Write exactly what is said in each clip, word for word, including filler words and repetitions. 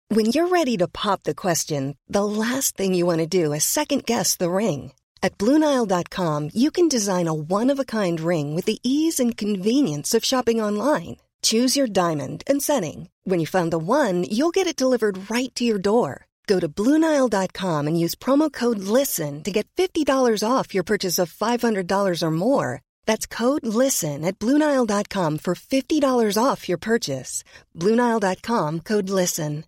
When you're ready to pop the question, the last thing you want to do is second-guess the ring. At Blue Nile dot com, you can design a one-of-a-kind ring with the ease and convenience of shopping online. Choose your diamond and setting. When you find the one, you'll get it delivered right to your door. Go to Blue Nile dot com and use promo code LISTEN to get fifty dollars off your purchase of five hundred dollars or more. That's code LISTEN at Blue Nile dot com for fifty dollars off your purchase. Blue Nile dot com, code LISTEN.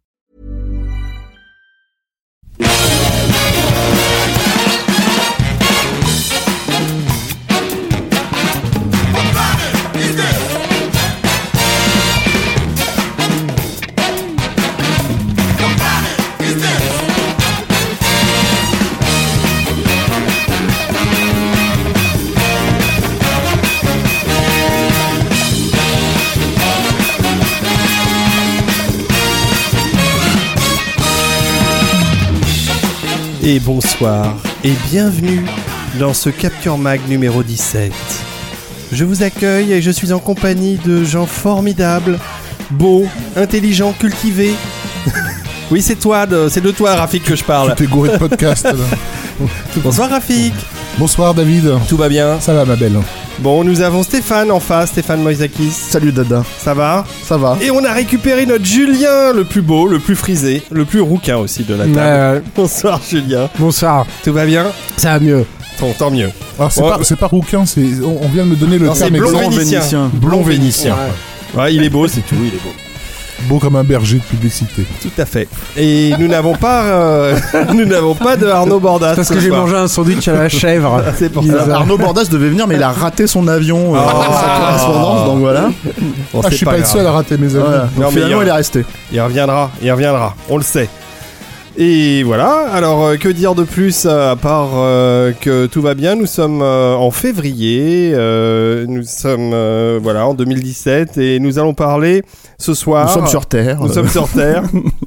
Et bonsoir, et bienvenue dans ce Capture Mag numéro dix-sept. Je vous accueille et je suis en compagnie de gens formidables, beaux, intelligents, cultivés. Oui, c'est toi, de, c'est de toi, Rafik, que je parle. Tu t'es gouré de podcast, là. Bonsoir, Rafik. Bonsoir, David. Tout va bien? Ça va, ma belle. Bon, nous avons Stéphane en face, Stéphane Moïsakis. Salut, Dada. Ça va? Ça va. Et on a récupéré notre Julien, le plus beau, le plus frisé, le plus rouquin aussi de la table. Euh, Bonsoir, Julien. Bonsoir. Tout va bien? Ça va mieux. Bon, tant mieux. Alors, c'est, Ouais. pas, c'est pas rouquin, c'est, on, on vient de me donner le Non, c'est terme blond exact. vénitien. Blond vénitien. Ouais. Ouais, il est beau, c'est tout, il est beau. Beau comme un berger de publicité. Tout à fait. Et nous n'avons pas, euh, nous n'avons pas de Arnaud Bordas. Parce ce que j'ai soir. mangé un sandwich à la chèvre. C'est pour Alors, ça. Arnaud Bordas devait venir, mais il a raté son avion euh, Oh. dans sa correspondance, donc voilà. Bon, Ah, c'est je suis pas, le grave. seul à rater mes amis. Voilà. Non, Donc, mais finalement, il y a- il est resté. Il reviendra, il reviendra. On le sait. Et voilà. Alors, euh, que dire de plus euh, à part euh, que tout va bien. Nous sommes euh, en février. euh, nous sommes euh, voilà en deux mille dix-sept et nous allons parler ce soir. Nous sommes sur Terre. Nous euh, sommes sur Terre.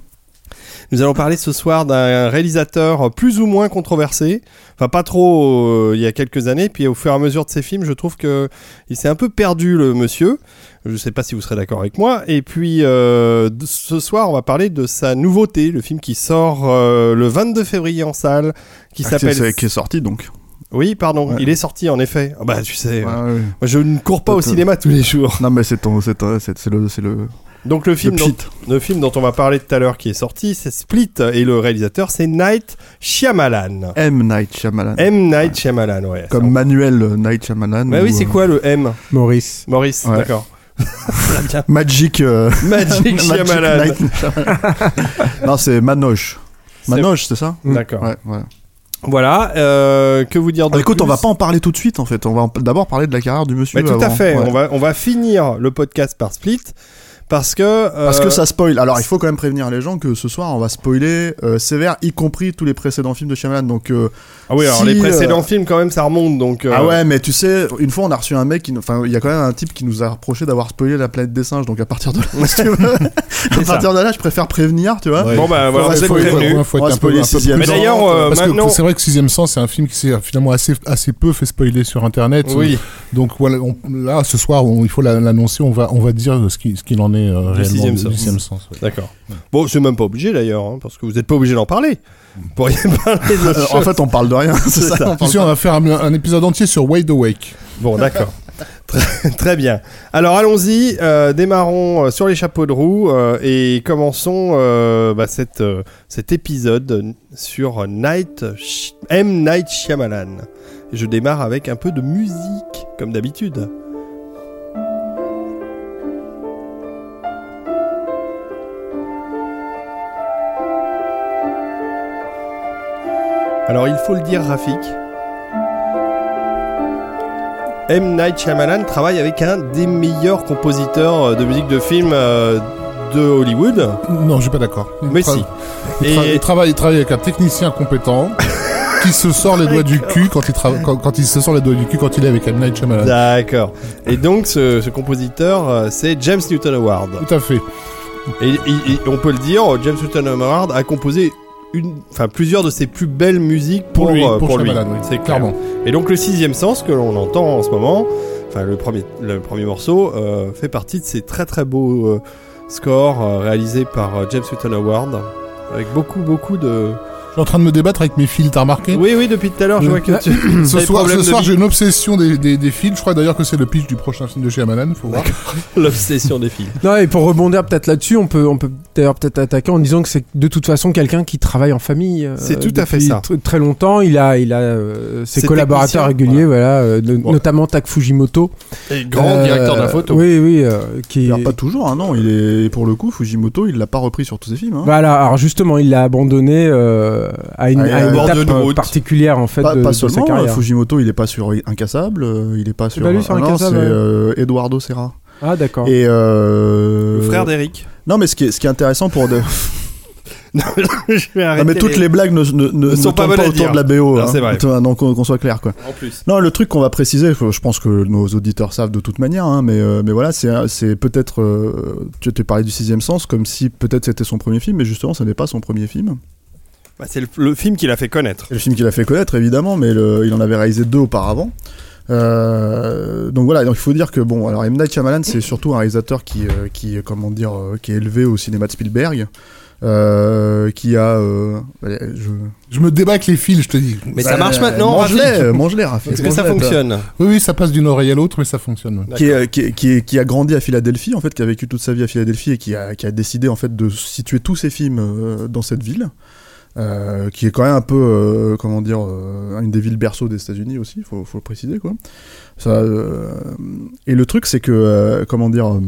Nous allons parler ce soir d'un réalisateur plus ou moins controversé. Enfin, pas trop euh, il y a quelques années. Puis au fur et à mesure de ses films, je trouve que il s'est un peu perdu, le monsieur. Je ne sais pas si vous serez d'accord avec moi. Et puis euh, de- ce soir, on va parler de sa nouveauté, le film qui sort euh, le vingt-deux février en salle, qui ah, s'appelle. qui est- qui est sorti, donc. Oui, pardon, Ouais. il est sorti en effet. Ah bah tu sais, Ouais, euh, ouais. moi, je ne cours pas au Peut-être. cinéma tous les jours. Non, mais c'est ton, c'est, ton- c'est, c'est le, c'est le, Donc le film, le dont, pit. le film dont on va parler tout à l'heure qui est sorti, c'est Split, et le réalisateur c'est Night Shyamalan. M. Night Shyamalan. M. Night Shyamalan, ouais. Comme Manuel Night Shyamalan. Bah ou, oui, c'est euh, quoi le M? Maurice. Maurice, Ouais. d'accord. Très bien. Magic. euh, Magic Shyamalan. Night Shyamalan. Non, c'est Manoche. C'est- Manoche, c'est ça? D'accord. Ouais, ouais. Voilà, euh, que vous dire de Ah, écoute, plus on va pas en parler tout de suite en fait. On va en- d'abord parler de la carrière du monsieur. Mais tout à avant. fait, Ouais. on, va, on va finir le podcast par Split, parce que... euh, Parce que ça spoil. Alors il faut quand même prévenir les gens que ce soir on va spoiler euh, sévère, y compris tous les précédents films de Shyamalan. Donc euh, Ah oui, alors si, les précédents euh, films quand même ça remonte, donc... euh, ah ouais, mais tu sais, une fois on a reçu un mec, qui nous- enfin il y a quand même un type qui nous a reproché d'avoir spoilé la planète des singes. Donc à partir de là, si tu veux, à ça. partir de là, je préfère prévenir, tu vois. Ouais. Bon bah voilà, Ouais, vous êtes faut- prévenus. Ouais, faut On va être un peu, spoiler un peu sixième plus Mais sens. d'ailleurs, euh, Parce maintenant... que c'est vrai que Sixième Sens, c'est un film qui s'est finalement assez, assez peu fait spoiler sur Internet. Oui, Donc voilà, on- là, ce soir, on- il faut la- l'annoncer, on va, on va dire ce qui- ce qu'il en est euh, réellement Sixième du Sens. Sixième Sens. ouais. d'accord. Bon, c'est même pas obligé d'ailleurs, hein, parce que vous n'êtes pas obligé d'en parler. Vous pourriez parler de Euh, choses. en fait, on parle de rien. C'est C'est ça. ça. on parle Si, on va faire un, un épisode entier sur Wide Awake. Bon, d'accord. très, très bien. Alors allons-y, euh, démarrons euh, sur les chapeaux de roue euh, et commençons euh, bah, cette, euh, cet épisode sur Night Sh- M. Night Shyamalan. Je démarre avec un peu de musique, comme d'habitude. Alors il faut le dire, Rafik, M. Night Shyamalan travaille avec un des meilleurs compositeurs de musique de film euh, de Hollywood. Non, je suis pas d'accord. Il Mais tra- si. Il, tra- Et- il travaille, il travaille avec un technicien compétent qui se sort les doigts du cul quand il, tra- quand, quand il se sort les doigts du cul quand il est avec M. Night Shyamalan. D'accord. Et donc ce, ce compositeur, euh, c'est James Newton Howard. Tout à fait. Et, et- et on peut le dire, James Newton Howard a composé une, enfin plusieurs de ses plus belles musiques pour, Pour lui, euh, pour pour lui. Shyamalan, oui, C'est clair. clairement. Et donc le sixième sens que l'on entend en ce moment, enfin le premier, le premier morceau, euh, fait partie de ces très très beaux, euh, score euh, réalisé par euh, James Newton Howard, avec beaucoup, beaucoup de... Je suis en train de me débattre avec mes fils, t'as remarqué ? Oui, oui, depuis tout à l'heure, je vois que tu... Ce t'as des soir, problèmes ce de soir vie. j'ai une obsession des, des, des fils. Je crois d'ailleurs que c'est le pitch du prochain film de Shyamalan, faut voir. L'obsession des filles. Non, et pour rebondir peut-être là-dessus, on peut, on peut d'ailleurs peut-être attaquer en disant que c'est de toute façon quelqu'un qui travaille en famille. euh, C'est tout à fait depuis ça. tr- très longtemps. Il a, il a euh, ses Ses collaborateurs techniciens, réguliers, voilà, euh, de- Bon. notamment Tak Fujimoto. Et grand Euh, directeur de la photo. Oui, oui, euh, qui. Alors, pas toujours, hein, non. Il est pour le coup Fujimoto, il l'a pas repris sur tous ses films. Hein. Voilà, alors justement, il l'a abandonné euh, à une, Ah, à euh, une bord étape d'une euh, route. particulière en fait Pas, de, pas de sa seulement, carrière. Fujimoto, il est pas sur Incassable, euh, il est pas sur. pas lui sur ah non, Incassable, c'est ouais. euh, Eduardo Serra. Ah d'accord. Et euh... Le frère d'Eric. Non, mais ce qui est, ce qui est intéressant pour de... Non, je vais arrêter. Non, mais toutes les, les... blagues ne, ne, ne, Ne sont pas tournent bonnes pas à autour dire. de la B O. Non, hein. c'est vrai. Non, qu'on, qu'on soit clair, quoi. En plus. Non, le truc qu'on va préciser, je pense que nos auditeurs savent de toute manière, hein, mais, euh, mais voilà, c'est, c'est peut-être. Euh, tu tu parlais du Sixième Sens comme si peut-être c'était son premier film, mais justement, ce n'est pas son premier film. Bah, c'est le, le film qui l'a fait connaître. C'est le film qu'il a fait connaître, évidemment, mais le, il en avait réalisé deux auparavant. Euh, donc voilà, donc il faut dire que bon, alors M. Night Shyamalan, c'est surtout un réalisateur qui, euh, qui, comment dire, euh, qui est élevé au cinéma de Spielberg, euh, qui a, euh, allez, je... Je me débat avec les fils, je te dis. Mais ça marche maintenant, mange-les, Rafik. mange-les, Rafik. Est-ce que ça mange-les, toi. fonctionne? Oui, oui, ça passe d'une oreille à l'autre, mais ça fonctionne. ouais. Qui, est, qui, est, qui, est, qui a grandi à Philadelphie, en fait, qui a vécu toute sa vie à Philadelphie et qui a, qui a décidé en fait de situer tous ses films euh, dans cette ville, euh, qui est quand même un peu, euh, comment dire, euh, une des villes berceaux des États-Unis aussi, faut, faut le préciser quoi. Ça, euh, et le truc, c'est que, euh, comment dire. Euh,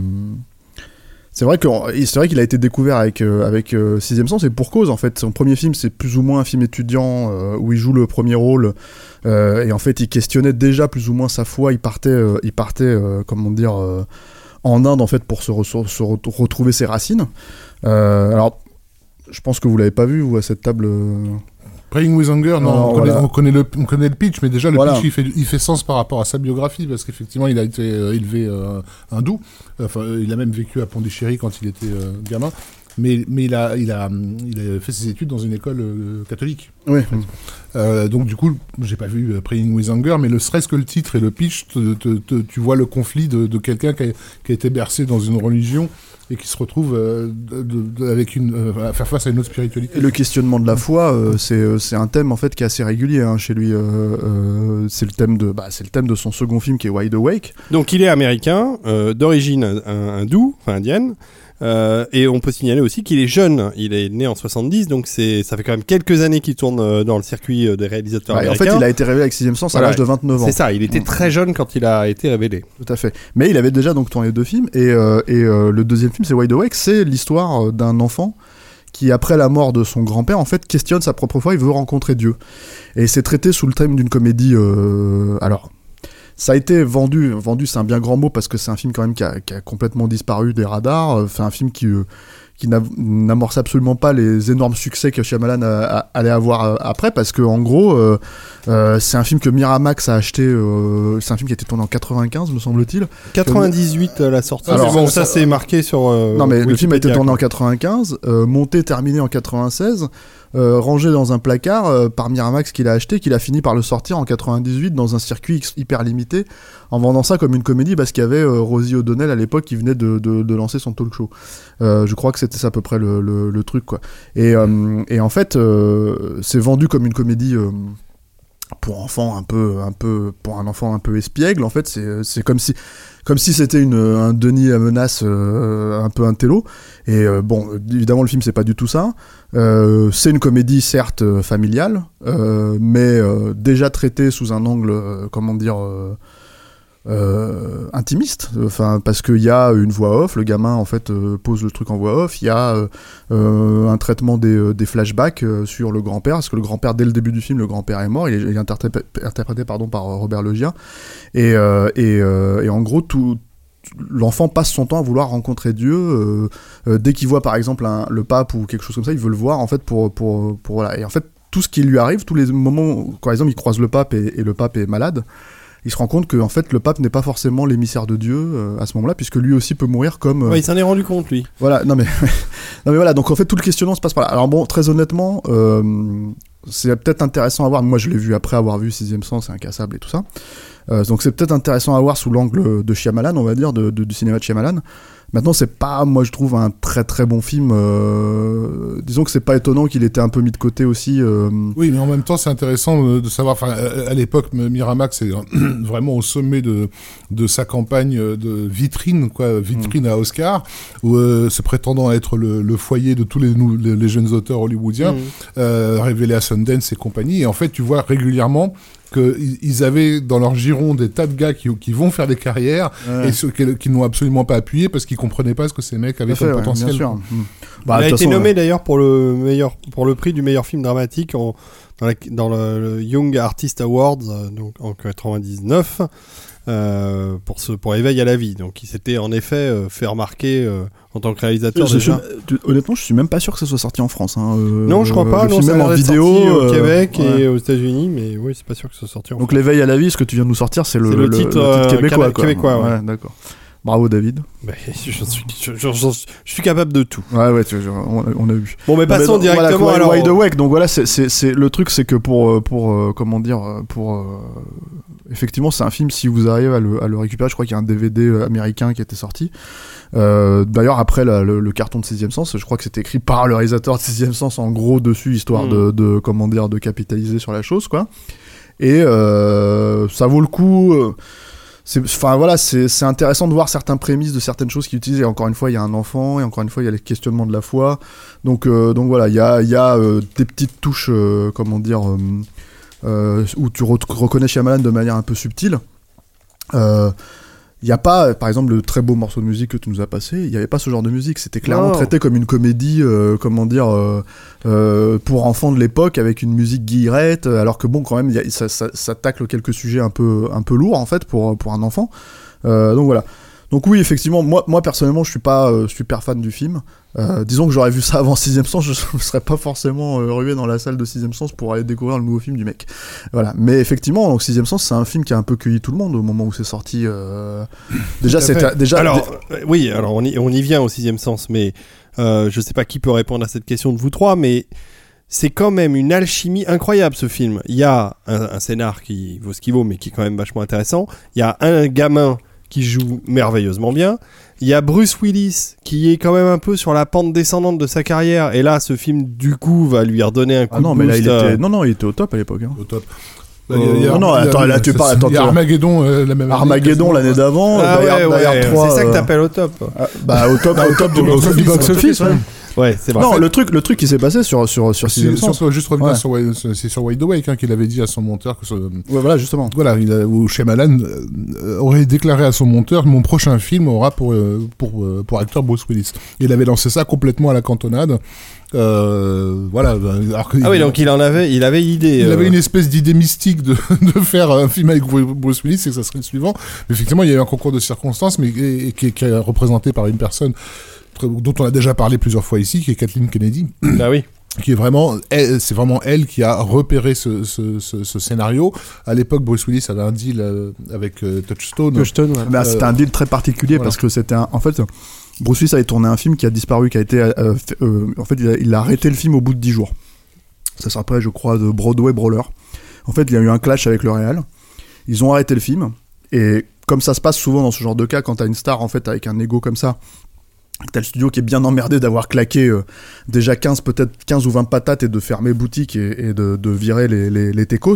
C'est vrai, que, c'est vrai qu'il a été découvert avec, euh, avec euh, Sixième Sens, et pour cause, en fait. Son premier film, c'est plus ou moins un film étudiant, euh, où il joue le premier rôle, euh, et en fait, il questionnait déjà plus ou moins sa foi, il partait, euh, il partait euh, comment dire, euh, en Inde, en fait, pour se, re- se re- retrouver ses racines. Euh, alors, je pense que vous l'avez pas vu, vous, à cette table... euh... Praying with Hunger, non, Alors, on, connaît, voilà. on, connaît le, on connaît le pitch, mais déjà le Voilà. pitch il fait, il fait sens par rapport à sa biographie, parce qu'effectivement il a été euh, élevé euh, hindou, enfin euh, il a même vécu à Pondichéry quand il était euh, gamin, mais, mais il, a, il, a, il a fait ses études dans une école euh, catholique. Oui. Euh, donc du coup, j'ai pas vu euh, Praying with Hunger, mais le serait-ce que le titre et le pitch, te, te, te, tu vois le conflit de, de quelqu'un qui a, qui a été bercé dans une religion et qui se retrouve euh, de, de, avec une, euh, à faire face à une autre spiritualité. Et le questionnement de la foi, euh, c'est, euh, c'est un thème en fait qui est assez régulier hein, chez lui. Euh, euh, c'est le thème de, bah, c'est le thème de son second film qui est Wide Awake. Donc il est américain, euh, d'origine euh, hindoue, enfin indienne, euh, et on peut signaler aussi qu'il est jeune. Il est né en soixante-dix, donc c'est, ça fait quand même quelques années qu'il tourne euh, dans le circuit euh, des réalisateurs Ouais, en américains. fait, il a été révélé avec Sixième Sens à Voilà. l'âge de vingt-neuf ans. C'est ça, il était Mm. très jeune quand il a été révélé. Tout à fait. Mais il avait déjà donc tourné deux films et, euh, et euh, le deuxième film c'est Wide Awake, c'est l'histoire euh, d'un enfant qui après la mort de son grand-père en fait questionne sa propre foi, il veut rencontrer Dieu. Et c'est traité sous le thème d'une comédie. Euh, alors. Ça a été vendu, vendu c'est un bien grand mot parce que c'est un film quand même qui a, qui a complètement disparu des radars. C'est un film qui, euh, qui n'a- n'amorce absolument pas les énormes succès que Shyamalan a- a- allait avoir euh, après parce que en gros euh, euh, c'est un film que Miramax a acheté. Euh, c'est un film qui a été tourné en quatre-vingt-quinze me semble-t-il. quatre-vingt-dix-huit euh, la sortie. Alors, bon, ça- ça c'est marqué sur. euh, Non mais le film a été Wikipédia, tourné en quoi. quatre-vingt-quinze, euh, monté, terminé en quatre-vingt-seize, euh, rangé dans un placard euh, par Miramax qu'il a acheté, qu'il a fini par le sortir en quatre-vingt-dix-huit dans un circuit ex- hyper limité, en vendant ça comme une comédie parce qu'il y avait euh, Rosie O'Donnell à l'époque qui venait de, de, de lancer son talk show. Euh, je crois que c'était ça à peu près le, le, le truc quoi. Et, euh, et en fait, euh, c'est vendu comme une comédie. Euh, pour enfants un peu un peu pour un enfant un peu espiègle en fait c'est c'est comme si comme si c'était une un Denis à menace euh, un peu un télo et euh, bon évidemment le film c'est pas du tout ça euh, c'est une comédie certes euh, familiale euh, mais euh, déjà traitée sous un angle euh, comment dire euh, euh, intimiste, enfin parce qu'il y a une voix off, le gamin en fait euh, pose le truc en voix off, il y a euh, euh, un traitement des, euh, des flashbacks euh, sur le grand-père, parce que le grand-père dès le début du film, le grand-père est mort, il est, il est interpré- interprété pardon par euh, Robert Loggia, et, euh, et, euh, et en gros tout l'enfant passe son temps à vouloir rencontrer Dieu euh, euh, dès qu'il voit par exemple un, le pape ou quelque chose comme ça, il veut le voir en fait pour, pour, pour voilà, et en fait tout ce qui lui arrive, tous les moments où, par exemple il croise le pape et, et le pape est malade, il se rend compte que en fait le pape n'est pas forcément l'émissaire de Dieu euh, à ce moment-là, puisque lui aussi peut mourir comme euh, Ouais, il s'en est rendu compte lui. voilà, non mais non mais voilà, donc en fait tout le questionnement se passe par là. Alors bon, très honnêtement, euh, c'est peut-être intéressant à voir. Moi, je l'ai vu après avoir vu Sixième Sens et Incassable et tout ça. Euh, donc c'est peut-être intéressant à voir sous l'angle de Shyamalan, on va dire, de, de, du cinéma de Shyamalan. Maintenant, c'est pas, moi je trouve, un très très bon film. Euh... Disons que c'est pas étonnant qu'il était un peu mis de côté aussi. Euh... Oui, mais en même temps, c'est intéressant de, de savoir. Enfin, à l'époque, Miramax est vraiment au sommet de de sa campagne de vitrine, quoi, vitrine mmh. à Oscar, où euh, se prétendant être le, le foyer de tous les, les, les jeunes auteurs hollywoodiens, mmh. euh, révélés à Sundance et compagnie. Et en fait, tu vois régulièrement qu'ils avaient dans leur giron des tas de gars qui, qui vont faire des carrières ouais. et ceux qui, qui n'ont absolument pas appuyé parce qu'ils comprenaient pas ce que ces mecs avaient comme ouais, potentiel. Bien sûr. Mmh. Bah, il a été façon, nommé ouais. d'ailleurs pour le meilleur, pour le prix du meilleur film dramatique en, dans, la, dans le, le Young Artist Awards euh, donc en quatre-vingt-dix-neuf euh, pour ce pour Éveil à la vie. Donc il s'était en effet euh, fait remarquer euh, en tant que réalisateur je, déjà. Je, honnêtement, je suis même pas sûr que ça soit sorti en France. Hein. Euh, non, je crois pas. Le non, film ça même en vidéo sorti au euh, Québec ouais. et aux États-Unis, mais oui, c'est pas sûr que ça soit sorti en Donc France. L'éveil à la vie, ce que tu viens de nous sortir, c'est le, c'est le, le titre, le titre québécois. Euh, québécois, ouais. ouais, d'accord. Bravo David. Bah, je, je, suis, je, je, je, je suis capable de tout. Ouais, ouais, tu, on, on a vu. Bon, mais passons non, mais, directement voilà, alors. Wide Awake. Donc voilà, c'est, c'est, c'est le truc, c'est que pour, pour, euh, comment dire, pour, euh, effectivement, c'est un film. Si vous arrivez à le, à le récupérer, je crois qu'il y a un D V D américain qui était sorti. Euh, d'ailleurs, après la, le, le carton de Sixième Sens, je crois que c'était écrit par le réalisateur de Sixième Sens en gros dessus, histoire mmh. de, de, comment dire, de capitaliser sur la chose, quoi. Et euh, ça vaut le coup. Euh, Enfin voilà, c'est, c'est intéressant de voir certaines prémices de certaines choses qu'ils utilisent. Et encore une fois, il y a un enfant, et encore une fois, il y a les questionnements de la foi. Donc, euh, donc voilà, il y a, y a euh, des petites touches, euh, comment dire, euh, euh, où tu re- reconnais Shyamalan de manière un peu subtile. Euh, Il n'y a pas, par exemple, le très beau morceau de musique que tu nous as passé, il n'y avait pas ce genre de musique. C'était clairement non. traité comme une comédie, euh, comment dire, euh, euh, pour enfants de l'époque, avec une musique guillerette, alors que bon, quand même, y a, ça, ça, ça tacle quelques sujets un peu, un peu lourds, en fait, pour, pour un enfant. Euh, donc voilà. Donc oui, effectivement, moi, moi personnellement, je suis pas euh, super fan du film. Euh, disons que j'aurais vu ça avant Sixième Sens, je ne serais pas forcément euh, rué dans la salle de Sixième Sens pour aller découvrir le nouveau film du mec. Voilà. Mais effectivement, donc Sixième Sens, c'est un film qui a un peu cueilli tout le monde au moment où c'est sorti. Euh... Déjà, c'était déjà. Alors dé... oui, alors on y, on y vient au Sixième Sens, mais euh, je sais pas qui peut répondre à cette question de vous trois, mais c'est quand même une alchimie incroyable ce film. Il y a un, un scénar qui vaut ce qu'il vaut, mais qui est quand même vachement intéressant. Il y a un gamin qui joue merveilleusement bien. Il y a Bruce Willis qui est quand même un peu sur la pente descendante de sa carrière, et là ce film du coup va lui redonner un coup ah non, de mais boost. Là, il était... Non non, il était au top à l'époque. Hein. Au top. Euh, il y a, non, non, attends, là tu parles. Attends, il y a Armageddon, euh, la même Armageddon l'année d'avant. Ah ouais, ouais, ouais, trois, c'est ça que euh... t'appelles au top. Ah, bah au top, au top du box-office. Box office, ouais. Ouais, c'est vrai. Non, en fait, le truc, le truc qui s'est passé sur sur sur Sixième Sens. Sur, juste revenir ouais. sur c'est sur Wide Awake hein, qu'il avait dit à son monteur que ce, ouais, voilà justement. Voilà, il a, où Shyamalan euh, aurait déclaré à son monteur mon prochain film aura pour euh, pour euh, pour acteur Bruce Willis. Et il avait lancé ça complètement à la cantonade. Euh, voilà. Alors ah oui, donc il en avait, il avait l'idée. Il euh... avait une espèce d'idée mystique de, de faire un film avec Bruce Willis et que ça serait le suivant. Mais effectivement, il y a eu un concours de circonstances, mais et, et, qui, qui est représenté par une personne dont on a déjà parlé plusieurs fois ici, qui est Kathleen Kennedy. Ah oui. Qui est vraiment, elle, c'est vraiment elle qui a repéré ce, ce, ce, ce scénario. À l'époque, Bruce Willis avait un deal euh, avec euh, Touchstone. Touchstone, ouais. Bah, c'était un deal très particulier voilà. Parce que c'était un, en fait, Bruce Willis avait tourné un film qui a disparu, qui a été, euh, fait, euh, en fait, il a, il a arrêté le film au bout de dix jours. Ça s'appelait, je crois, de Broadway Brawler. En fait, il y a eu un clash avec le réal. Ils ont arrêté le film. Et comme ça se passe souvent dans ce genre de cas, quand t'as une star, en fait, avec un ego comme ça, t'as le studio qui est bien emmerdé d'avoir claqué euh, déjà quinze, peut-être quinze ou vingt patates et de fermer boutique et, et de, de virer les, les, les techos,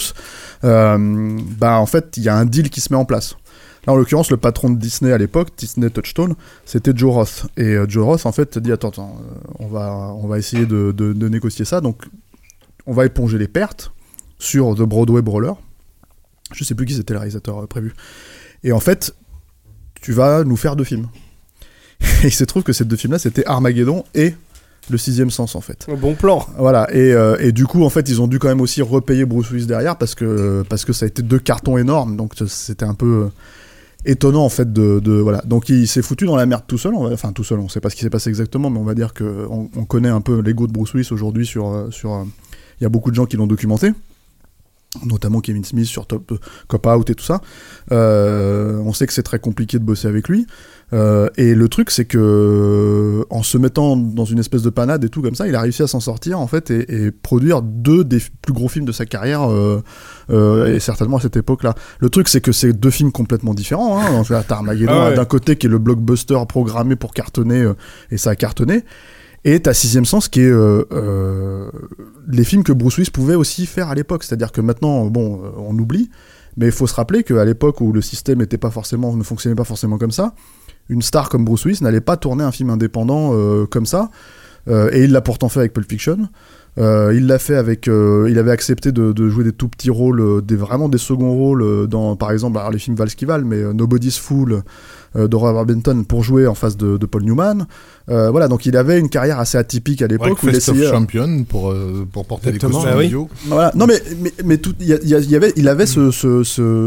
euh, bah en fait il y a un deal qui se met en place. Là en l'occurrence le patron de Disney à l'époque, Disney Touchstone, c'était Joe Roth. Et euh, Joe Roth en fait dit attends, attends euh, on, va, on va essayer de, de, de négocier ça, donc on va éponger les pertes sur The Broadway Brawler. Je sais plus qui c'était le réalisateur euh, prévu. Et en fait tu vas nous faire deux films. Et il se trouve que ces deux films-là, c'était Armageddon et Le Sixième Sens, en fait. Bon plan. Voilà, et, euh, et du coup, en fait, ils ont dû quand même aussi repayer Bruce Willis derrière parce que, parce que ça a été deux cartons énormes, donc c'était un peu étonnant, en fait, de... de voilà. Donc il s'est foutu dans la merde tout seul, on va, enfin tout seul, on sait pas ce qui s'est passé exactement, mais on va dire qu'on on connaît un peu l'ego de Bruce Willis aujourd'hui sur... sur euh, il y a beaucoup de gens qui l'ont documenté. notamment Kevin Smith sur Top Cop Out et tout ça. Euh, on sait que c'est très compliqué de bosser avec lui. Euh, et le truc, c'est que en se mettant dans une espèce de panade et tout comme ça, il a réussi à s'en sortir en fait et, et produire deux des plus gros films de sa carrière, euh, euh, et certainement à cette époque-là. Le truc, c'est que c'est deux films complètement différents. Hein. Donc, t'as Armageddon ah ouais. d'un côté qui est le blockbuster programmé pour cartonner, euh, et ça a cartonné. Et t'as Sixième Sens qui est euh, euh, les films que Bruce Willis pouvait aussi faire à l'époque. C'est-à-dire que maintenant, bon, on oublie, mais il faut se rappeler qu'à l'époque où le système était pas forcément, ne fonctionnait pas forcément comme ça, une star comme Bruce Willis n'allait pas tourner un film indépendant euh, comme ça. Euh, et il l'a pourtant fait avec Pulp Fiction. Euh, il l'a fait avec, euh, il avait accepté de, de jouer des tout petits rôles, euh, des vraiment des seconds rôles euh, dans, par exemple, alors les films valent ce qu'ils valent, mais euh, Nobody's Fool euh, de Robert Benton pour jouer en face de, de Paul Newman. Euh, voilà, donc il avait une carrière assez atypique à l'époque. Breakfast of Champion pour euh, pour porter Exactement. les costumes bah vidéo. Oui. Voilà, non mais mais mais tout, il y, y, y avait, il avait ce, ce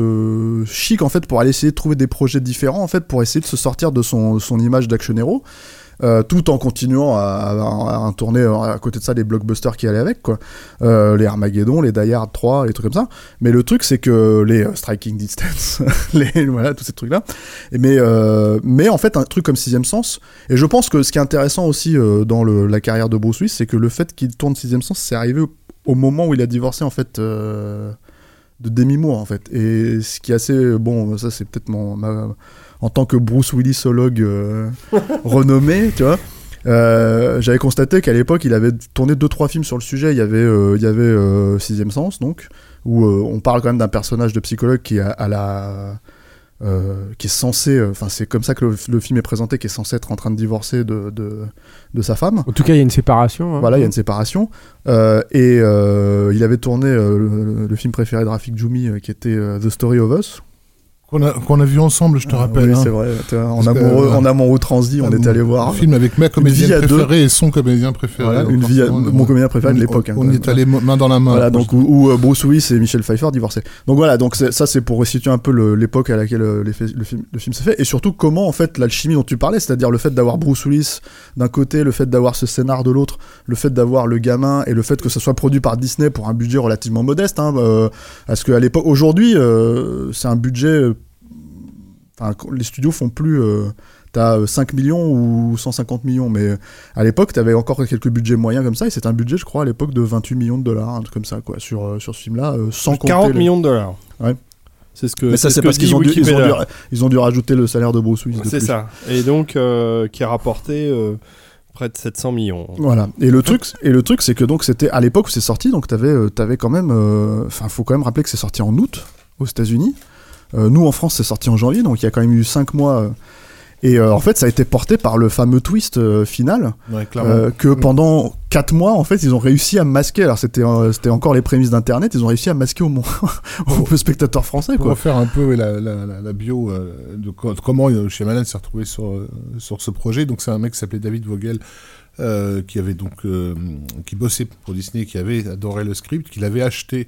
ce chic en fait pour aller essayer de trouver des projets différents en fait pour essayer de se sortir de son son image d'action héros. Euh, tout en continuant à, à, à tourner à côté de ça les blockbusters qui allaient avec quoi, euh, les Armageddon, les Die Hard trois, les trucs comme ça. Mais le truc c'est que les uh, Striking Distance, les voilà tous ces trucs là. Et mais euh, mais en fait un truc comme Sixième Sens, et je pense que ce qui est intéressant aussi euh, dans le, la carrière de Bruce Willis, c'est que le fait qu'il tourne Sixième Sens, c'est arrivé au, au moment où il a divorcé en fait euh, de Demi Moore en fait. Et ce qui est assez bon, ça c'est peut-être mon ma, en tant que Bruce Willisologue euh, renommé, tu vois, euh, j'avais constaté qu'à l'époque, il avait tourné deux trois films sur le sujet. Il y avait, euh, il y avait euh, Sixième Sens, donc, où euh, on parle quand même d'un personnage de psychologue qui a, à la, euh, qui est censé, enfin, euh, c'est comme ça que le, le film est présenté, qui est censé être en train de divorcer de de, de sa femme. En tout cas, il y a une séparation. Hein. Voilà, il y a une séparation. Euh, et euh, il avait tourné euh, le, le film préféré de Rafik Djoumi, euh, qui était euh, The Story of Us. Qu'on a, qu'on a vu ensemble, je te ah, rappelle. Oui, hein. c'est vrai. En amoureux, que, en amoureux transi, on un était allé voir. Un film avec ma comédienne préférée et son comédien préféré. Voilà, une vie à, mon comédien préféré de l'époque. On, on y est allé main dans la main. Voilà, donc où, où Bruce Willis et Michelle Pfeiffer divorçaient. Donc voilà, donc c'est, ça c'est pour resituer un peu le, l'époque à laquelle le, le, film, le film s'est fait, et surtout comment en fait l'alchimie dont tu parlais, c'est-à-dire le fait d'avoir Bruce Willis d'un côté, le fait d'avoir ce scénar de l'autre, le fait d'avoir le gamin et le fait que ça soit produit par Disney pour un budget relativement modeste. Hein, euh, parce qu'à l'époque, aujourd'hui, euh, c'est un budget. Enfin, les studios font plus. Euh, t'as cinq millions ou cent cinquante millions, mais à l'époque, t'avais encore quelques budgets moyens comme ça, et c'était un budget, je crois, à l'époque de vingt-huit millions de dollars, un truc comme ça, quoi, sur, euh, sur ce film-là, euh, sans compter. quarante les... millions de dollars. Ouais. C'est ce que. Mais ça, c'est, c'est parce qu'ils ont, dû, ils, ont dû, ils ont dû rajouter le salaire de Bruce Willis. C'est plus. ça. Et donc, euh, qui a rapporté. Euh... près de sept cents millions. Voilà. Et le truc, et le truc, c'est que donc c'était à l'époque où c'est sorti, donc t'avais, euh, t'avais quand même, enfin, euh, faut quand même rappeler que c'est sorti en août aux États-Unis. Euh, nous en France, c'est sorti en janvier, donc il y a quand même eu cinq mois. Euh, et euh, en fait, ça a été porté par le fameux twist euh, final, ouais, euh, que mmh. pendant quatre mois, en fait, ils ont réussi à masquer. Alors c'était, euh, c'était encore les prémices d'Internet, ils ont réussi à masquer au moins aux spectateurs français. Pour quoi. refaire un peu la, la, la, la bio euh, de comment euh, Shyamalan s'est retrouvé sur euh, sur ce projet. Donc c'est un mec qui s'appelait David Vogel. Euh, qui avait donc euh, qui bossait pour Disney, qui avait adoré le script, qu'il avait acheté.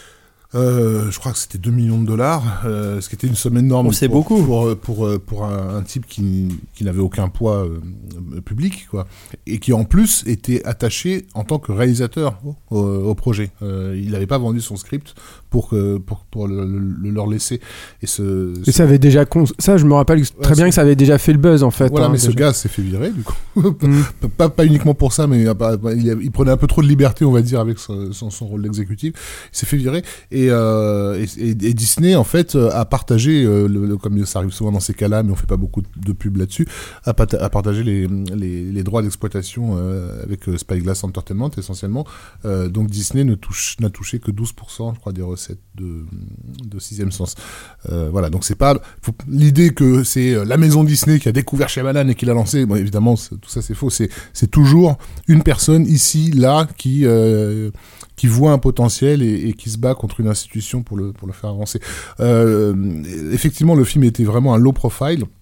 Euh, je crois que c'était deux millions de dollars, euh, ce qui était une somme énorme. Oh, c'est pour, beaucoup pour pour pour, pour un, un type qui qui n'avait aucun poids euh, public, quoi, et qui en plus était attaché en tant que réalisateur au, au, au projet. Euh, il n'avait pas vendu son script pour que pour pour le, le leur laisser. Et ce. Et ça avait déjà con... ça, je me rappelle très ouais, bien que ça avait déjà fait le buzz en fait. Voilà, hein, mais déjà. ce gars s'est fait virer du coup. mm. pas pas uniquement pour ça, mais il, il prenait un peu trop de liberté, on va dire, avec son, son, son rôle d'exécutif. Il s'est fait virer. Et, euh, et, et, et Disney, en fait, a partagé, euh, le, le, comme ça arrive souvent dans ces cas-là, mais on fait pas beaucoup de pub là-dessus, a, pat- a partagé les, les, les droits d'exploitation euh, avec euh, Spyglass Entertainment, essentiellement. Euh, donc Disney ne touche, n'a touché que douze pour cent, je crois, des recettes de, de Sixième Sens. Euh, voilà, donc c'est pas... Faut, l'idée que c'est la maison Disney qui a découvert Shyamalan et qui l'a lancé, bon, évidemment, tout ça c'est faux. C'est, c'est toujours une personne, ici, là, qui... Euh, qui voit un potentiel et, et qui se bat contre une institution pour le, pour le faire avancer. Euh, effectivement, le film était vraiment un low profile.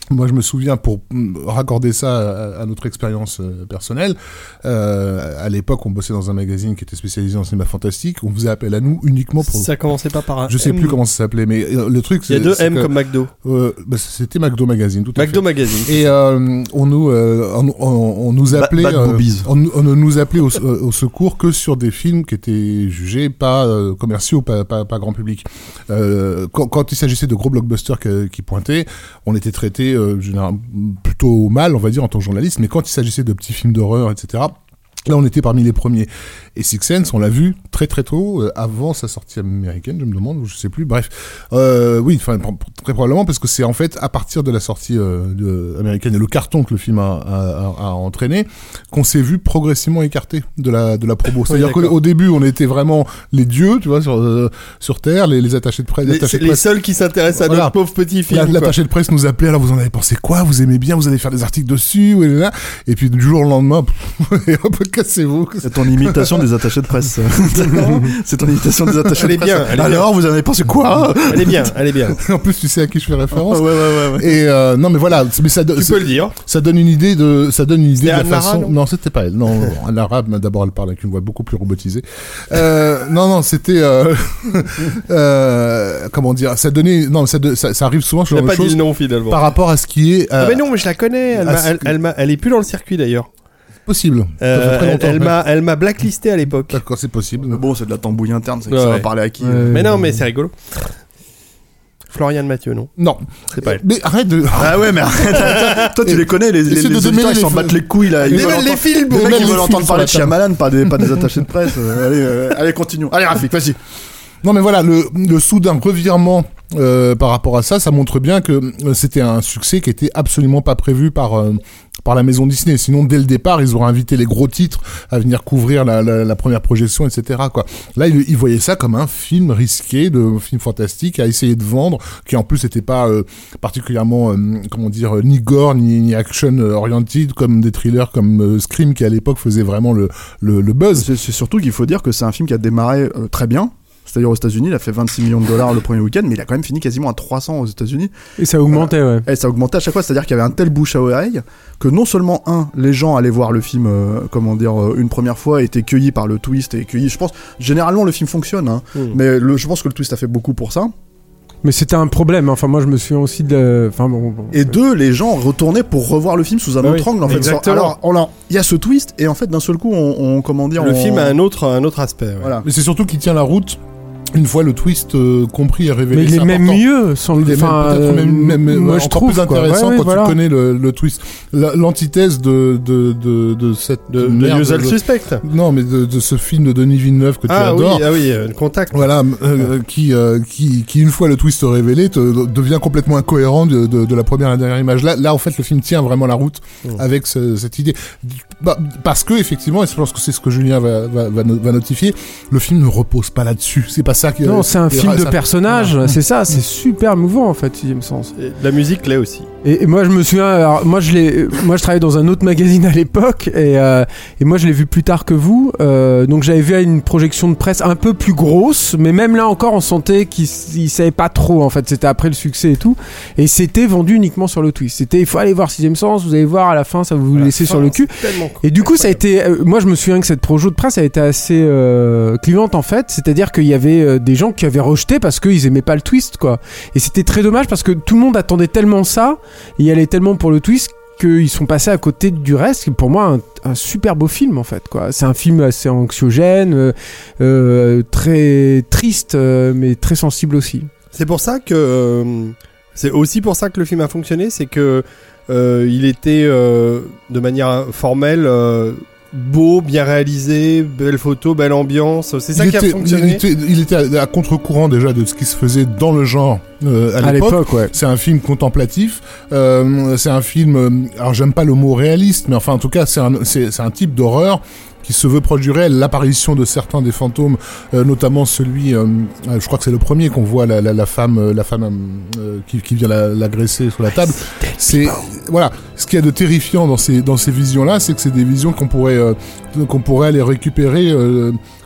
Moi, je me souviens, pour raccorder ça à, à notre expérience euh, personnelle, euh, à l'époque, on bossait dans un magazine qui était spécialisé en cinéma fantastique. On faisait appel à nous uniquement pour... Ça commençait pas par un Je sais M. plus comment ça s'appelait, mais euh, le truc, c'est... Il y a deux c'est M que, comme McDo. Euh, bah, c'était McDo Magazine, tout à McDo fait. Magazine. Et euh, on nous, euh, on, on, on nous appelait, Bad euh, Boobies. on, on ne nous appelait au, au secours que sur des films qui étaient jugés pas euh, commerciaux, pas, pas, pas grand public. Euh, quand, quand il s'agissait de gros blockbusters que, qui pointaient, on était traité euh, généralement plutôt mal, on va dire, en tant que journaliste, mais quand il s'agissait de petits films d'horreur, et cetera, là, on était parmi les premiers. Et Sixth Sense, on l'a vu très très tôt, euh, avant sa sortie américaine, je me demande, ou je sais plus, bref. Euh, oui, enfin, très probablement, parce que c'est en fait à partir de la sortie euh, de, américaine et le carton que le film a, a, a entraîné, qu'on s'est vu progressivement écarté de la, de la promo. C'est-à-dire oui, qu'au début, on était vraiment les dieux, tu vois, sur, euh, sur Terre, les, les attachés de presse. Les, attachés de les presse. seuls qui s'intéressent à Voilà. notre pauvre petit film. La- quoi. L'attaché de presse nous appelait, alors vous en avez pensé quoi? Vous aimez bien? Vous allez faire des articles dessus? Et, là. Et puis du jour au lendemain, et hop, cassez-vous. C'est ton imitation des attachés de presse. C'est ton imitation des attachés Elle est de presse. bien, elle est Alors, vous en avez pensé quoi? Elle est bien, elle est bien. En plus, tu sais à qui je fais référence. Ouais, ouais, ouais, ouais. Et euh, non, mais voilà, mais ça, do- Tu ça, peux le dire. ça donne une idée de, ça donne une idée C'était de la Anne Lara, façon. non c'était pas elle. Non, Anne Lara, mais d'abord elle parle avec une voix beaucoup plus robotisée. Euh, non, non, c'était, euh, euh, comment dire, ça donnait, non, ça, de- ça, ça arrive souvent Je sur n'ai genre pas de dit choses le nom finalement. par rapport à ce qui est euh, Ah mais non, mais je la connais. Elle, Ah, m'a- c'est- elle, elle, m'a- elle est plus dans le circuit d'ailleurs. possible. Euh, ça fait très elle longtemps. elle mais- m'a, elle m'a blacklisté à l'époque. D'accord, c'est possible. Mais bon, c'est de la tambouille interne, c'est Ouais, ça va ouais. parler à qui? Ouais. euh, Mais non, mais c'est rigolo. Florian Mathieu, non Non, C'est pas elle. mais arrête de. Ah ouais, mais arrête. Toi, tu les connais, les, les, Essaie de les auditeurs, démêler ils s'en les battent films. les couilles, là. Ils Démêle veulent les entendre- films, les démêle mecs, ils les veulent films entendre sur parler la de table. Shyamalan, pas des, pas des attachés de presse. Euh, allez, euh, allez, continuons. Allez, Rafik, vas-y. Non mais voilà, le, le soudain revirement euh, par rapport à ça, ça montre bien que euh, c'était un succès qui était absolument pas prévu par euh, par la maison Disney. Sinon, dès le départ, ils auraient invité les gros titres à venir couvrir la, la, la première projection, et cetera. Quoi. Là, ils, ils voyaient ça comme un film risqué, de film fantastique à essayer de vendre, qui en plus n'était pas euh, particulièrement, euh, comment dire, euh, ni gore ni, ni action euh, oriented comme des thrillers comme euh, Scream qui à l'époque faisait vraiment le le, le buzz. C'est c'est surtout qu'il faut dire que c'est un film qui a démarré euh, très bien. C'est-à-dire aux États-Unis, il a fait vingt-six millions de dollars le premier week-end, mais il a quand même fini quasiment à trois cents aux États-Unis. Et ça augmentait, ouais. Et ça augmentait à chaque fois, c'est-à-dire qu'il y avait un tel bouche à oreille que non seulement, un, les gens allaient voir le film, euh, comment dire, euh, une première fois, étaient cueillis par le twist, et cueillis, je pense, généralement le film fonctionne, hein, Mm. mais le, je pense que le twist a fait beaucoup pour ça. Mais c'était un problème. Enfin, moi, je me souviens aussi de. Enfin, bon. bon. Et deux, les gens retournaient pour revoir le film sous un Bah autre oui, angle, en fait. exactement. Alors, on l'a- il y a ce twist, et en fait, d'un seul coup, on, on comment dire, Le on- film a un autre, un autre aspect. ouais. Voilà. Mais c'est surtout qu'il tient la route une fois le twist euh, compris et révélé. Mais il est c'est même important. mieux sans le. Il est même, Enfin, peut-être euh, même, même moi, euh, je encore trouve plus quoi. intéressant Ouais, ouais, quand voilà. tu connais le, le twist. La- l'antithèse de, de, de, de cette De, de merde, Usual de- Suspect. non, mais de, de ce film de Denis Villeneuve que tu Ah oui, adores. ah oui, euh, le contact. Voilà, euh, qui, euh, qui, qui, une fois le twist révélé, te, devient complètement incohérent de, de, de la première à la dernière image. Là, là, en fait, le film tient vraiment la route Mm. avec ce- cette idée. Bah, parce que, effectivement, et je pense que c'est ce que Julien va, va, va, no- va notifier, le film ne repose pas là-dessus. C'est pas ça qui Non, c'est un qui- film de ça- personnage. voilà. C'est ça. C'est super mouvant en fait, sixième sens. Et la musique l'est aussi. Et, et moi, je me souviens. Alors, moi, je l'ai. Moi, je travaillais dans un autre magazine à l'époque, et, euh, et moi, je l'ai vu plus tard que vous. Euh, donc, j'avais vu à une projection de presse un peu plus grosse, mais même là encore, on sentait qu'ils ils savaient pas trop. En fait, c'était après le succès et tout, et c'était vendu uniquement sur le twist. C'était, il faut aller voir Sixième Sens. Vous allez voir à la fin, ça va vous À la laisser fin, sur le cul. c'est tellement cool. Et du coup, ça a été. euh, moi, je me souviens que cette projo de presse a été assez euh, clivante en fait. C'est-à-dire qu'il y avait euh, des gens qui avaient rejeté parce qu'ils aimaient pas le twist, quoi. Et c'était très dommage parce que tout le monde attendait tellement ça, et y allait tellement pour le twist qu'ils sont passés à côté du reste. Qui est pour moi un, un super beau film en fait, quoi. C'est un film assez anxiogène, euh, euh, très triste, euh, mais très sensible aussi. C'est pour ça que euh, c'est aussi pour ça que le film a fonctionné, c'est que euh, il était euh, de manière formelle euh, beau, bien réalisé, belle photo, belle ambiance. C'est ça il qui a était, fonctionné. Il était, il était à, à contre-courant déjà de ce qui se faisait dans le genre euh, à, À l'époque. l'époque, ouais. C'est un film contemplatif. Euh, c'est un film. euh, alors j'aime pas le mot réaliste, mais enfin en tout cas c'est un, c'est, c'est un type d'horreur qui se veut proche du réel. L'apparition de certains des fantômes, euh, notamment celui, euh, je crois que c'est le premier qu'on voit, la, la, la femme, euh, la femme euh, qui, qui vient la, l'agresser sur la table. C'est voilà. Ce qu'il y a de terrifiant dans ces dans ces visions-là, c'est que c'est des visions qu'on pourrait euh, qu'on pourrait aller récupérer. Euh,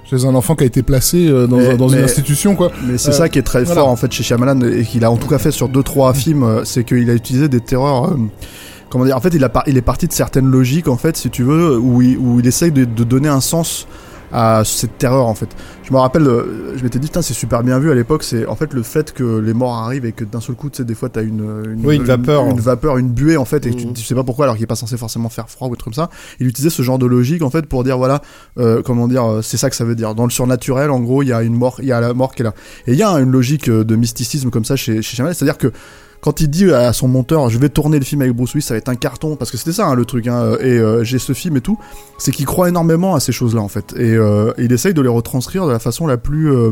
chez un enfant qui a été placé euh, dans, Mais- dans mais- une institution, quoi. Mais c'est Euh, ça qui est très voilà. fort en fait chez Shyamalan et qu'il a en tout cas fait sur deux trois films, euh, c'est qu'il a utilisé des terreurs. euh, comment dire ? En fait, il, a par- il est parti de certaines logiques en fait, si tu veux, où il, où il essaye de, de donner un sens à cette terreur en fait. Je me rappelle, euh, je m'étais dit putain c'est super bien vu à l'époque, c'est en fait le fait que les morts arrivent et que d'un seul coup tu sais des fois t'as une, une Oui, une vapeur. une, vapeur, une buée en fait et que tu, Mhm. tu sais pas pourquoi alors qu'il est pas censé forcément faire froid ou un truc comme ça. Il utilisait ce genre de logique en fait pour dire voilà euh, comment dire euh, c'est ça que ça veut dire. Dans le surnaturel en gros il y a une mort, il y a la mort qui est là. Et il y a une logique euh, de mysticisme comme ça chez chez Shyamalan, c'est-à-dire que quand il dit à son monteur je vais tourner le film avec Bruce Willis, ça va être un carton parce que c'était ça hein, le truc hein, et euh, j'ai ce film et tout, c'est qu'il croit énormément à ces choses-là en fait et euh, il essaye de les retranscrire de la façon la plus euh,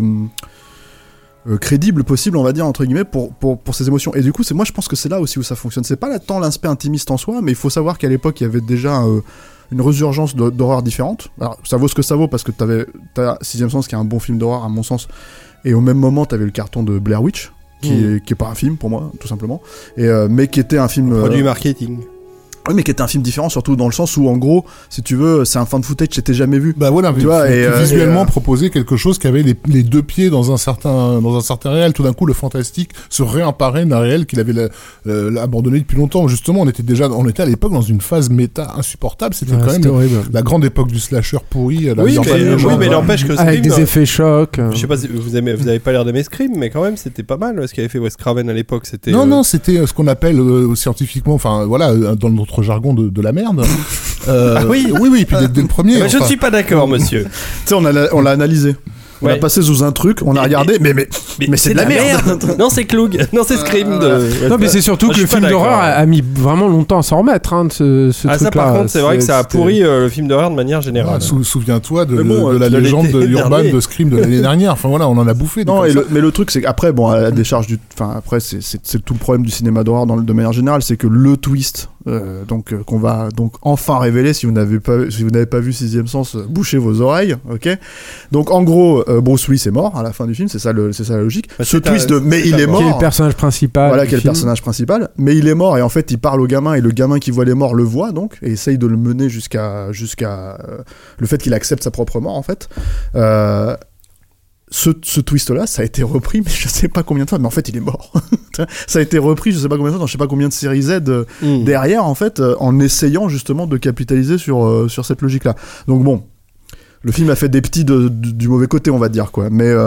euh, crédible possible on va dire entre guillemets pour pour pour ses émotions et du coup c'est moi je pense que c'est là aussi où ça fonctionne. C'est pas là tant l'aspect intimiste en soi, mais il faut savoir qu'à l'époque il y avait déjà euh, une résurgence de- d'horreur différente. Alors ça vaut ce que ça vaut parce que t'avais t'as Sixième Sens qui est un bon film d'horreur à mon sens et au même moment t'avais le carton de Blair Witch qui, Mmh. est, qui est pas un film pour moi tout simplement et euh, mais qui était un film Produit euh, marketing. oui mais qui était un film différent surtout dans le sens où en gros si tu veux c'est un fan footage que t'es jamais vu. Bah voilà, Tu vois, qui- et, qui euh, visuellement et, euh, proposer quelque chose qui avait les, les deux pieds dans un certain dans un certain réel. Tout d'un coup, le fantastique se réapparaît d'un réel qu'il avait la- la- abandonné depuis longtemps. Justement, on était déjà, on était à l'époque dans une phase méta insupportable. C'était Ouais, quand c'était même horrible. la grande époque du slasher pourri. La Oui, mise en mais, page de oui, genre. mais n'empêche que Avec Scream, des effets chocs. euh. je sais pas si vous aimez, vous avez pas l'air d'aimer Scream, mais quand même c'était pas mal ce qu'avait fait Wes Craven à l'époque. C'était Non, euh, non, c'était euh, ce qu'on appelle euh, scientifiquement, enfin voilà, euh, dans notre jargon de, de la merde. Euh, Ah oui. oui, oui, puis dès, dès le premier. bah, je ne enfin, suis pas d'accord, monsieur. Tu sais on a on l'a analysé. On Ouais. a passé sous un truc, on a Mais- regardé, mais mais mais c'est de la merde. Non, c'est Cloug. Non, c'est Scream. De... Non, mais c'est surtout Moi, que je le suis pas film d'horreur d'accord. a, a mis vraiment longtemps à s'en remettre hein, de ce, ce Ah, ça, truc-là. par contre, c'est vrai que ça a c'était- pourri euh, le film d'horreur de manière ah, générale. sou- Souviens-toi de, Mais bon, de euh, la de légende l'été de l'urban dernier. de Scream de l'année dernière. Enfin voilà, on en a bouffé. des Non, comme et ça. le, mais le truc, c'est qu'après, bon, à la décharge du. Enfin, après, c'est, c'est, c'est tout le problème du cinéma d'horreur dans le, de manière générale, c'est que le twist, euh, donc, euh, qu'on va donc enfin révéler, si vous n'avez pas, si vous n'avez pas vu Sixième Sens, euh, bouchez vos oreilles, ok. Donc, en gros, euh, Bruce Willis est mort à la fin du film, c'est ça, le, c'est ça la logique. Bah, Ce c'est twist un- de, mais c'est il un est mort. Qui est mort. le personnage principal. Voilà, du qui est le film. personnage principal, mais il est mort et en fait il parle au gamin et le gamin qui voit les morts le voit donc et essaye de le mener jusqu'à jusqu'à euh, le fait qu'il accepte sa propre mort en fait. Euh, ce, ce twist-là, ça a été repris, mais je sais pas combien de fois, mais en fait il est mort. Ça a été repris, je sais pas combien de fois, dans je sais pas combien de séries Z euh, Mm. derrière en fait, euh, en essayant justement de capitaliser sur euh, sur cette logique-là. Donc bon, le film a fait des petits de- de- du mauvais côté, on va dire quoi, mais euh,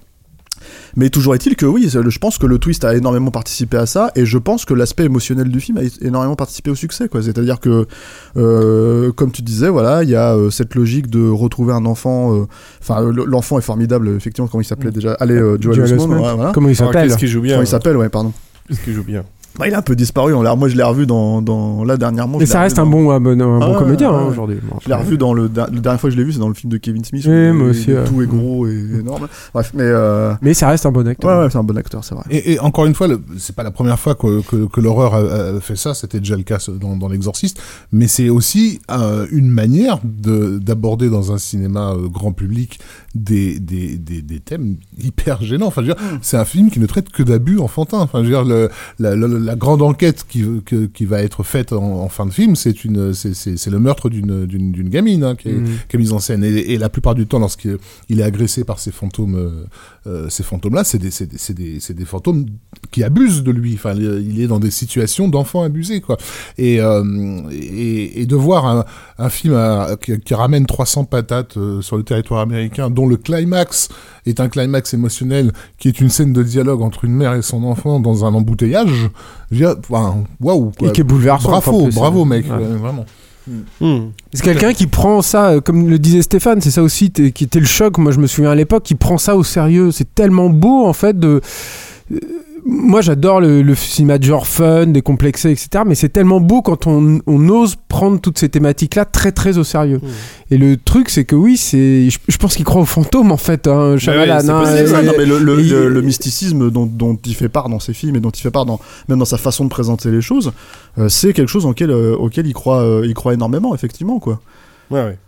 mais toujours est-il que oui, je pense que le twist a énormément participé à ça, et je pense que l'aspect émotionnel du film a énormément participé au succès, quoi. C'est-à-dire que, euh, comme tu disais, voilà, il y a euh, cette logique de retrouver un enfant. euh, Enfin, euh, l'enfant est formidable, effectivement. Comment il s'appelait déjà Allez, euh, Joel Joel Osment, Osment. ouais, voilà. Comment il Ah, s'appelle qu'est-ce qu'il joue bien. Comment il s'appelle, ouais, pardon. Qu'est-ce qu'il joue bien. Bah, il a un peu disparu. On l'a- moi, je l'ai revu dans, dans là dernièrement. Mais je ça l'ai reste revu un dans- bon, un bon, un Ah bon ouais, comédien ouais, hein, ouais. aujourd'hui. Bon, Je l'ai revu dans le la dernière fois que je l'ai vu, c'est dans le film de Kevin Smith. Oui, où moi il- aussi, il- ouais. Tout est gros et énorme. Bref, mais euh, Mais ça reste un bon acteur. ouais, ouais, c'est un bon acteur, c'est vrai. Et, et encore une fois, le- c'est pas la première fois que, que, que l'horreur a, a fait ça, c'était déjà le cas dans, dans L'Exorciste, mais c'est aussi euh, une manière de, d'aborder dans un cinéma euh, grand public des, des, des, des thèmes hyper gênants. Enfin, je veux dire, c'est un film qui ne traite que d'abus enfantins. Enfin, je veux dire, le, la, la, la grande enquête qui, que, qui va être faite en, en fin de film, c'est une, c'est, c'est, c'est le meurtre d'une, d'une, d'une gamine hein, qui, est, Mhm. qui est mise en scène. Et, et la plupart du temps, lorsqu'il il est agressé par ces fantômes, euh, euh, ces fantômes-là, c'est des, c'est des, c'est des, c'est des fantômes qui abusent de lui. Enfin, il est dans des situations d'enfants abusés, quoi. Et, euh, et, et de voir un, un film à- qui, qui ramène trois cents patates euh, sur le territoire américain, dont le climax est un climax émotionnel, qui est une scène de dialogue entre une mère et son enfant dans un embouteillage. Je veux dire, enfin, waouh, quoi. Et qui est bouleversant. Bravo, en plus, bravo, hein. mec, Ouais. euh, vraiment. Mm. C'est quelqu'un qui prend ça, euh, comme le disait Stéphane, c'est ça aussi t'es- qui était le choc. Moi, je me souviens à l'époque, qui prend ça au sérieux. C'est tellement beau, en fait, de. euh, Moi, j'adore le, le cinéma de genre fun, décomplexé, et cetera. Mais c'est tellement beau quand on, on ose prendre toutes ces thématiques-là très, très au sérieux. Mm. Et le truc, c'est que oui, c'est. Je, je pense qu'il croit aux fantômes, en fait, hein, Shyamalan, c'est hein, possible, euh, ça. Non, mais le, le, et- le- le mysticisme dont, dont il fait part dans ses films et dont il fait part dans, même dans sa façon de présenter les choses, euh, c'est quelque chose auquel, euh, auquel il, croit, euh, il croit énormément, effectivement, quoi. Ouais, ouais.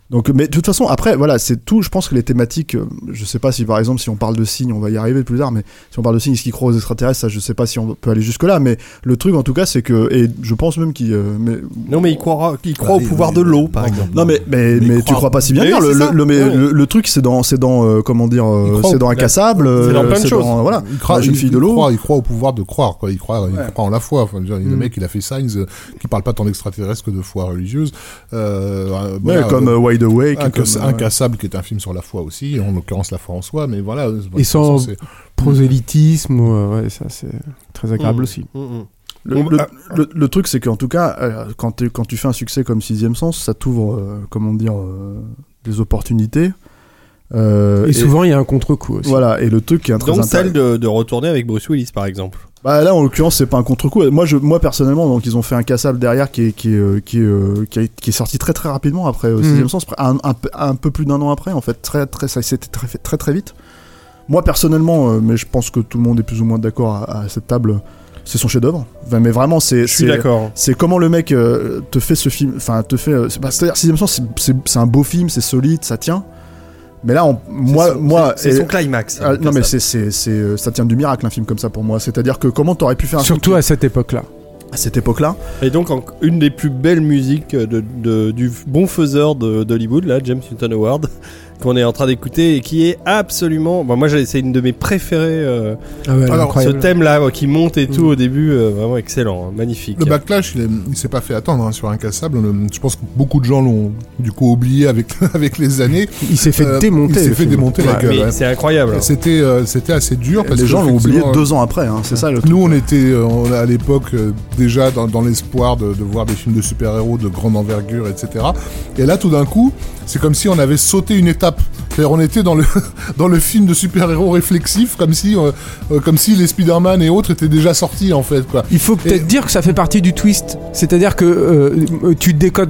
Donc, mais de toute façon, après, voilà, c'est tout. Je pense que les thématiques, euh, je sais pas si par exemple, si on parle de signes, on va y arriver plus tard, mais si on parle de signes, est-ce qu'ils croient aux extraterrestres, ça, je sais pas si on peut aller jusque-là, mais le truc en tout cas, c'est que, et je pense même qu'il. Euh, mais... Non, mais il croit, il croit bah, au pouvoir de l'eau, par exemple. Non, mais, mais, mais, mais tu crois pas si bien dire. Le, le, le, mais, ouais. le, le truc, c'est dans, c'est dans, euh, comment dire, euh, c'est dans incassable. C'est dans plein de choses. Dans, voilà. Il croit, la jeune il, fille il de l'eau. Croit, il croit au pouvoir de croire, quoi. Il croit, ouais. il croit en la foi. Enfin, dire, mm. Le mec, il a fait Signs, euh, qui parle pas tant d'extraterrestres que de foi religieuse. Euh, ouais, voilà, comme euh, Wide Awake. Un, comme, Incassable, ouais. Qui est un film sur la foi aussi, en l'occurrence la foi en soi, mais voilà. Et sans façon, prosélytisme, euh, ouais, ça c'est très agréable mmh, aussi. Mmh, mmh. Le, le, le, le truc, c'est qu'en tout cas, euh, quand, quand tu fais un succès comme Sixième Sens, ça t'ouvre, euh, comment dire, euh, des opportunités. Euh, et, et souvent, il y a un contre-coup aussi. Voilà, et le truc qui est un très donc celle de, de retourner avec Bruce Willis, par exemple. Bah là, en l'occurrence, c'est pas un contre-coup. Moi, je, moi personnellement, donc ils ont fait Incassable derrière, qui est, qui est, qui est, qui est, qui est sorti très très rapidement après euh, Sixième mmh. Sens, un, un, un peu plus d'un an après, en fait, très très, ça s'était très, très très vite. Moi personnellement, euh, mais je pense que tout le monde est plus ou moins d'accord à, à cette table. C'est son chef-d'œuvre. Enfin, mais vraiment, c'est. Je suis c'est, d'accord. C'est comment le mec euh, te fait ce film. Enfin, te fait. Euh, c'est, bah, c'est-à-dire, Sixième Sens, c'est, c'est, c'est un beau film, c'est solide, ça tient. Mais là, on, moi, son, moi, c'est, c'est son climax. Euh, non, mais c'est, c'est, c'est, ça tient du miracle un film comme ça pour moi. C'est-à-dire que comment t'aurais pu faire un surtout film à cette époque-là. À cette époque-là. Et donc, en, une des plus belles musiques de, de, du bon faiseur de, d'Hollywood, là, James Newton Howard, qu'on est en train d'écouter et qui est absolument. Bon, moi, c'est une de mes préférées. Euh, ah ouais, alors, ce thème-là ouais, qui monte et tout mmh. au début, euh, vraiment excellent, hein, magnifique. Le backlash, il, est, il s'est pas fait attendre hein, sur Incassable. Le, je pense que beaucoup de gens l'ont du coup oublié avec avec les années. Il s'est fait euh, démonter. Il s'est fait démonter ouais, la gueule. Ouais. C'est incroyable. Hein. C'était euh, c'était assez dur parce les que gens l'ont oublié deux ans après. Hein, c'est ouais. ça. Le Nous, on était on, à l'époque euh, déjà dans, dans l'espoir de, de voir des films de super-héros de grande envergure, et cetera. Et là, tout d'un coup, c'est comme si on avait sauté une étape. C'est-à-dire, on était dans le dans le film de super-héros réflexif, comme si euh, euh, comme si les Spider-Man et autres étaient déjà sortis en fait quoi. Il faut peut-être et... dire que ça fait partie du twist, c'est-à-dire que euh, tu décodes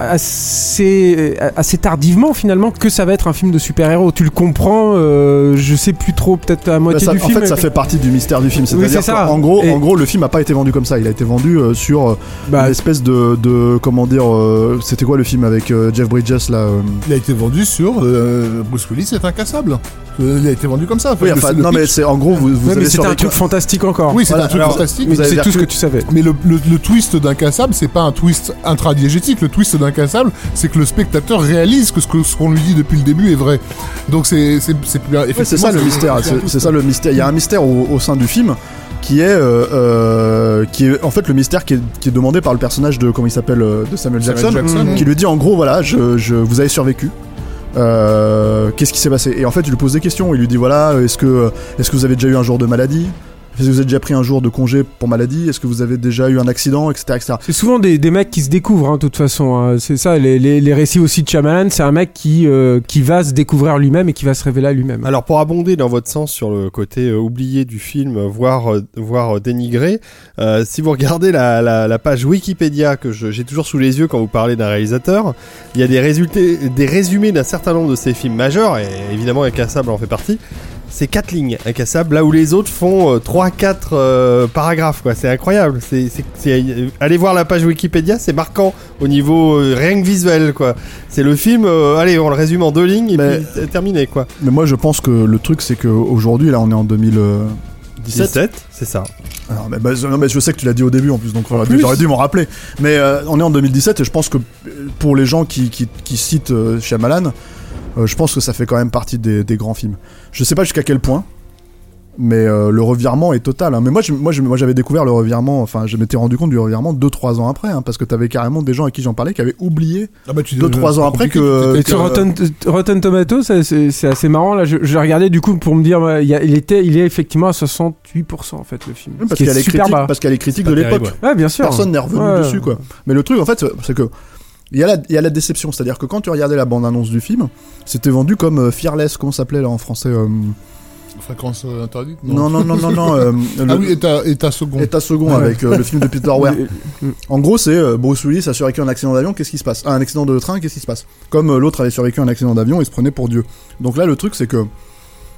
assez assez tardivement finalement que ça va être un film de super-héros. Tu le comprends, euh, je sais plus trop, peut-être à moitié bah ça, du en film. En fait, ça fait partie du mystère du film. C'est-à-dire oui, c'est ça. En gros, et... en gros, le film a pas été vendu comme ça. Il a été vendu euh, sur euh, bah, une espèce de, de comment dire. Euh, c'était quoi le film avec euh, Jeff Bridges là euh... Il a été vendu sur euh, Bruce Willis est incassable. Il a été vendu comme ça. Oui, enfin, non, mais c'est en gros, vous, vous ouais, avez mais c'était un truc fantastique encore. Oui, c'est voilà, un truc alors, fantastique. Mais c'est tout ce que tu savais. Mais le, le, le twist d'Incassable, c'est pas un twist intradiégétique. Le twist d'Incassable, c'est que le spectateur réalise que ce, que ce qu'on lui dit depuis le début est vrai. Donc c'est c'est c'est plus. Ouais, c'est ça le mystère. C'est, c'est ça le mystère. Il y a un mystère au, au sein du film qui est euh, euh, qui est en fait le mystère qui est, qui est demandé par le personnage de comment il s'appelle de Samuel Jackson, Samuel Jackson mmh. qui lui dit en gros voilà, je, je vous avez survécu. Euh, qu'est-ce qui s'est passé? Et en fait, il lui pose des questions. Il lui dit voilà, est-ce que est-ce que vous avez déjà eu un jour de maladie? Est-ce que vous avez déjà pris un jour de congé pour maladie? Est-ce que vous avez déjà eu un accident, et cetera, et cetera. C'est souvent des, des mecs qui se découvrent, hein, de toute façon. Hein. C'est ça, les, les, les récits aussi de Shyamalan, c'est un mec qui, euh, qui va se découvrir lui-même et qui va se révéler à lui-même. Alors, pour abonder dans votre sens sur le côté euh, oublié du film, voire, euh, voire euh, dénigré, euh, si vous regardez la, la, la page Wikipédia que je, j'ai toujours sous les yeux quand vous parlez d'un réalisateur, il y a des, résultats, des résumés d'un certain nombre de ses films majeurs, et évidemment Incassable en fait partie. C'est quatre lignes, Incassable, là où les autres font euh, trois quatre euh, paragraphes, quoi. C'est incroyable. C'est, c'est, c'est, allez voir la page Wikipédia, c'est marquant au niveau euh, rien que visuel, quoi. C'est le film, euh, allez, on le résume en deux lignes et mais, puis c'est terminé, quoi. Mais moi, je pense que le truc, c'est qu'aujourd'hui, là, on est en deux mille dix-sept. dix-sept, c'est ça. Alors, mais, bah, non, mais je sais que tu l'as dit au début en plus, donc en plus. J'aurais dû m'en rappeler. Mais euh, on est en deux mille dix-sept et je pense que pour les gens qui, qui, qui citent euh, Shyamalan, Euh, je pense que ça fait quand même partie des, des grands films. Je sais pas jusqu'à quel point, mais euh, le revirement est total. Hein. Mais moi, je, moi, je, moi, j'avais découvert le revirement. Enfin, je m'étais rendu compte du revirement deux trois ans après, hein, parce que t'avais carrément des gens à qui j'en parlais qui avaient oublié ah bah, deux trois ans après que. Et sur Rotten, Rotten Tomatoes, c'est, c'est, c'est assez marrant. Là, je, je regardais du coup pour me dire, il, y a, il était, il est effectivement à soixante-huit pour cent en fait le film. Oui, parce, qu'il y a les critiques, parce qu'il y a les critiques de l'époque. Ouais. ouais, bien sûr. Personne n'est revenu ouais. dessus, quoi. Mais le truc, en fait, c'est que. Il y, a la, il y a la déception, c'est-à-dire que quand tu regardais la bande-annonce du film, c'était vendu comme euh, Fearless, comment ça s'appelait là en français euh... Fréquence euh, interdite Non, non, non, non, non. euh, ah le, oui, état, état second. État second ouais. avec euh, le film de Peter Weir. En gros, c'est euh, Bruce Willis a survécu à un accident d'avion, qu'est-ce qui se passe? ah, Un accident de train, qu'est-ce qui se passe? Comme euh, l'autre avait survécu à un accident d'avion, il se prenait pour Dieu. Donc là, le truc, c'est que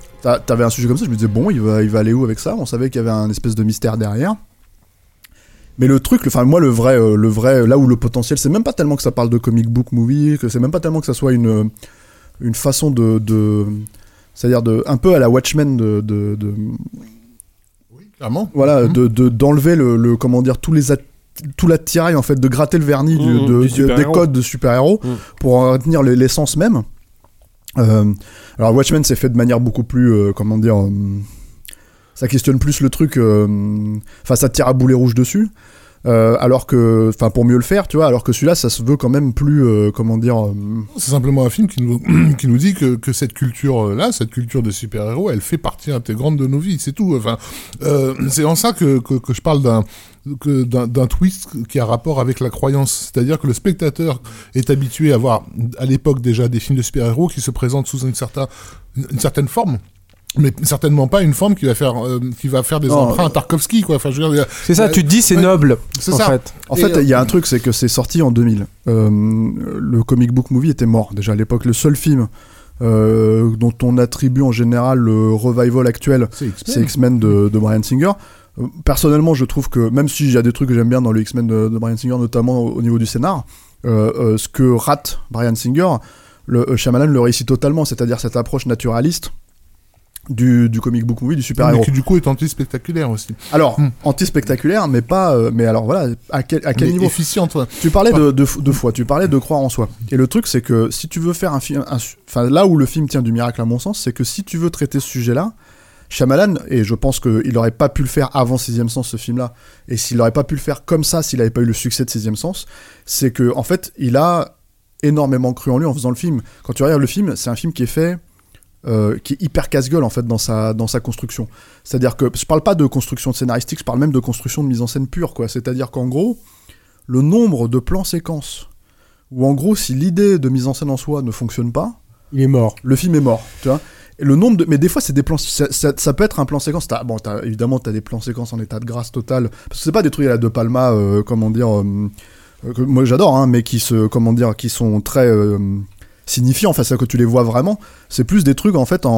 t'avais un sujet comme ça, je me disais, bon, il va, il va aller où avec ça? On savait qu'il y avait un espèce de mystère derrière. Mais le truc, enfin moi le vrai, euh, le vrai, là où le potentiel, c'est même pas tellement que ça parle de comic book movie, que c'est même pas tellement que ça soit une une façon de, de c'est-à-dire de un peu à la Watchmen de, de, de Oui, clairement. voilà, Mmh. de, de d'enlever le, le comment dire tous les at- tout l'attirail en fait, de gratter le vernis du, Mmh, de, du du- super-héros. des codes de super-héros Mmh. pour en retenir le- l'essence même. Euh, alors Watchmen c'est fait de manière beaucoup plus euh, comment dire euh, ça questionne plus le truc, euh, enfin ça tire à boulet rouge dessus. Euh, alors que, enfin pour mieux le faire, tu vois, alors que celui-là, ça se veut quand même plus, euh, comment dire. Euh... C'est simplement un film qui nous qui nous dit que que cette culture là, cette culture de super-héros, elle fait partie intégrante de nos vies, c'est tout. Enfin, euh, c'est en ça que que, que je parle d'un que d'un, d'un twist qui a rapport avec la croyance, c'est-à-dire que le spectateur est habitué à voir à l'époque déjà des films de super-héros qui se présentent sous une certaine une certaine forme. Mais certainement pas une forme qui va faire euh, qui va faire des Non, emprunts à Tarkovsky, quoi. Enfin, je veux dire, C'est ça, euh, tu te dis c'est ouais, noble. c'est en ça. fait. En Et fait, euh, il y a un truc, c'est que c'est sorti en deux mille. Euh, le comic book movie était mort déjà à l'époque. Le seul film euh, dont on attribue en général le revival actuel, c'est X-Men. c'est X-Men de, de Bryan Singer. Euh, personnellement, je trouve que même si y a des trucs que j'aime bien dans le X-Men de, de Bryan Singer, notamment au, au niveau du scénar, euh, euh, ce que rate Bryan Singer, le euh, Shyamalan le réussit totalement, c'est-à-dire cette approche naturaliste du, du comic book movie, du super-héros. Mais qui du coup est anti-spectaculaire aussi. Alors, Hmm. anti-spectaculaire, mais pas. euh, mais alors voilà, à quel, à quel Mais niveau efficiente, ouais. Tu parlais de, de, de foi, tu parlais de croire en soi. Et le truc, c'est que si tu veux faire un film. un su- Enfin, là où le film tient du miracle, à mon sens, c'est que si tu veux traiter ce sujet-là, Shyamalan, et je pense qu'il n'aurait pas pu le faire avant Sixième Sens, ce film-là, et s'il n'aurait pas pu le faire comme ça s'il n'avait pas eu le succès de Sixième Sens, c'est que en fait, il a énormément cru en lui en faisant le film. Quand tu regardes le film, c'est un film qui est fait. Euh, qui est hyper casse-gueule en fait dans sa, dans sa construction. C'est-à-dire que je parle pas de construction scénaristique, je parle même de construction de mise en scène pure, quoi. C'est-à-dire qu'en gros, le nombre de plans séquences où en gros, si l'idée de mise en scène en soi ne fonctionne pas, Il est mort. le film est mort, tu vois. Et le nombre de... Mais des fois, c'est des plans... Ça, ça, ça peut être un plan séquence... T'as... Bon, t'as... évidemment, t'as des plans séquences en état de grâce totale. Parce que c'est pas des trucs à la De Palma, euh, comment dire... Euh, que moi, j'adore, hein, mais qui se... Comment dire... Qui sont très... Euh, signifiants, enfin, c'est que tu les vois vraiment. C'est plus des trucs, en fait, en...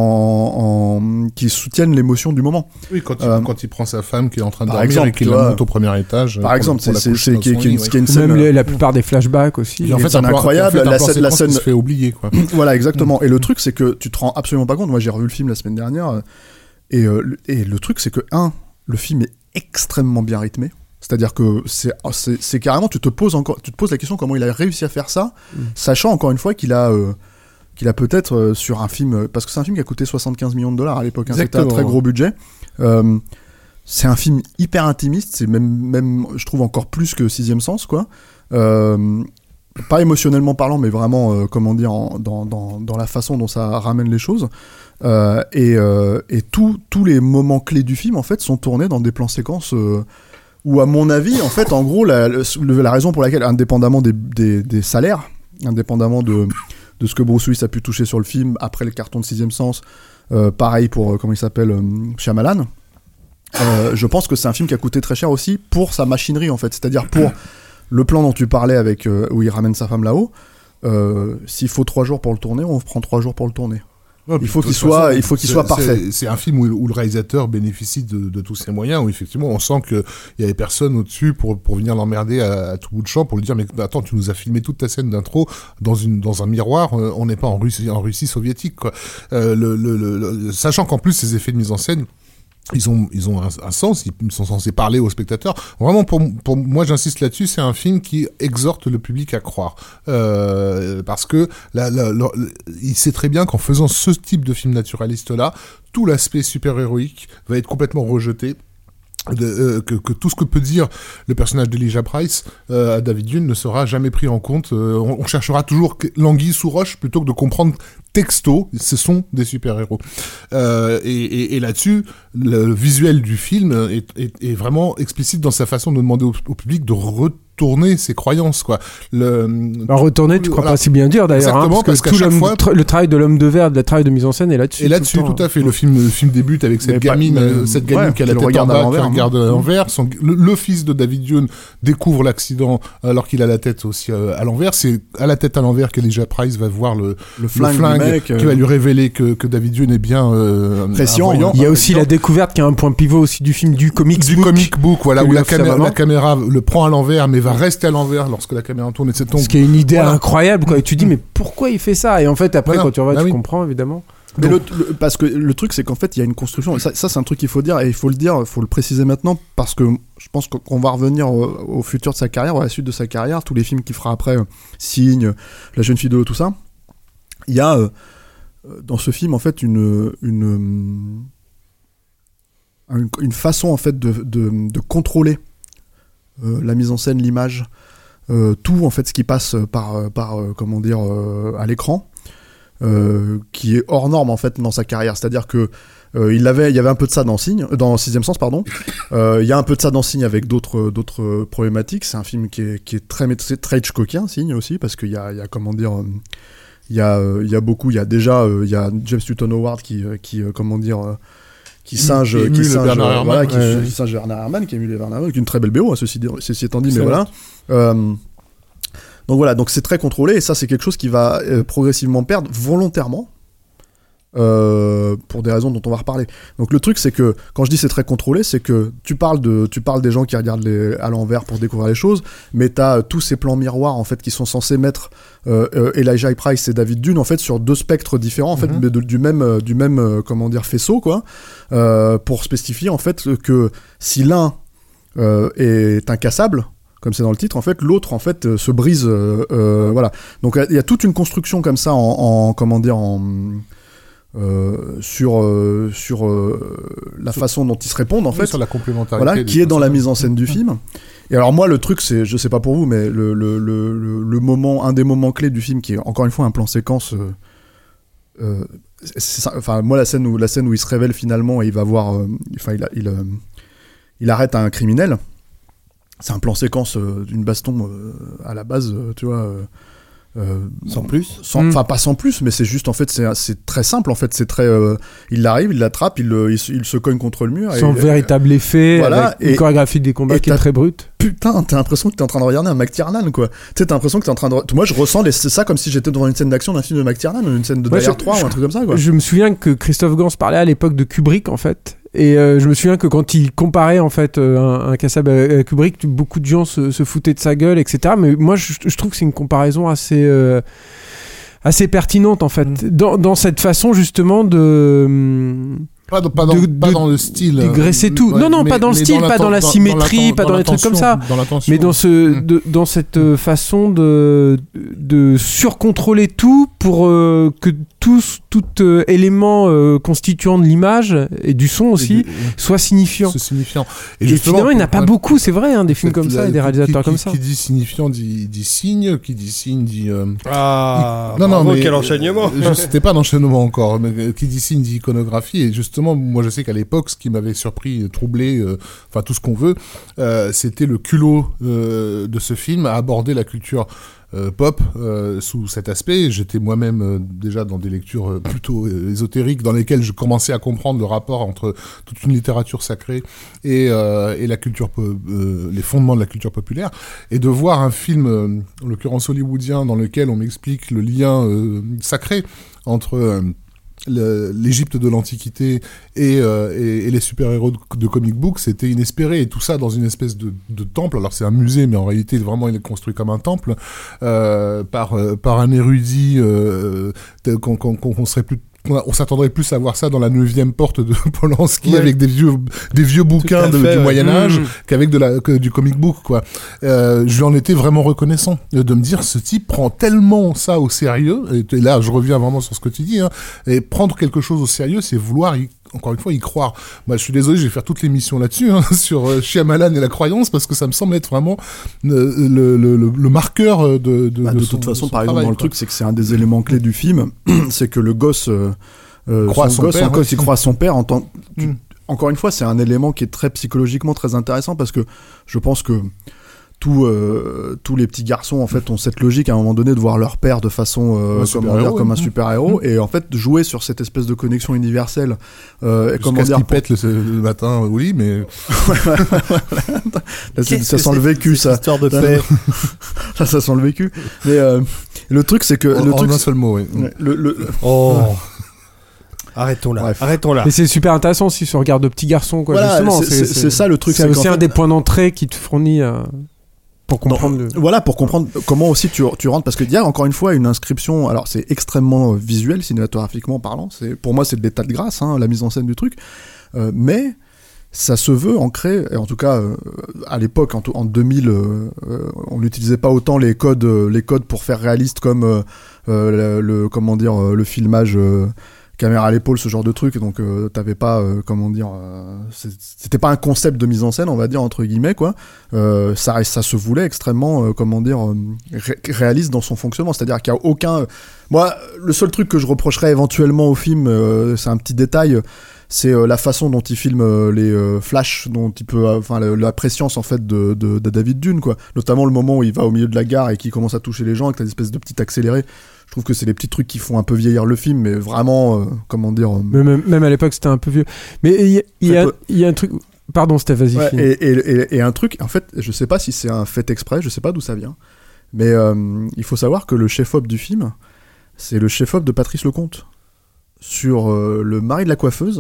en... qui soutiennent l'émotion du moment. Oui, quand, Euh, il, quand il prend sa femme qui est en train de par dormir exemple, et qu'il tu la vois, monte au premier étage. Par pour- exemple, pour la c'est... coucher c'est dans qui, son qui, lit, qui, ouais. qui est une Ou scène... même les- la plupart des flashbacks aussi. Et en fait, scène un plan- incroyable, en fait, un la plan scène- la séquence qui scène- se fait oublier, quoi. Voilà, exactement. Et le truc, c'est que tu te rends absolument pas compte. Moi, j'ai revu le film la semaine dernière. euh, Et, euh, le- et le truc, c'est que, un, le film est extrêmement bien rythmé. C'est-à-dire que c'est, c'est, c'est carrément, tu te poses encore, tu te poses la question comment il a réussi à faire ça, Mm. sachant encore une fois qu'il a, euh, qu'il a peut-être euh, sur un film, euh, parce que c'est un film qui a coûté soixante-quinze millions de dollars à l'époque, hein, c'était un Exactement. très gros budget. Euh, c'est un film hyper intimiste, c'est même, même, je trouve encore plus que Sixième Sens, quoi. Euh, pas émotionnellement parlant, mais vraiment, euh, comment dire, en- dans, dans, dans la façon dont ça ramène les choses. Euh, et euh, et tous tous les moments clés du film, en fait, sont tournés dans des plans séquences euh, où, à mon avis, en fait, en gros, la, le- la raison pour laquelle, indépendamment des, des, des salaires, indépendamment de, de ce que Bruce Willis a pu toucher sur le film après le carton de Sixième Sens, euh, pareil pour, euh, comment il s'appelle, euh, Shyamalan, euh, je pense que c'est un film qui a coûté très cher aussi pour sa machinerie, en fait. C'est-à-dire pour le plan dont tu parlais avec euh, où il ramène sa femme là-haut. Euh, s'il faut trois jours pour le tourner, on prend trois jours pour le tourner. Ouais, Il puis faut de qu'il toute soit- façon, il faut qu'il c'est- soit parfait. C'est, c'est un film où, où le réalisateur bénéficie de, de tous ses moyens, où effectivement on sent qu'il y avait personne au-dessus pour, pour venir l'emmerder à, à tout bout de champ, pour lui dire mais attends, tu nous as filmé toute ta scène d'intro dans, une, dans un miroir, euh, on n'est pas en Russie, en Russie soviétique, quoi. Euh, le, le, le, le- sachant qu'en plus ces effets de mise en scène, ils ont, ils ont un, un sens, ils sont censés parler aux spectateurs. Vraiment, pour, pour moi, j'insiste là-dessus, c'est un film qui exhorte le public à croire. Euh, parce que la, la, la- il sait très bien qu'en faisant ce type de film naturaliste-là, tout l'aspect super-héroïque va être complètement rejeté. De, euh, que, que tout ce que peut dire le personnage d'Elijah Price euh, à David Dune ne sera jamais pris en compte. Euh, on, on cherchera toujours que- l'anguille sous roche plutôt que de comprendre texto, ce sont des super-héros. Euh, et, et, et là-dessus, le visuel du film est, est, est vraiment explicite dans sa façon de demander au, au public de re retourner ses croyances, quoi. Le... Alors, retourner, tu crois voilà. pas si bien dire d'ailleurs, hein, parce, parce que qu'à tout chaque l'homme, fois... tra- le travail de l'homme de verre, le travail de mise en scène est là-dessus. Et là-dessus, tout, tout à fait. Le film, le film débute avec cette Mais gamine, pas- mais- euh, cette gamine ouais, qui a la qui le tête en regarde à bas, qui l'envers, regarde hein. à l'envers. Son- le, le fils de David Dune découvre l'accident alors qu'il a la tête aussi euh, à l'envers. C'est à la tête à l'envers qu'Elijah Price va voir le, Le le flingue, flingue, du mec, qui euh, va lui révéler que, que David Dune est bien euh, Prescient, un voyant. Il y a aussi la découverte qui est un point pivot aussi du film du comics du book. comic book, voilà, que où lui la, offre sa camé- maman. la caméra le prend à l'envers, mais va rester à l'envers lorsque la caméra tourne. Et c'est donc Ce qui est une idée Voilà. incroyable, quoi. Et tu dis, mais pourquoi il fait ça? Et en fait, après, Voilà. quand tu revois, Bah tu oui. comprends, évidemment. Mais Donc- le, le- parce que le truc, c'est qu'en fait, il y a une construction. Ça, ça c'est un truc qu'il faut dire, et il faut le dire, il faut le préciser maintenant, parce que je pense qu'on va revenir au, au futur de sa carrière, ou à la suite de sa carrière, tous les films qu'il fera après, euh, Signe, La jeune fille de l'eau, tout ça. Il y a euh, dans ce film, en fait, une, une, une, une façon, en fait, de, de, de contrôler euh, la mise en scène, l'image, euh, tout, en fait, ce qui passe par, par euh, comment dire, euh, à l'écran. Euh, qui est hors norme en fait dans sa carrière, c'est-à-dire que euh, il avait, il y avait un peu de ça dans Signe, dans Sixième Sens pardon. Euh, il y a un peu de ça dans Signe avec d'autres, d'autres problématiques. C'est un film qui est, qui est très, très Hitchcockien, Signe aussi, parce qu'il y a, il y a comment dire, euh, il y a, euh, il y a beaucoup, il y a déjà, euh, il y a James Newton Howard qui, euh, qui, euh, comment dire. Euh, qui singe, Qui qui émule singe, Bernard euh, Herrmann, voilà, qui, ouais. qui singe Bernard Herrmann, qui émule Bernard Herrmann, qui est une très belle B O, hein, ceci, dit- ceci étant dit, mais C'est voilà. Euh, donc voilà, donc c'est très contrôlé, et ça c'est quelque chose qui va euh, progressivement perdre volontairement. Euh, pour des raisons dont on va reparler. Donc le truc c'est que quand je dis c'est très contrôlé, c'est que tu parles de tu parles des gens qui regardent les, à l'envers pour découvrir les choses, mais t'as euh, tous ces plans miroirs en fait qui sont censés mettre euh, euh, Elijah Price et David Dune en fait sur deux spectres différents en fait, Mhm. mais de- du même euh, du même euh, comment dire faisceau quoi, euh, pour spécifier en fait que si l'un euh, est incassable, comme c'est dans le titre, en fait, l'autre, en fait, euh, se brise, euh, euh, voilà. Donc, il y a toute une construction comme ça en, en comment dire, en, euh, sur, euh, sur euh, la Sur- façon dont ils se répondent, en Oui, fait, sur la complémentarité. voilà, des qui est dans la personnages. mise en scène du film. Et alors, moi, le truc, c'est, je sais pas pour vous, mais le, le, le, le, le moment, un des moments clés du film, qui est encore une fois un plan séquence, euh, euh, c'est ça, enfin, moi, la scène où, la scène où il se révèle finalement et il va voir, euh, enfin, il, a- il, euh, il arrête un criminel. C'est un plan séquence euh, d'une baston euh, à la base, euh, tu vois. euh, euh, Sans plus. sans- Mm. Enfin, pas sans plus, mais c'est juste, en fait, c'est, c'est très simple, en fait. C'est très. euh, il l'arrive, il l'attrape, il, le- il, se- il se cogne contre le mur. Sans et, véritable effet, voilà, avec une et- chorégraphie des combats et qui est t'as- très brute. Putain, t'as l'impression que t'es en train de regarder un McTiernan, quoi. Tu sais, t'as l'impression que t'es en train de. Moi, je ressens les... c'est ça comme si j'étais devant une scène d'action d'un film de McTiernan, ou une scène de Moi, Die Hard je- trois, je- ou un truc comme ça, quoi. Je me souviens que Christophe Gans parlait à l'époque de Kubrick, en fait. Et euh, je me souviens que quand il comparait en fait euh, un, un Kassab à, à Kubrick, beaucoup de gens se, se foutaient de sa gueule, et cetera. Mais moi, je, je trouve que c'est une comparaison assez euh, assez pertinente en fait, dans, dans cette façon justement de hum, Pas, dans- pas, dans, de- pas de dans le style. digresser euh, tout. Non, non, mais- pas dans le mais style, pas l'atten- dans la symétrie, l'atten- pas dans les trucs comme ça. Dans l'intention. mais dans ce Mm. de, dans cette euh, façon de de surcontrôler tout pour euh, que tout tout euh, élément euh, constituant de l'image et du son aussi Et de- soit signifiant. C'est signifiant. Et, justement, finalement, il n'y en a pour- pas beaucoup, c'est vrai, hein, des films Cette- comme ça la- et des réalisateurs qui, comme qui- ça. Qui dit signifiant dit, dit signe, qui dit signe dit. euh, Ah, non, non, bravo, mais quel enchaînement. Je C'était pas d'enchaînement encore, mais euh, qui dit signe dit iconographie. Et justement, moi, je sais qu'à l'époque, ce qui m'avait surpris, euh, troublé, euh, enfin tout ce qu'on veut, euh, c'était le culot euh, de ce film à aborder la culture. Euh, pop euh, sous cet aspect. J'étais moi-même euh, déjà dans des lectures euh, plutôt euh, ésotériques dans lesquelles je commençais à comprendre le rapport entre toute une littérature sacrée et, euh, et la culture, po- euh, les fondements de la culture populaire, et de voir un film, euh, en l'occurrence hollywoodien, dans lequel on m'explique le lien euh, sacré entre euh, le- l'Égypte de l'Antiquité et, euh, et, et les super-héros de, de comic book, c'était inespéré, et tout ça dans une espèce de, de temple. Alors c'est un musée, mais en réalité vraiment il est construit comme un temple, euh, par, euh, par un érudit euh, tel qu'on qu'on- qu'on serait plus on s'attendrait plus à voir ça dans la neuvième porte de Polanski, Ouais. avec des vieux des vieux bouquins à de- fait, du ouais. Moyen Âge, Mmh. qu'avec de la que du comic book, quoi. Euh, je lui en étais vraiment reconnaissant euh, de me dire, ce type prend tellement ça au sérieux, et, et là je reviens vraiment sur ce que tu dis, hein, et prendre quelque chose au sérieux, c'est vouloir y, encore une fois y croire. Moi je suis désolé, je vais faire toute l'émission là-dessus, hein, sur euh, Shyamalan et la croyance, parce que ça me semble être vraiment euh, le, le, le, le marqueur euh, de de, Bah, de, son- toute façon, son par exemple, travail, dans le quoi. truc, c'est que c'est un des éléments clés du film, c'est que le gosse, euh, euh, Croit son son gosse, père, en gosse, aussi. il croit à son père en tant. tu- Mm. Encore une fois, c'est un élément qui est très psychologiquement très intéressant parce que je pense que tous euh, tous les petits garçons en fait ont cette logique à un moment donné de voir leur père de façon euh, comment dire, comme un super héros, et en fait jouer sur cette espèce de connexion universelle. Euh, et comment dire, qu'il pète le, le matin au lit, mais là, ça, ça sent le vécu, ça. Histoire de paix. ça, ça sent le vécu. Mais euh, le truc c'est que en, le en truc, un seul mot, oui. Le, le... Oh. Arrêtons là. Bref. Arrêtons là. Mais c'est super intéressant aussi ce regard de petit garçon, quoi. Voilà, justement, c'est, c'est, c'est, c'est ça le truc. C'est, c'est aussi un fait... des points d'entrée qui te fournit euh, pour comprendre. Non, le... Voilà, pour comprendre comment aussi tu, tu rentres, parce qu'il y a encore une fois une inscription. Alors c'est extrêmement visuel, cinématographiquement parlant. C'est, pour moi, c'est de l'état de grâce, hein, la mise en scène du truc. Euh, mais ça se veut ancré, et en tout cas euh, à l'époque, en, en deux mille, euh, euh, on n'utilisait pas autant les codes, euh, les codes pour faire réaliste comme euh, euh, le, le comment dire euh, le filmage. Euh, caméra à l'épaule, ce genre de truc, donc euh, t'avais pas euh, comment dire euh, c'était pas un concept de mise en scène, on va dire entre guillemets, quoi. Euh, ça ça se voulait extrêmement euh, comment dire euh, ré- réaliste dans son fonctionnement, c'est-à-dire qu'il y a aucun euh, moi le seul truc que je reprocherais éventuellement au film, euh, c'est un petit détail, c'est euh, la façon dont il filme euh, les euh, flashs, dont il peut enfin la, la préscience en fait de, de, de David Dunn, quoi, notamment le moment où il va au milieu de la gare et qu'il commence à toucher les gens avec une espèce de petit accéléré. Je trouve que c'est les petits trucs qui font un peu vieillir le film, mais vraiment, euh, comment dire... Euh... Même, même à l'époque, c'était un peu vieux. Mais il y, y, y, y a un truc... Pardon, Steph, vas-y. Ouais, et, et, et, et un truc, en fait, je sais pas si c'est un fait exprès, je sais pas d'où ça vient, mais euh, il faut savoir que le chef-op du film, c'est le chef-op de Patrice Lecomte, sur euh, le mari de la coiffeuse.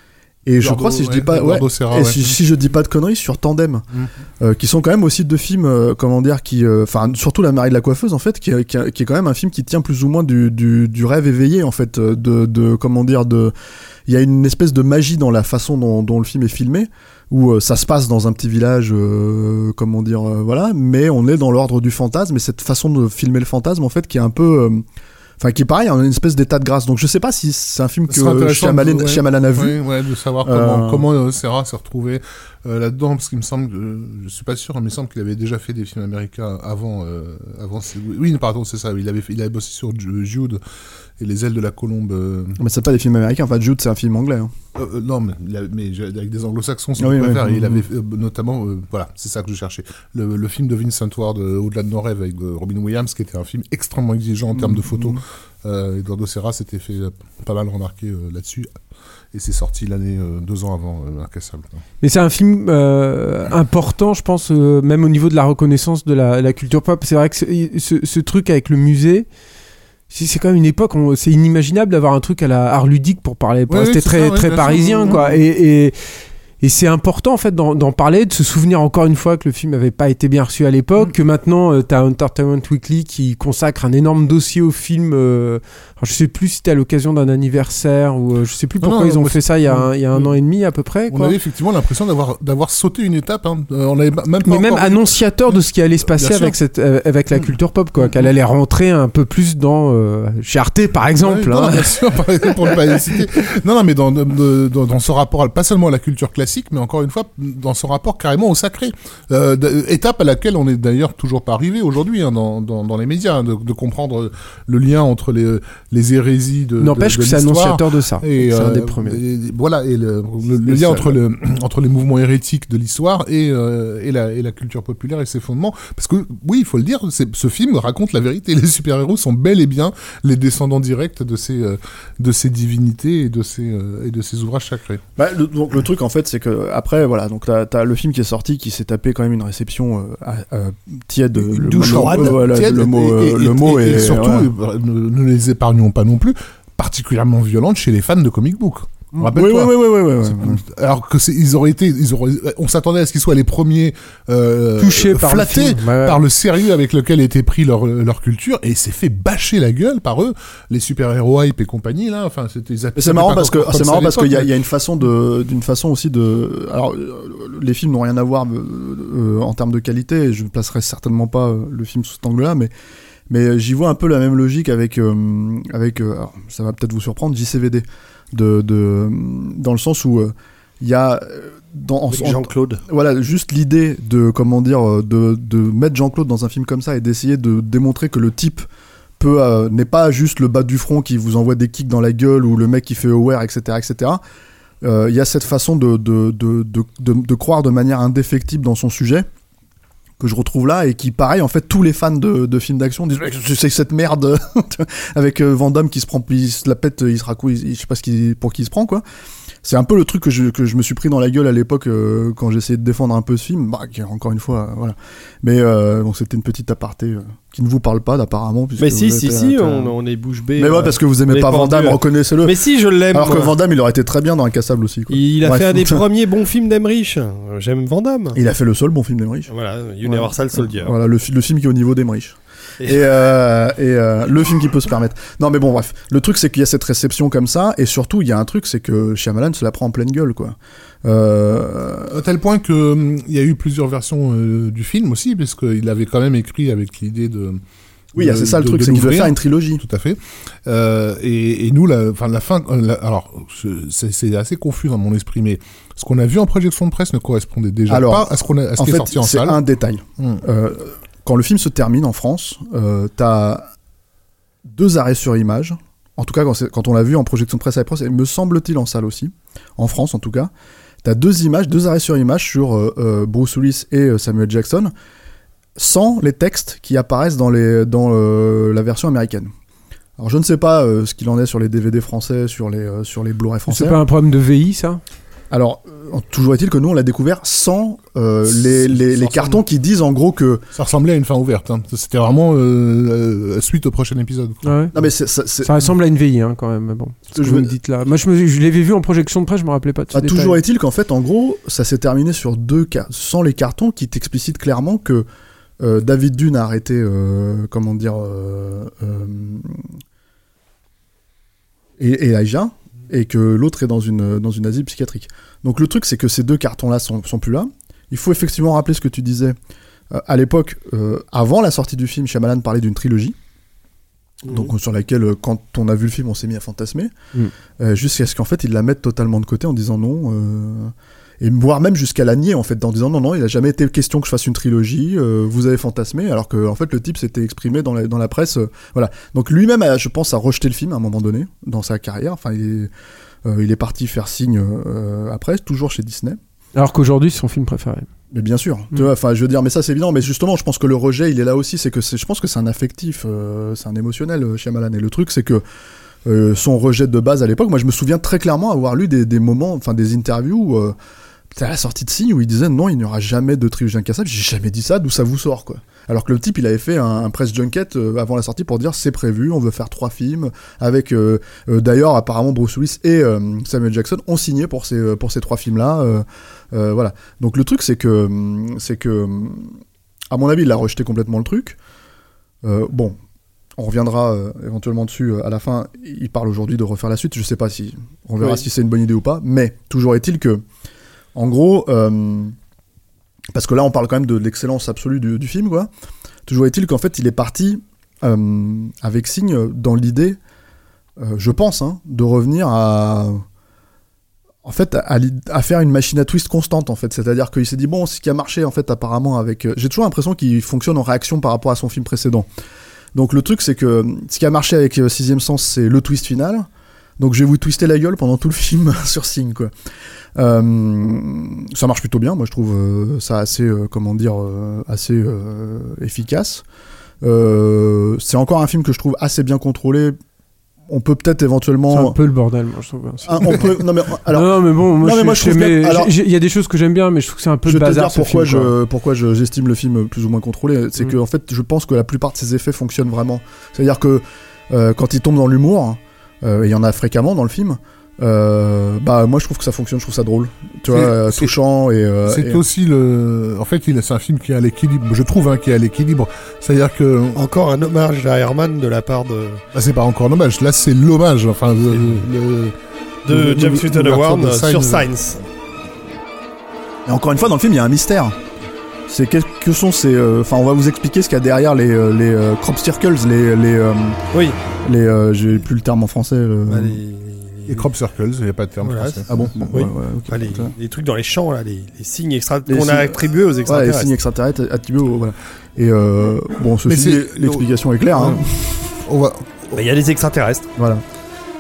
Et je crois, si je dis pas, ouais, Serra, et ouais. si, si je dis pas de conneries, sur Tandem, mmh. euh, qui sont quand même aussi deux films, euh, comment dire, qui, enfin, euh, surtout La Marie de la coiffeuse, en fait, qui, qui, qui est quand même un film qui tient plus ou moins du, du, du rêve éveillé, en fait, de, de, comment dire, de, il y a une espèce de magie dans la façon dont, dont le film est filmé, où euh, ça se passe dans un petit village, euh, comment dire, euh, voilà, mais on est dans l'ordre du fantasme, et cette façon de filmer le fantasme, en fait, qui est un peu, euh, Enfin, qui est pareil, on a une espèce d'état de grâce. Donc, je sais pas si c'est un film que Shyamalan, ouais, Shyamalan a vu. Ouais, ouais, de savoir comment, euh... comment euh, Serra s'est retrouvé euh, là-dedans, parce qu'il me semble, que, je suis pas sûr, mais il me semble qu'il avait déjà fait des films américains avant. Euh, avant oui, pardon, c'est ça. Il avait, fait, il avait bossé sur Jude et Les ailes de la colombe. Euh... Mais c'est pas des films américains. Enfin, Jude, c'est un film anglais. Hein. Euh, non, mais, il a, mais avec des anglo-saxons, si oui, on oui, préfère. oui, Et il oui. avait euh, notamment, euh, voilà, c'est ça que je cherchais. Le, le film de Vincent Ward, euh, Au-delà de nos rêves, avec euh, Robin Williams, qui était un film extrêmement exigeant en termes mmh, de photos. Mmh. Euh, Eduardo Serra s'était fait euh, pas mal remarquer euh, là-dessus, et c'est sorti l'année euh, deux ans avant euh, Incassable. Mais c'est un film euh, important, je pense, euh, même au niveau de la reconnaissance de la, la culture pop. C'est vrai que ce, ce truc avec le musée, c'est, c'est quand même une époque, on, c'est inimaginable d'avoir un truc à la art ludique pour parler, pour ouais, rester oui, très, ça, très ouais, parisien, sûr, quoi. ouais. Et, et Et c'est important en fait d'en, d'en parler, de se souvenir encore une fois que le film n'avait pas été bien reçu à l'époque, mmh. que maintenant euh, t'as Entertainment Weekly qui consacre un énorme dossier au film. Euh, alors, je sais plus si c'était à l'occasion d'un anniversaire ou euh, je sais plus pourquoi non, non, ils ont moi, fait ça il y a un, il y a un mmh. an et demi à peu près. Quoi. On avait effectivement l'impression d'avoir d'avoir sauté une étape. Hein. Euh, on avait même pas Mais même encore... annonciateur de ce qui allait se passer avec cette euh, avec la culture pop, quoi, mmh. qu'elle allait rentrer un peu plus dans euh, chez Arte par exemple. Ouais, hein. non, bien sûr, par exemple, pour ne pas les citer. Non, non, mais dans, dans, dans, dans ce rapport, pas seulement à la culture classique, mais encore une fois dans son rapport carrément au sacré. Euh, étape à laquelle on est d'ailleurs toujours pas arrivé aujourd'hui hein, dans, dans, dans les médias, hein, de, de comprendre le lien entre les, les hérésies de N'empêche de, de que c'est annonciateur de ça. Et, c'est euh, un des premiers. Et, voilà, et le, le, le lien entre, le, entre les mouvements hérétiques de l'histoire et, euh, et, la, et la culture populaire et ses fondements. Parce que, oui, il faut le dire, c'est, ce film raconte la vérité. Les super-héros sont bel et bien les descendants directs de ces, euh, de ces divinités et de ces, euh, et de ces ouvrages sacrés. Bah, le, donc le truc, en fait, c'est que après, voilà, donc t'as, t'as le film qui est sorti, qui s'est tapé quand même une réception euh, euh, tiède, douche froide, euh, tiède, le mot, et, et, le mot et, et, est, et surtout, ouais. ne, ne les épargnons pas non plus, particulièrement violente chez les fans de comic book. Oui, oui, oui, oui, oui, oui. Alors que c'est, ils auraient été, ils auraient, on s'attendait à ce qu'ils soient les premiers euh, touchés par flattés le film. Ouais, ouais. par le sérieux avec lequel était pris leur leur culture, et il s'est fait bâcher la gueule par eux, les super-héros hype et compagnie là. Enfin, c'était. C'est marrant parce que c'est marrant parce qu'il y a, il y a une façon de, d'une façon aussi de. Alors, les films n'ont rien à voir euh, en termes de qualité. Et je ne placerai certainement pas le film sous cet angle-là, mais. Mais j'y vois un peu la même logique avec, euh, avec euh, alors, ça va peut-être vous surprendre, J C V D, de, de, dans le sens où il euh, y a... Dans, en, Jean-Claude. En, voilà, juste l'idée de, comment dire, de, de mettre Jean-Claude dans un film comme ça et d'essayer de démontrer que le type peut, euh, n'est pas juste le bas du front qui vous envoie des kicks dans la gueule ou le mec qui fait aware, et cetera, et cetera. Il euh, y a cette façon de, de, de, de, de, de croire de manière indéfectible dans son sujet, que je retrouve là et qui, pareil, en fait, tous les fans de, de films d'action disent je sais que cette merde avec euh, Van Damme qui se prend, il se la pète, il se raccouille, je sais pas ce qu'il, pour qui il se prend, quoi. C'est un peu le truc que je, que je me suis pris dans la gueule à l'époque euh, quand j'essayais de défendre un peu ce film. Bah, encore une fois, euh, voilà. Mais euh, bon, c'était une petite aparté euh, qui ne vous parle pas, apparemment. Mais si, si, si, on, on est bouche bée. Mais ouais, parce que vous aimez pas Van Damme, reconnaissez-le. Mais si, je l'aime. Alors que Van Damme, il aurait été très bien dans Incassable aussi, quoi. Il a Bref. fait un des premiers bons films d'Emmerich. J'aime Van Damme. Il a fait le seul bon film d'Emmerich. Voilà, Universal voilà. Soldier. Voilà, le, le film qui est au niveau d'Emmerich. Et, euh, et euh, le film qui peut se permettre. Non mais bon bref, le truc c'est qu'il y a cette réception comme ça, et surtout il y a un truc, c'est que Shyamalan se la prend en pleine gueule, quoi. Euh... À tel point que hum, il y a eu plusieurs versions euh, du film aussi, parce qu'il avait quand même écrit avec l'idée de. Oui, de, c'est ça le de, truc, de c'est qu'il veut l'ouvrir. faire une trilogie. Tout à fait. Euh, et, et nous, la, enfin la fin. La, alors, je, c'est, c'est assez confus dans mon esprit, mais ce qu'on a vu en projection de presse ne correspondait déjà alors, pas à ce qu'on a, à ce en qui fait, est sorti en c'est salle. un détail. Hum. Euh, quand le film se termine en France, euh, t'as deux arrêts sur image. En tout cas, quand, c'est, quand on l'a vu en projection de presse à la presse, et me semble-t-il en salle aussi, en France en tout cas, t'as deux images, deux arrêts sur image sur euh, euh, Bruce Willis et euh, Samuel Jackson, sans les textes qui apparaissent dans, les, dans euh, la version américaine. Alors je ne sais pas euh, ce qu'il en est sur les D V D français, sur les, euh, sur les Blu-ray français. C'est pas un problème de V I, ça ? Alors, euh, toujours est-il que nous, on l'a découvert sans euh, les, les, les cartons qui disent en gros que... Ça ressemblait à une fin ouverte. Hein. C'était vraiment euh, suite au prochain épisode. Quoi. Ah ouais. Non, mais c'est, c'est, c'est... Ça ressemble à une V I, hein, quand même. Mais bon, ce que je vous veux- me dites là. Moi, je, me, je l'avais vu en projection de presse, je me rappelais pas de ce Bah, détail. toujours est-il qu'en fait, en gros, ça s'est terminé sur deux cas, sans les cartons qui t'explicitent clairement que euh, David Dunn a arrêté, euh, comment dire, euh, euh, et, et Elijah, et que l'autre est dans une, dans une asile psychiatrique. Donc le truc, c'est que ces deux cartons-là sont, sont plus là. Il faut effectivement rappeler ce que tu disais. Euh, à l'époque, euh, avant la sortie du film, Shyamalan parlait d'une trilogie. Mmh. Donc sur laquelle, euh, quand on a vu le film, on s'est mis à fantasmer, Mmh. euh, jusqu'à ce qu'en fait ils la mettent totalement de côté en disant non, euh, et voire même jusqu'à la nier en fait, en disant non non, il a jamais été question que je fasse une trilogie, euh, vous avez fantasmé, alors que en fait le type s'était exprimé dans la, dans la presse, euh, voilà. Donc lui-même, a, je pense, a rejeté le film à un moment donné dans sa carrière. Enfin, il est, euh, il est parti faire signe euh, après, toujours chez Disney. Alors qu'aujourd'hui, c'est son film préféré. Mais bien sûr, Mm. tu vois, enfin, je veux dire, mais ça c'est évident. Mais justement, je pense que le rejet, il est là aussi. C'est que c'est, je pense que c'est un affectif, euh, c'est un émotionnel, euh, Shyamalan. Et le truc, c'est que euh, son rejet de base à l'époque, moi, je me souviens très clairement avoir lu des, des moments, enfin, des interviews euh, à la sortie de Signe où il disait non, il n'y aura jamais de trilogie incassable. J'ai jamais dit ça. D'où ça vous sort, quoi. Alors que le type, il avait fait un, un press junket euh, avant la sortie pour dire c'est prévu, on veut faire trois films avec. Euh, euh, d'ailleurs, apparemment, Bruce Willis et euh, Samuel Jackson ont signé pour ces pour ces trois films-là. Euh, euh, voilà. Donc le truc, c'est que c'est que, à mon avis, il a rejeté complètement le truc. Euh, bon, on reviendra euh, éventuellement dessus euh, à la fin. Il parle aujourd'hui de refaire la suite. Je sais pas si on verra Oui. si c'est une bonne idée ou pas. Mais toujours est-il que, en gros. Euh, Parce que là, on parle quand même de l'excellence absolue du, du film, quoi. Toujours est-il qu'en fait, il est parti euh, avec Signe dans l'idée, euh, je pense, hein, de revenir à, en fait, à, à faire une machine à twist constante, en fait. C'est-à-dire qu'il s'est dit bon, ce qui a marché, en fait, apparemment, avec, j'ai toujours l'impression qu'il fonctionne en réaction par rapport à son film précédent. Donc le truc, c'est que ce qui a marché avec euh, Sixième Sens, c'est le twist final. Donc je vais vous twister la gueule pendant tout le film sur Signe, quoi. Euh, ça marche plutôt bien, moi je trouve euh, ça assez, euh, comment dire, euh, assez euh, efficace. Euh, c'est encore un film que je trouve assez bien contrôlé. On peut peut-être éventuellement. C'est un peu le bordel, moi, je trouve. Ah, on peut. Non mais alors. non, non, mais bon, moi, non, mais je, moi, je je trouve mais que- alors- j'ai- il y a des choses que j'aime bien, mais je trouve que c'est un peu Je de vais te bazar. dire ce pourquoi film, quoi. je pourquoi je, j'estime le film plus ou moins contrôlé. C'est Mm. que en fait, je pense que la plupart de ses effets fonctionnent vraiment. C'est-à-dire que euh, quand il tombe dans l'humour, euh, et il y en a fréquemment dans le film. Euh, bah moi je trouve que ça fonctionne, je trouve ça drôle, tu vois, C'est- euh, c'est- touchant et, euh, C'est et- aussi le. En fait, il- c'est un film qui est à l'équilibre. Je trouve hein, qui est à l'équilibre. C'est-à-dire que Encore un hommage à Herman de la part de, bah, c'est pas encore un hommage. Là, c'est l'hommage. Enfin, le, le- de le- James le- Newton l'ouverture Howard de sur Signs. Science. Et encore une fois, dans le film, il y a un mystère. C'est que, que sont ces. euh, Enfin, on va vous expliquer ce qu'il y a derrière les, euh, les euh, crop circles, les. les, euh, Oui. les euh, j'ai plus le terme en français. le- Bah, les, Les crop circles, il n'y a pas de terme Voilà, français. Ah bon, bon, Oui. ouais, ouais, ok. bah, les, les trucs dans les champs, là, les, les signes extra Les qu'on signes- a attribués aux Ouais, les extraterrestres. signes extraterrestres attribués au- voilà. Et euh, bon, Mais ceci, c'est- l'explication est claire. Hein. On va. Bah, il y a des extraterrestres. Voilà.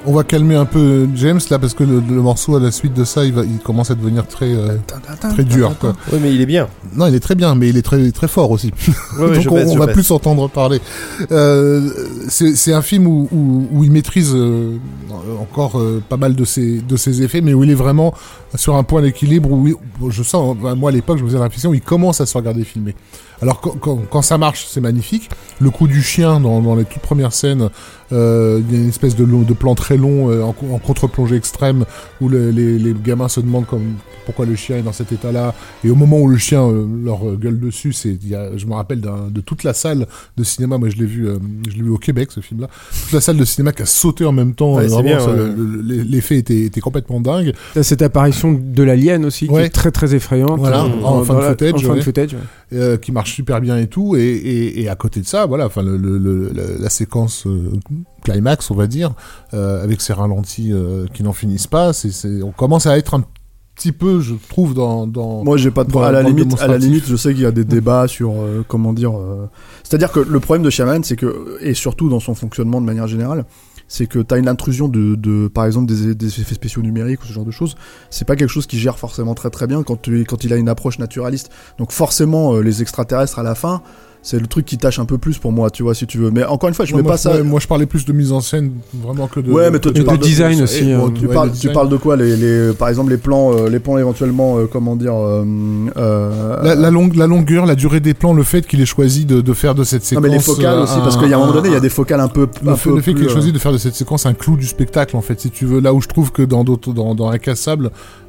On va calmer un peu James là parce que le, le morceau à la suite de ça, il, va, il commence à devenir très euh, très dur. Quoi. Oui, mais il est bien. Non, il est très bien, mais il est très très fort aussi. Ouais, ouais, Donc je on, baisse, on je va baisse. plus s'entendre parler. Euh, c'est, c'est un film où, où, où il maîtrise euh, encore euh, pas mal de ses de ses effets, mais où il est vraiment sur un point d'équilibre où il, je sens, enfin, moi à l'époque, je me faisais la réflexion, il commence à se regarder filmer. Alors quand, quand, quand ça marche, c'est magnifique. Le coup du chien dans, dans les toutes premières scènes, euh, il y a une espèce de, long, de plan très long euh, en, en contre-plongée extrême où le, les, les gamins se demandent comme, pourquoi le chien est dans cet état-là. Et au moment où le chien euh, leur euh, gueule dessus, c'est, il y a, je me rappelle d'un, de toute la salle de cinéma. Moi, je l'ai vu, euh, je l'ai vu au Québec, ce film-là. Toute la salle de cinéma qui a sauté en même temps. Ouais, euh, c'est vraiment, bien, ça, ouais. le- le- l'effet était, était complètement dingue. T'as cette apparition de l'alien aussi, qui Ouais. est très très effrayante. Voilà, euh, en dans fan la- footage, En fan ouais. footage, ouais. Euh, qui marche super bien et tout, et, et, et à côté de ça, voilà, enfin le, le, le, la, la séquence euh, climax, on va dire, euh, avec ces ralentis euh, qui n'en finissent pas, c'est, c'est, on commence à être un petit peu, je trouve, dans, dans Moi, j'ai pas de dans- à la dans le limite. À la démonstratif. limite, je sais qu'il y a des débats sur euh, comment dire. euh, C'est-à-dire que le problème de Shyamalan, c'est que, et surtout dans son fonctionnement de manière générale, c'est que t'as une intrusion de, de par exemple, des, des effets spéciaux numériques ou ce genre de choses. C'est pas quelque chose qui gère forcément très très bien quand, tu, quand il a une approche naturaliste. Donc forcément, euh, les extraterrestres à la fin, c'est le truc qui tâche un peu plus pour moi, tu vois, si tu veux. Mais encore une fois, je Ouais, mets moi, pas ça. ouais, moi, je parlais plus de mise en scène, vraiment que de. Ouais, mais toi, que tu de parles de design et- aussi, et- euh, tu, ouais, parles, le tu design. parles de quoi les, les, par exemple, les plans, euh, les plans éventuellement, euh, comment dire. Euh, euh, La, la, longue, la longueur, la durée des plans, le fait qu'il ait choisi de, de faire de cette non, séquence. mais les focales euh, aussi, un- parce qu'il y a un moment donné, il y a un- des focales un peu. Le un fait, peu le fait qu'il plus, ait euh, choisi de faire de cette séquence un clou du spectacle, en fait, si tu veux, là où je trouve que dans d'autres, dans, dans Incassable,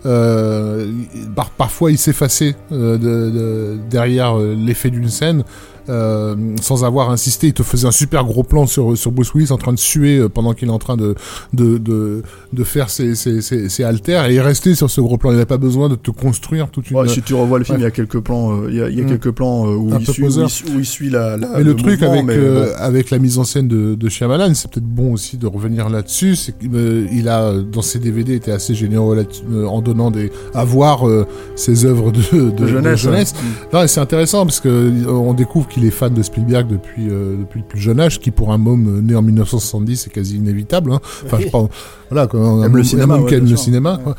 euh, par, parfois il s'effaçait euh, de, de, derrière euh, l'effet d'une scène. Euh, sans avoir insisté, il te faisait un super gros plan sur sur Bruce Willis en train de suer euh, pendant qu'il est en train de de de, de faire ses ses ses, ses haltères, et il restait sur ce gros plan. Il n'avait pas besoin de te construire toute une. Ouais, si tu revois le film, Ouais. il y a quelques plans, euh, il y a, il y a Mm. quelques plans euh, où, Un il peu suit, où, poseur. il, suit- où il suit la. la Mais le, truc mouvement, avec mais euh, bon. avec la mise en scène de, de Shyamalan, c'est peut-être bon aussi de revenir là-dessus. C'est qu'il euh, il a euh, dans ses D V D été assez généreux là- euh, en donnant des à voir euh, ses œuvres de, de, de jeunesse. de jeunesse. ouais. Non, et c'est intéressant parce que euh, on découvre qu'il est fan de Spielberg depuis euh, depuis le plus jeune âge, qui pour un môme euh, né en mille neuf cent soixante-dix est quasi inévitable. Hein. Enfin, je parle, voilà, quand un Aime môme- le cinéma, un môme ouais, qui aime bien le sûr. cinéma. quoi.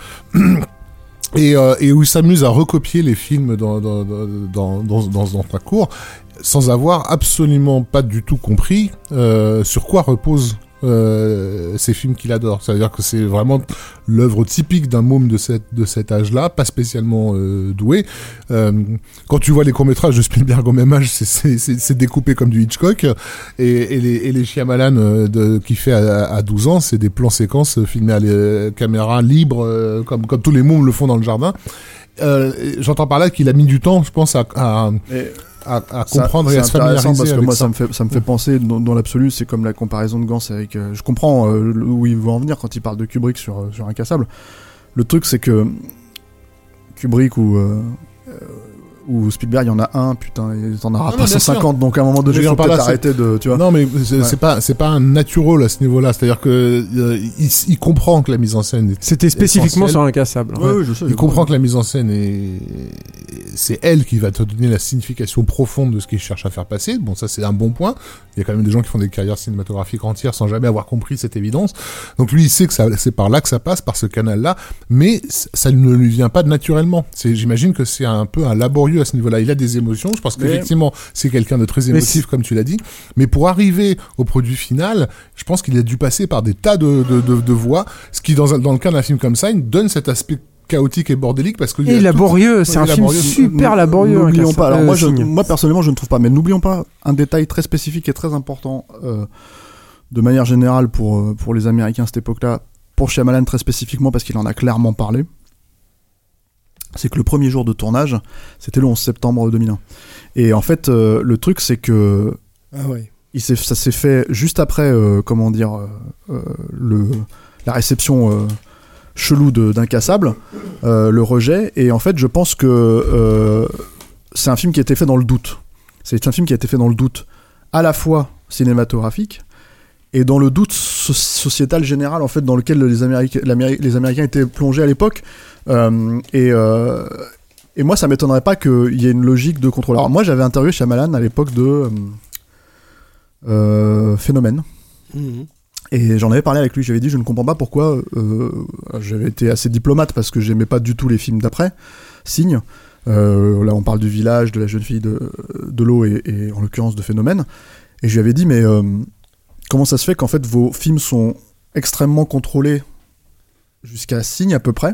Et, euh, et où il s'amuse à recopier les films dans dans dans dans, dans, dans un cours, sans avoir absolument pas du tout compris euh, sur quoi reposent euh, ces films qu'il adore. C'est-à-dire que c'est vraiment l'œuvre typique d'un môme de, cette, de cet âge-là, pas spécialement euh, doué. Euh, quand tu vois les courts-métrages de Spielberg au même âge, c'est, c'est, c'est, c'est découpé comme du Hitchcock. Et, et les, et les Shyamalan euh, de, qu'il fait à, à douze ans, c'est des plans-séquences filmés à la caméra libre, euh, comme, comme tous les mômes le font dans le jardin. Euh, j'entends par là qu'il a mis du temps, je pense, à... à Et à, à ça- comprendre et c'est à se intéressant familiariser parce que avec moi, ça. ça me fait, ça me fait penser dans, dans l'absolu, c'est comme la comparaison de Gans avec. euh, je comprends euh, le- où il veut en venir quand il parle de Kubrick sur euh, sur Incassable. Le truc, c'est que Kubrick ou euh, euh, ou Spielberg, il y en a un, putain, et t'en auras Ah non, pas bien cent cinquante, donc à un moment donné, Je il veux faut dire par peut-être là, c'est- arrêter de, tu vois. Non, mais c'est, Ouais. c'est pas c'est pas un natural à ce niveau-là. C'est-à-dire que euh, il, il comprend que la mise en scène est C'était spécifiquement essentiel. sur Incassable. Ouais, ouais, je sais. Il comprend que la mise en scène est, c'est elle qui va te donner la signification profonde de ce qu'il cherche à faire passer. Bon, ça c'est un bon point. Il y a quand même des gens qui font des carrières cinématographiques entières sans jamais avoir compris cette évidence. Donc lui, il sait que ça, c'est par là que ça passe, par ce canal-là, mais c- ça ne lui vient pas de naturellement. C'est, j'imagine que c'est un peu un laborieux à ce niveau-là. Il a des émotions. Je pense Mais- qu'effectivement, c'est quelqu'un de très Mais émotif, comme tu l'as dit. Mais pour arriver au produit final, je pense qu'il a dû passer par des tas de, de, de, de voies, ce qui, dans, un- dans le cas d'un film comme ça, il donne cet aspect chaotique et bordélique parce que Et laborieux, c'est Ouais, un film laborieux. super laborieux. N'oublions Incassable. pas. Alors Euh, moi, je, Signe. moi personnellement, je ne trouve pas. Mais n'oublions pas un détail très spécifique et très important euh, de manière générale pour euh, pour les Américains à cette époque-là, pour Shyamalan très spécifiquement parce qu'il en a clairement parlé. C'est que le premier jour de tournage, c'était le onze septembre deux mille un. Et en fait, euh, le truc, c'est que Ah ouais. il s'est, ça s'est fait juste après, euh, comment dire, euh, euh, le, la réception euh, chelou de, d'Incassable, euh, le rejet. Et en fait, je pense que euh, c'est un film qui a été fait dans le doute. C'est un film qui a été fait dans le doute à la fois cinématographique et dans le doute so- sociétal général, en fait, dans lequel les Américains, l'Améri- les Américains étaient plongés à l'époque. Euh, et, euh, et moi, ça m'étonnerait pas qu'il y ait une logique de contrôle. Alors, moi, j'avais interviewé Shyamalan à l'époque de euh, euh, Phénomène. Mhm. Et j'en avais parlé avec lui, j'avais dit je ne comprends pas pourquoi, euh, j'avais été assez diplomate parce que j'aimais pas du tout les films d'après, Signe, euh, là on parle du village, de la jeune fille de, de l'eau et, et en l'occurrence de Phénomène, et je lui avais dit mais euh, comment ça se fait qu'en fait vos films sont extrêmement contrôlés jusqu'à Signe à peu près,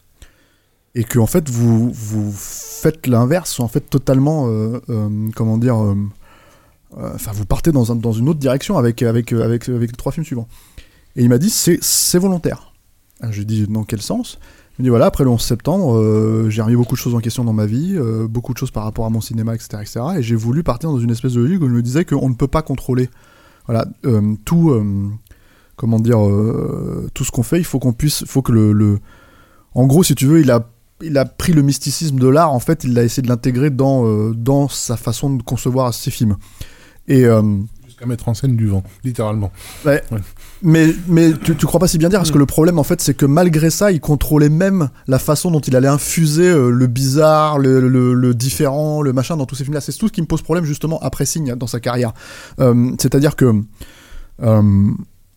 et que en fait vous, vous faites l'inverse, en fait totalement, euh, euh, comment dire... Euh, Enfin, vous partez dans, un, dans une autre direction avec, avec, avec, avec les trois films suivants. Et il m'a dit, c'est, c'est volontaire. Alors, j'ai dit, dans quel sens ? Il m'a dit, voilà, après le onze septembre, euh, j'ai remis beaucoup de choses en question dans ma vie, euh, beaucoup de choses par rapport à mon cinéma, et cetera, et cetera. Et j'ai voulu partir dans une espèce de logique où je me disais qu'on ne peut pas contrôler. Voilà, euh, tout, euh, comment dire, euh, tout ce qu'on fait, il faut qu'on puisse, il faut que le, le... En gros, si tu veux, il a il a pris le mysticisme de l'art, en fait, il a essayé de l'intégrer dans, euh, dans sa façon de concevoir ses films. Et, euh, jusqu'à mettre en scène du vent, littéralement. Ouais. Ouais. Mais, mais tu, tu crois pas si bien dire, parce que le problème, en fait, c'est que malgré ça, il contrôlait même la façon dont il allait infuser euh, le bizarre, le, le, le différent, le machin dans tous ces films-là. C'est tout ce qui me pose problème, justement, après Signe, dans sa carrière. Euh, c'est-à-dire que... Euh,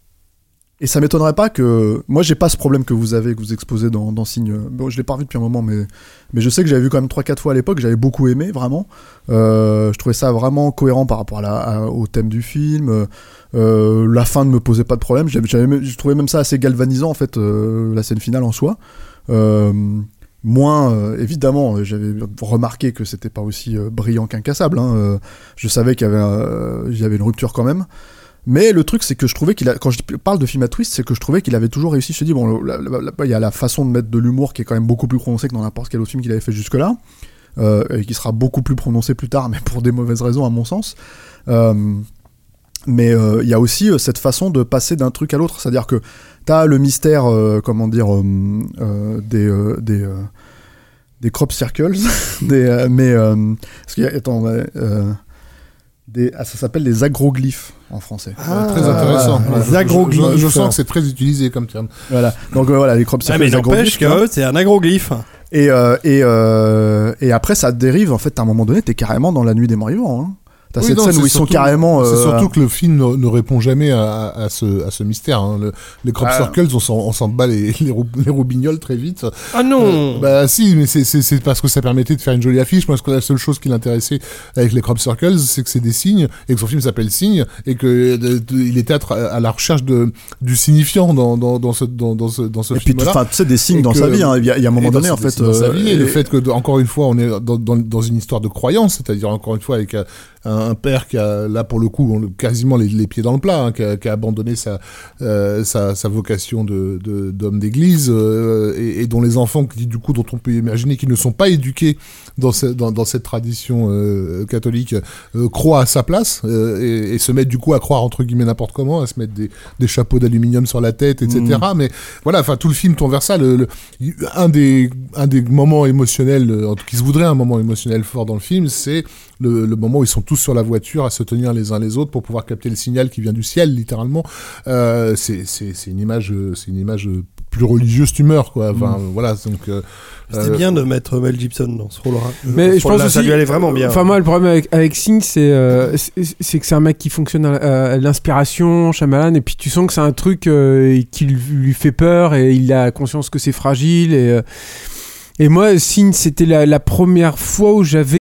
et ça m'étonnerait pas que... Moi, j'ai pas ce problème que vous avez, que vous exposez dans, dans Signe. Bon, je l'ai pas revu depuis un moment, mais, mais je sais que j'avais vu quand même trois quatre fois à l'époque, j'avais beaucoup aimé, vraiment. Euh, je trouvais ça vraiment cohérent par rapport à la, à, au thème du film. Euh, la fin ne me posait pas de problème. J'avais, j'avais, je trouvais même ça assez galvanisant, en fait, euh, la scène finale en soi. Euh, moins, euh, évidemment, j'avais remarqué que c'était pas aussi euh, brillant qu'incassable. Hein. Euh, je savais qu'il y avait, euh, il y avait une rupture quand même. Mais le truc, c'est que je trouvais qu'il a, quand je parle de film à twist, c'est que je trouvais qu'il avait toujours réussi. Je te dis, bon, il y a la façon de mettre de l'humour qui est quand même beaucoup plus prononcée que dans n'importe quel autre film qu'il avait fait jusque-là, euh, et qui sera beaucoup plus prononcé plus tard, mais pour des mauvaises raisons, à mon sens. Euh, mais il euh, y a aussi euh, cette façon de passer d'un truc à l'autre. C'est-à-dire que t'as le mystère, euh, comment dire, euh, euh, des... Euh, des euh, des crop circles, des, euh, mais... Euh, parce qu'il y a, attends, euh, Des, ah, ça s'appelle les agroglyphes en français. Ah, très intéressant. Voilà. Les agroglyphes. Je, je, je sens que c'est très utilisé comme terme. Voilà. Donc euh, voilà, les crop circles. Ah, mais n'empêche que euh, c'est un agroglyphe. Et euh, et euh, et après ça dérive. En fait, à un moment donné, t'es carrément dans la nuit des morts vivants. Hein. T'as oui, cette non, scène où ils surtout, sont carrément. Euh, c'est surtout que le film ne, ne répond jamais à, à, ce, à ce mystère. Hein. Le, les crop ah, circles, on s'en, on s'en bat les, les, rou, les roubignoles très vite. Ah non. Euh, bah si, mais c'est, c'est, c'est parce que ça permettait de faire une jolie affiche. Moi, la seule chose qui l'intéressait avec les crop circles, c'est que c'est des signes et que son film s'appelle Signe et que de, de, il était à, à la recherche de du signifiant dans dans dans ce dans, dans ce dans ce et film-là. Et puis, enfin, tu sais, des signes et dans que, sa vie. Hein. Il y a, il y a un moment donné, en fait, dans euh, sa vie, et, et le fait que encore une fois, on est dans dans, dans une histoire de croyance, c'est-à-dire encore une fois avec un, un père qui a là pour le coup on, quasiment les, les pieds dans le plat, hein, qui, a, qui a abandonné sa, euh, sa sa vocation de, de d'homme d'église euh, et, et dont les enfants qui du coup dont on peut imaginer qu'ils ne sont pas éduqués dans ce, dans, dans cette tradition euh, catholique euh, croient à sa place euh, et, et se mettent du coup à croire entre guillemets n'importe comment, à se mettre des, des chapeaux d'aluminium sur la tête, et cetera. Mmh. Mais voilà, enfin tout le film tourne vers ça. Le, le, un des un des moments émotionnels euh, qui se voudrait un moment émotionnel fort dans le film, c'est le, le moment où ils sont tous sur la voiture à se tenir les uns les autres pour pouvoir capter le signal qui vient du ciel, littéralement. Euh, c'est, c'est, c'est une image, c'est une image plus religieuse, tu meurs, quoi. Enfin, mmh. voilà. Donc, euh, c'était euh, bien de mettre Mel Gibson dans ce rôle-là. Mais je pense aussi, ça lui allait vraiment bien. Enfin, moi, le problème avec, avec Sing, c'est, euh, c'est, c'est que c'est un mec qui fonctionne à, à l'inspiration, Shyamalan, et puis tu sens que c'est un truc euh, qui lui fait peur et il a conscience que c'est fragile. Et, euh, et moi, Sing, c'était la, la première fois où j'avais.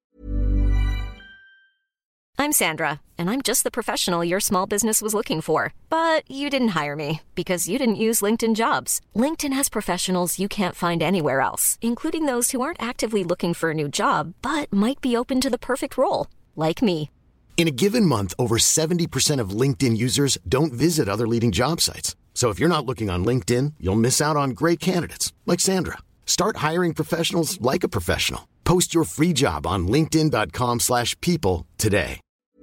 I'm Sandra, and I'm just the professional your small business was looking for. But you didn't hire me because you didn't use LinkedIn Jobs. LinkedIn has professionals you can't find anywhere else, including those who aren't actively looking for a new job, but might be open to the perfect role, like me. In a given month, over seventy percent of LinkedIn users don't visit other leading job sites. So if you're not looking on LinkedIn, you'll miss out on great candidates, like Sandra. Start hiring professionals like a professional. Post your free job on linkedin.com slash people today.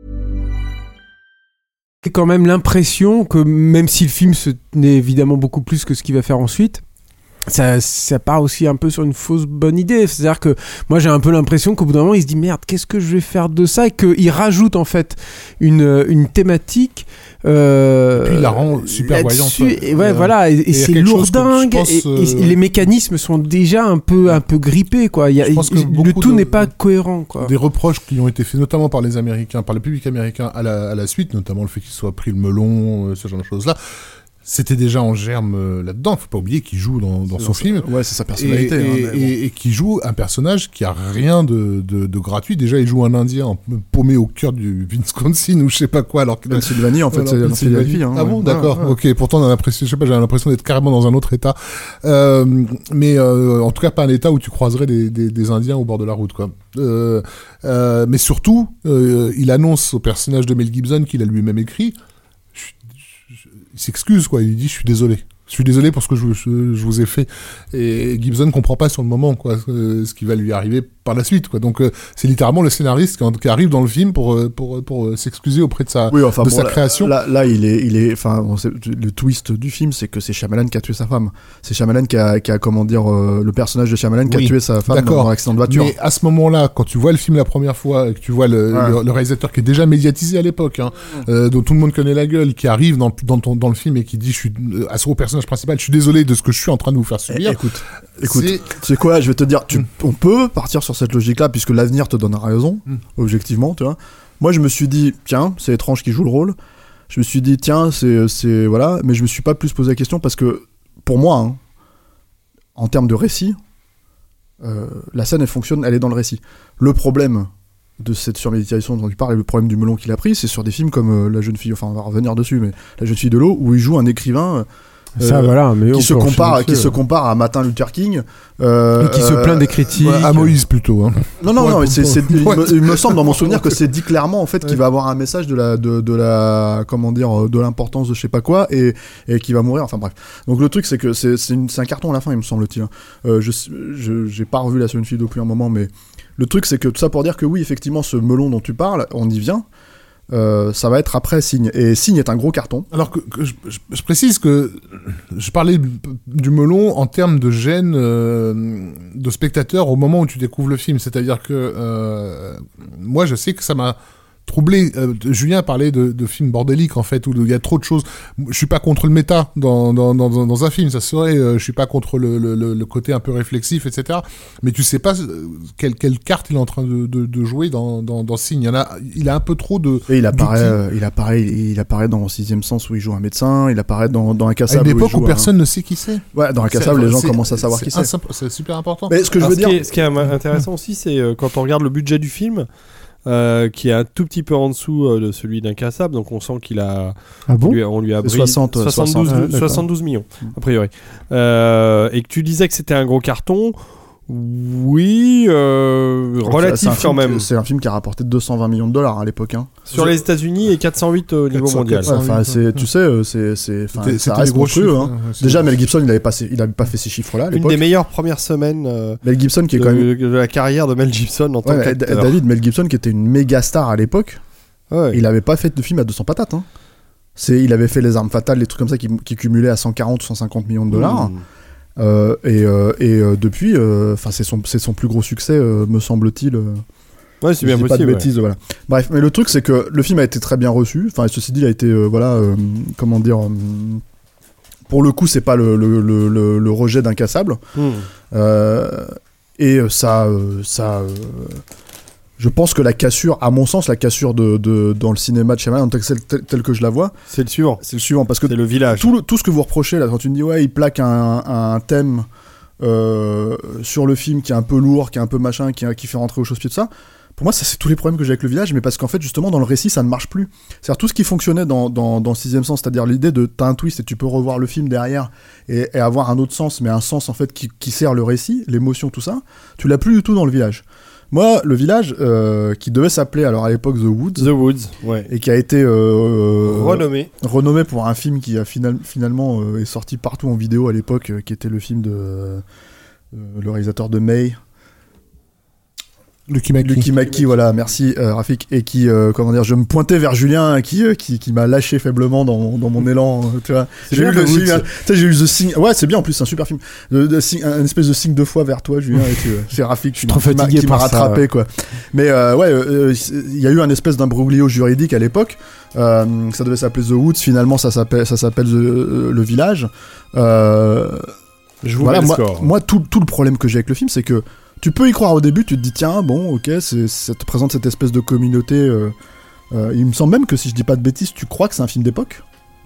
J'ai quand même l'impression que même si le film se tenait évidemment beaucoup plus que ce qu'il va faire ensuite, ça, ça part aussi un peu sur une fausse bonne idée. C'est-à-dire que moi j'ai un peu l'impression qu'au bout d'un moment il se dit merde, qu'est-ce que je vais faire de ça, et qu'il rajoute en fait une, une thématique euh, et puis il la rend super voyante, et ouais, euh, voilà, et, et, et c'est lourdingue, pense, et, euh... et les mécanismes sont déjà un peu, un peu grippés, quoi. Il y a, le tout de, n'est pas cohérent, quoi. Des reproches qui ont été faits notamment par les Américains, par le public américain à la, à la suite, notamment le fait qu'il soit pris le melon, ce genre de choses là. c'était déjà en germe euh, là-dedans. Faut pas oublier qu'il joue dans, dans son ça, film. Ouais, c'est sa personnalité. Et, hein, et, mais bon. et, et qui joue un personnage qui a rien de, de, de gratuit. Déjà, il joue un Indien paumé au cœur du Wisconsin ou je sais pas quoi. Alors que Pennsylvanie, en fait, alors, c'est dans Pennsylvanie. Philadelphie. Hein, ah ouais. bon, d'accord. Ouais, ouais. Ok. Pourtant, on a l'impression, je sais pas, j'ai l'impression d'être carrément dans un autre état. Euh, mais euh, en tout cas, pas un état où tu croiserais des, des, des Indiens au bord de la route, quoi. Euh, euh, mais surtout, euh, il annonce au personnage de Mel Gibson qu'il a lui-même écrit. Je, je, je, il s'excuse, quoi. Il dit, je suis désolé. Je suis désolé pour ce que je, je, je vous ai fait. Et Gibson comprend pas sur le moment, quoi, ce, ce qui va lui arriver par la suite, quoi. Donc, euh, c'est littéralement le scénariste qui, qui arrive dans le film pour, pour, pour, pour s'excuser auprès de sa, oui, enfin, de bon, sa là, création. Là, là, il est, il est, enfin, bon, le twist du film, c'est que c'est Shyamalan qui a tué sa femme. C'est Shyamalan qui a, qui a, comment dire, euh, le personnage de Shyamalan qui oui, a tué sa femme dans, dans l'accident de voiture. Mais à ce moment-là, quand tu vois le film la première fois, et que tu vois le, ouais. le, le réalisateur qui est déjà médiatisé à l'époque, hein, mmh. euh, dont tout le monde connaît la gueule, qui arrive dans, dans, ton, dans le film et qui dit, je suis, euh, à son personnage principal, je suis désolé de ce que je suis en train de vous faire subir. Eh, écoute, écoute, tu sais quoi, je vais te dire, tu, mmh. on peut partir sur cette logique-là, puisque l'avenir te donnera raison, mmh. objectivement, tu vois. Moi, je me suis dit, tiens, c'est étrange qu'il joue le rôle. Je me suis dit, tiens, c'est, c'est, voilà, mais je me suis pas plus posé la question parce que, pour moi, hein, en termes de récit, euh, la scène, elle fonctionne, elle est dans le récit. Le problème de cette surméditation dont tu parles et le problème du melon qu'il a pris, c'est sur des films comme euh, La Jeune Fille, enfin, on va revenir dessus, mais La Jeune Fille de l'eau, où il joue un écrivain. Euh, Ça, euh, voilà, mais qui se compare, qui se compare à Martin Luther King, euh, et qui se plaint des critiques, ouais, à Moïse plutôt. Hein. Non, non, ouais, non, c'est, c'est, il, ouais. me, il me semble dans mon souvenir que c'est dit clairement en fait qu'il ouais. va avoir un message de la, de, de la, comment dire, de l'importance de je sais pas quoi et, et qui va mourir. Enfin bref. Donc le truc c'est que c'est, c'est, une, c'est un carton à la fin, il me semble-t-il. Euh, je, je, j'ai pas revu La Jeune Fille depuis un moment, mais le truc c'est que tout ça pour dire que oui, effectivement, ce melon dont tu parles, on y vient. Euh, ça va être après Signe. Et Signe est un gros carton. Alors que, que je, je, je précise que je parlais du melon en termes de gêne euh, de spectateur au moment où tu découvres le film. C'est-à-dire que euh, moi, je sais que ça m'a troublé. Euh, Julien parlait de, de films bordéliques, en fait, où il y a trop de choses. Je suis pas contre le méta dans, dans, dans, dans un film, ça serait, euh, je suis pas contre le, le, le côté un peu réflexif, et cetera. Mais tu sais pas quelle, quelle carte il est en train de, de, de jouer dans, dans, dans Signe. Il y en a, il a un peu trop de... Et il apparaît, euh, il apparaît, il, il apparaît dans Sixième Sens où il joue un médecin, il apparaît dans, dans Incassable. À une époque où, où personne un... ne sait qui c'est. Ouais, dans Incassable, les gens c'est, commencent à savoir c'est qui c'est. Insimple, c'est super important. Mais ce que je veux ce dire... Qui est, ce qui est intéressant aussi, c'est euh, quand on regarde le budget du film... Euh, qui est un tout petit peu en dessous euh, de celui d'Incassable, donc on sent qu'il a, ah bon on, lui a on lui a brisé soixante, soixante-douze, soixante, soixante-douze millions a priori. Euh, et que tu disais que c'était un gros carton. Oui, euh, relatif c'est quand même. Qui, c'est un film qui a rapporté deux cent vingt millions de dollars à l'époque. Hein. Sur les États-Unis et quatre cent huit au niveau mondial. Ouais, enfin, c'est, tu sais, c'est, c'est, c'était, ça reste monstrueux. Hein. C'est Déjà, Mel Gibson, il n'avait pas, il avait pas fait ces chiffres-là. À l'époque. Une des meilleures premières semaines. Euh, Mel Gibson, qui est de, quand même de la carrière de Mel Gibson en tant ouais, qu'acteur. David, Mel Gibson, qui était une méga star à l'époque. Ouais. Il avait pas fait de film à deux cents patates. Hein. C'est, il avait fait Les Armes Fatales, des trucs comme ça qui, qui cumulaient à cent quarante ou cent cinquante millions de dollars. Mmh. Euh, et euh, et euh, depuis, enfin euh, c'est son c'est son plus gros succès, euh, me semble-t-il. Euh, ouais, c'est bien possible. Pas de bêtises, ouais. Voilà. Bref, mais le truc c'est que le film a été très bien reçu. Enfin, ceci dit, il a été euh, voilà, euh, comment dire. Euh, pour le coup, c'est pas le le le, le, le rejet d'Incassable. Mmh. Euh, et ça euh, ça. Euh, Je pense que la cassure, à mon sens, la cassure de, de, dans le cinéma de Shyamalan, tel, tel, tel que je la vois, c'est le suivant. C'est le suivant, parce que c'est le village. Tout, le, tout ce que vous reprochez là, quand tu me dis ouais, il plaque un, un thème euh, sur le film qui est un peu lourd, qui est un peu machin, qui, qui fait rentrer aux chausse-pieds de ça. Pour moi, ça c'est tous les problèmes que j'ai avec le village, mais parce qu'en fait, justement, dans le récit, ça ne marche plus. C'est-à-dire tout ce qui fonctionnait dans dans, dans Sixième Sens, c'est-à-dire l'idée de t'as un twist et tu peux revoir le film derrière et, et avoir un autre sens, mais un sens en fait qui, qui sert le récit, l'émotion, tout ça. Tu l'as plus du tout dans le village. Moi, le village, euh, qui devait s'appeler alors à l'époque The Woods, The Woods, ouais, et qui a été euh, renommé, renommé pour un film qui a final, finalement euh, est sorti partout en vidéo à l'époque, euh, qui était le film de euh, le réalisateur de May. Lucky Mackie. Lucky Mackie, voilà, merci euh, Rafik, et qui, euh, comment dire, je me pointais vers Julien, qui, euh, qui, qui m'a lâché faiblement dans, dans mon élan, euh, tu vois. C'est j'ai bien, eu le signe, Woods. tu sais, j'ai eu The Signe, ouais, c'est bien en plus, c'est un super film, de, de, de, un espèce de signe de foi vers toi, Julien, et tu, c'est Rafik qui, trop qui m'a, fatigué qui m'a par ça, rattrapé, ouais. quoi. Mais euh, ouais, il euh, y a eu un espèce d'imbroglio juridique à l'époque. Euh, ça devait s'appeler The Woods, finalement ça s'appelle, ça s'appelle The, euh, le village. Euh, Je vous voilà, mets le moi, score. moi tout, tout le problème que j'ai avec le film, c'est que tu peux y croire au début, tu te dis tiens bon ok, c'est, ça te présente cette espèce de communauté. Euh, euh, il me semble même que si je dis pas de bêtises, tu crois que c'est un film d'époque.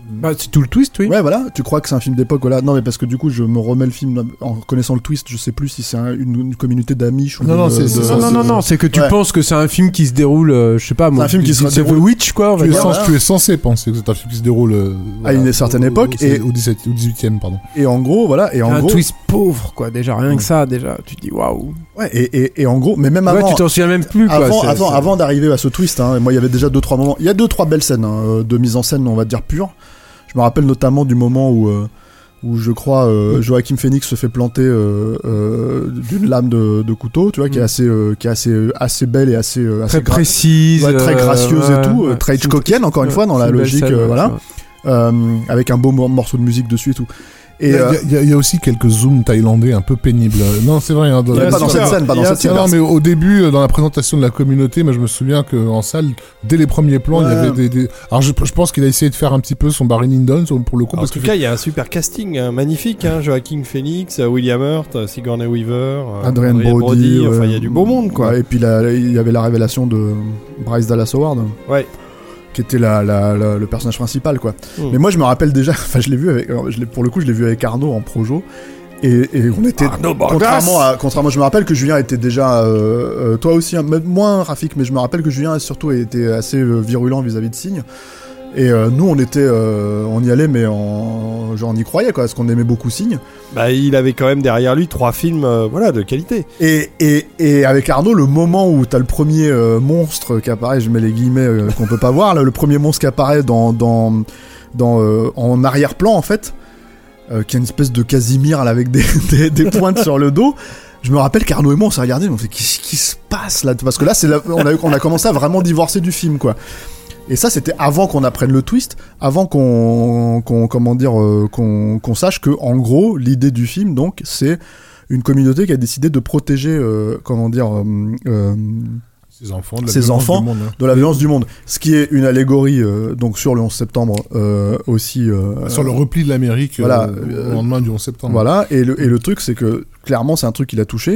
Bah, c'est tout le twist, oui. Ouais, voilà, tu crois que c'est un film d'époque, voilà. Non, mais parce que du coup, je me remets le film en connaissant le twist, je sais plus si c'est un- une, une communauté d'Amish ou Non, de- non, c'est- de- c'est- Non, non, non, non, c'est que tu Ouais. penses que c'est un film qui se déroule, euh, je sais pas, moi. un film qui se c'est The déroule- Witch, quoi, on va Tu es, dire. censé, voilà. tu es censé penser que c'est un film qui se déroule euh, À une certaine au- époque, au, et- au dix-septième, au dix-huitième, pardon. Et en gros, voilà, et en un gros. twist pauvre, quoi, déjà, rien que ça, déjà. Tu te dis, waouh. Ouais, et, et, et en gros, mais même Ouais, avant. tu t'en souviens même plus, quoi. Avant, c'est- avant, c'est- avant d'arriver à ce twist, hein, moi il y avait déjà deux trois moments. Il y a deux trois belles scènes hein, de mise en scène, on va dire pure. Je me rappelle notamment du moment où euh, où je crois euh, Joaquin Phoenix se fait planter euh, euh, d'une lame de, de couteau, tu vois, qui est assez euh, qui est assez euh, assez belle et assez euh, assez Très gra- précise. ouais, très euh, gracieuse ouais, et tout, ouais. euh, très C'est une- Hitchcockienne encore une ouais, fois dans c'est la une belle logique, scène, euh, ouais, voilà, tu vois. euh, avec un beau mor- morceau de musique dessus et tout. Il Et y, a- euh, il y a- il y a aussi quelques zooms thaïlandais un peu pénibles. Non, c'est vrai. Hein, dans, Ouais, la- pas dans cette scène, pas dans Il y a cette scène. Non, mais au début, euh, dans la présentation de la communauté, moi je me souviens qu'en salle, dès les premiers plans, il y Ouais. avait des. des... Alors je, je pense qu'il a essayé de faire un petit peu son Barry Lyndon pour le coup. En parce tout que cas, il y a un super casting, hein, magnifique. Hein, Joaquin Phoenix, euh, William Hurt, euh, Sigourney Weaver, euh, Adrien Brody, Enfin, ouais. il y a du beau monde, quoi. Ouais, et puis là, il y avait la révélation de Bryce Dallas Howard. Ouais. Qui était la, la, la- le personnage principal, quoi. Mm. Mais moi, je me rappelle déjà, enfin, je l'ai vu avec, alors, je l'ai- pour le coup, je l'ai vu avec Arnaud en projo. Et, et on était, Arnaud Bordas. contrairement à, contrairement, je me rappelle que Julien était déjà, euh, euh, toi aussi, hein, même moins Rafik, mais je me rappelle que Julien surtout était assez euh, virulent vis-à-vis de Signe. Et euh, nous, on était, euh, on y allait, mais en, genre, on y croyait, quoi, parce qu'on aimait beaucoup Signe. Bah, il avait quand même derrière lui trois films, euh, voilà, de qualité. Et, et, et avec Arnaud, le moment où t'as le premier euh, monstre qui apparaît, je mets les guillemets euh, qu'on peut pas voir, là, le premier monstre qui apparaît dans, dans, dans, euh, en arrière-plan, en fait, euh, qui a une espèce de Casimir là, avec des, des, des pointes sur le dos. Je me rappelle qu'Arnaud et moi, on s'est regardé, on s'est dit, qu'est-ce qui se passe là? Parce que là, c'est là, on, a, on a commencé à vraiment divorcer du film, quoi. Et ça, c'était avant qu'on apprenne le twist, avant qu'on, qu'on comment dire, euh, qu'on, qu'on sache que, en gros, l'idée du film, donc, c'est une communauté qui a décidé de protéger, euh, comment dire, euh, euh, ces enfants, de la ces violence enfants du monde, hein. de la violence du monde. Ce qui est une allégorie, euh, donc, sur le onze septembre, euh, aussi. euh, Sur le repli de l'Amérique voilà, euh, euh, au lendemain du onze septembre. Voilà, et le, et le truc, c'est que, clairement, c'est un truc qu'il a touché,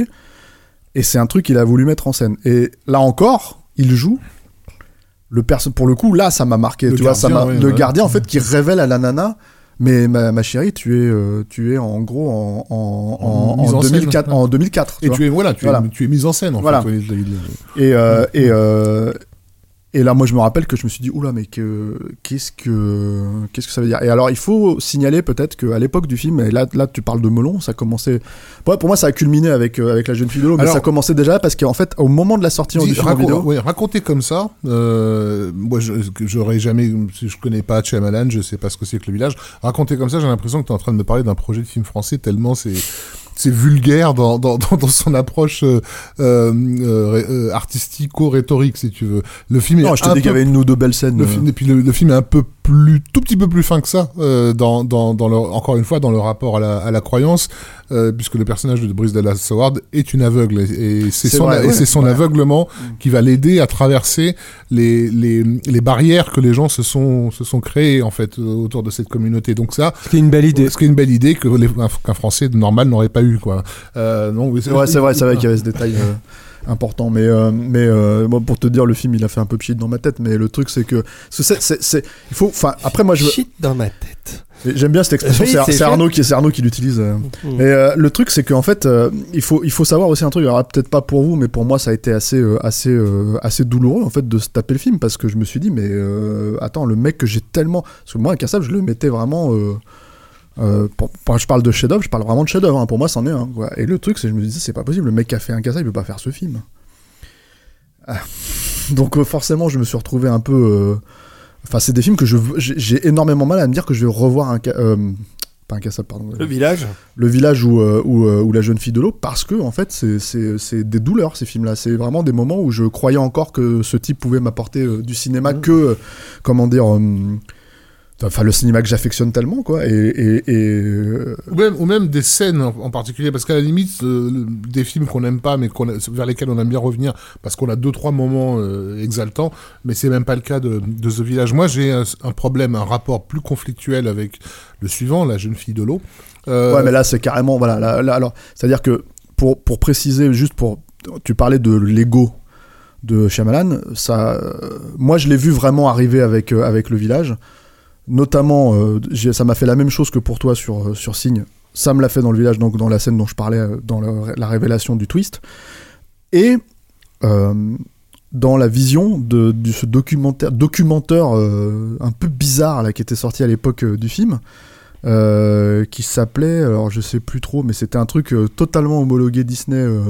et c'est un truc qu'il a voulu mettre en scène. Et là encore, il joue. Le perso pour le coup, là, ça m'a marqué. Le tu vois, ça gardien, m'a. ouais, le ouais. gardien, en fait, qui révèle à la nana. Mais ma, ma chérie, tu es, euh, tu es en gros en, en, en, En mise en en scène, deux mille quatre, ouais. en deux mille quatre. Et tu tu es voilà, tu Voilà. es tu es mise en scène en Voilà. fait. Ouais, il- il- Et, euh, et, euh, et là, moi, je me rappelle que je me suis dit, oula, mais que, qu'est-ce que, qu'est-ce que ça veut dire? Et alors, il faut signaler peut-être qu'à l'époque du film, et là, là, tu parles de melon, ça commençait, ouais, pour moi, ça a culminé avec, euh, avec la jeune fille de l'eau, mais Alors- ça commençait déjà parce qu'en fait, au moment de la sortie Dis, du film en racon- vidéo, ouais, raconter comme ça, euh, moi je- j'aurais jamais, je connais pas Shyamalan, je sais pas ce que c'est que le village. Raconter comme ça, j'ai l'impression que tu es en train de me parler d'un projet de film français tellement c'est c'est vulgaire dans, dans, dans, dans son approche euh, euh, euh, artistico-rhétorique, si tu veux. Le film non, est je te un dis qu'il y peu- avait une ou deux belles scènes. le euh, film, et puis le, le film est un peu plus, tout petit peu plus fin que ça, euh, dans, dans, dans le, encore une fois, dans le rapport à la, à la croyance, euh, puisque le personnage de Bryce Dallas Howard est une aveugle, et, et c'est C'est son, vrai, et ouais, c'est son ouais. aveuglement qui va l'aider à traverser les, les, les barrières que les gens se sont, se sont créées, en fait, euh, autour de cette communauté. Donc ça, Ce qui est une belle idée. ce qui est une belle idée que les, un- qu'un Français normal n'aurait pas eu, quoi. Euh, non, oui, C'est vrai, c'est vrai, c'est vrai qu'il y avait ce détail euh, important. Mais, euh, mais euh, moi, pour te dire, le film, il a fait un peu pchit dans ma tête. Mais le truc, c'est que c'est, c'est, c'est, c'est- il faut. Enfin, après, moi, je Shit dans ma tête. j'aime bien cette expression. Oui, c'est, c'est c'est chouette. Arnaud qui, c'est Arnaud qui l'utilise. euh. Mm. Et euh, le truc, c'est qu'en fait, euh, il faut, il faut savoir aussi un truc. Alors peut-être pas pour vous, mais pour moi, ça a été assez, euh, assez, euh, assez douloureux en fait de se taper le film parce que je me suis dit, mais euh, attends, le mec que j'ai tellement, parce que moi, Incassable, je le mettais vraiment. Euh, Euh, pour, pour- je parle de chef-d'œuvre, je parle vraiment de chef-d'œuvre. Hein. Pour moi, c'en est un. Quoi. Et le truc, c'est que je me disais, c'est pas possible. Le mec qui a fait Incassable, il peut pas faire ce film. Ah. Donc euh, forcément, je me suis retrouvé un peu. euh, Enfin, c'est des films que je, veux- j'ai, j'ai énormément mal à me dire que je vais revoir un. Euh, pas Incassable, pardon. Le village. Le village ou euh, ou, euh, ou la jeune fille de l'eau, parce que en fait, c'est, c'est, c'est des douleurs ces films-là. C'est vraiment des moments où je croyais encore que ce type pouvait m'apporter euh, du cinéma Mmh. que, euh, comment dire. euh, Enfin, le cinéma que j'affectionne tellement, quoi. Et, et, et euh, Ou même, ou même des scènes en, en particulier, parce qu'à la limite, euh, le- des films qu'on n'aime pas, mais qu'on a- vers lesquels on aime bien revenir, parce qu'on a deux, trois moments euh, exaltants, mais c'est même pas le cas de, de The Village. Moi, j'ai un, un problème, un rapport plus conflictuel avec le suivant, la jeune fille de l'eau. Euh, ouais, mais là, c'est carrément, voilà. Là, là, alors, c'est-à-dire que pour pour préciser, juste pour, tu parlais de l'ego de Shyamalan. Ça, euh, moi, je l'ai vu vraiment arriver avec euh, avec le village. notamment, euh, j'ai, ça m'a fait la même chose que pour toi sur, sur Signe. Ça me l'a fait dans le village, donc dans la scène dont je parlais, dans le, la révélation du twist. Et euh, dans la vision de, de ce documentaire, documentaire euh, un peu bizarre là, qui était sorti à l'époque euh, du film, euh, qui s'appelait, alors je sais plus trop, mais c'était un truc euh, totalement homologué Disney. Euh,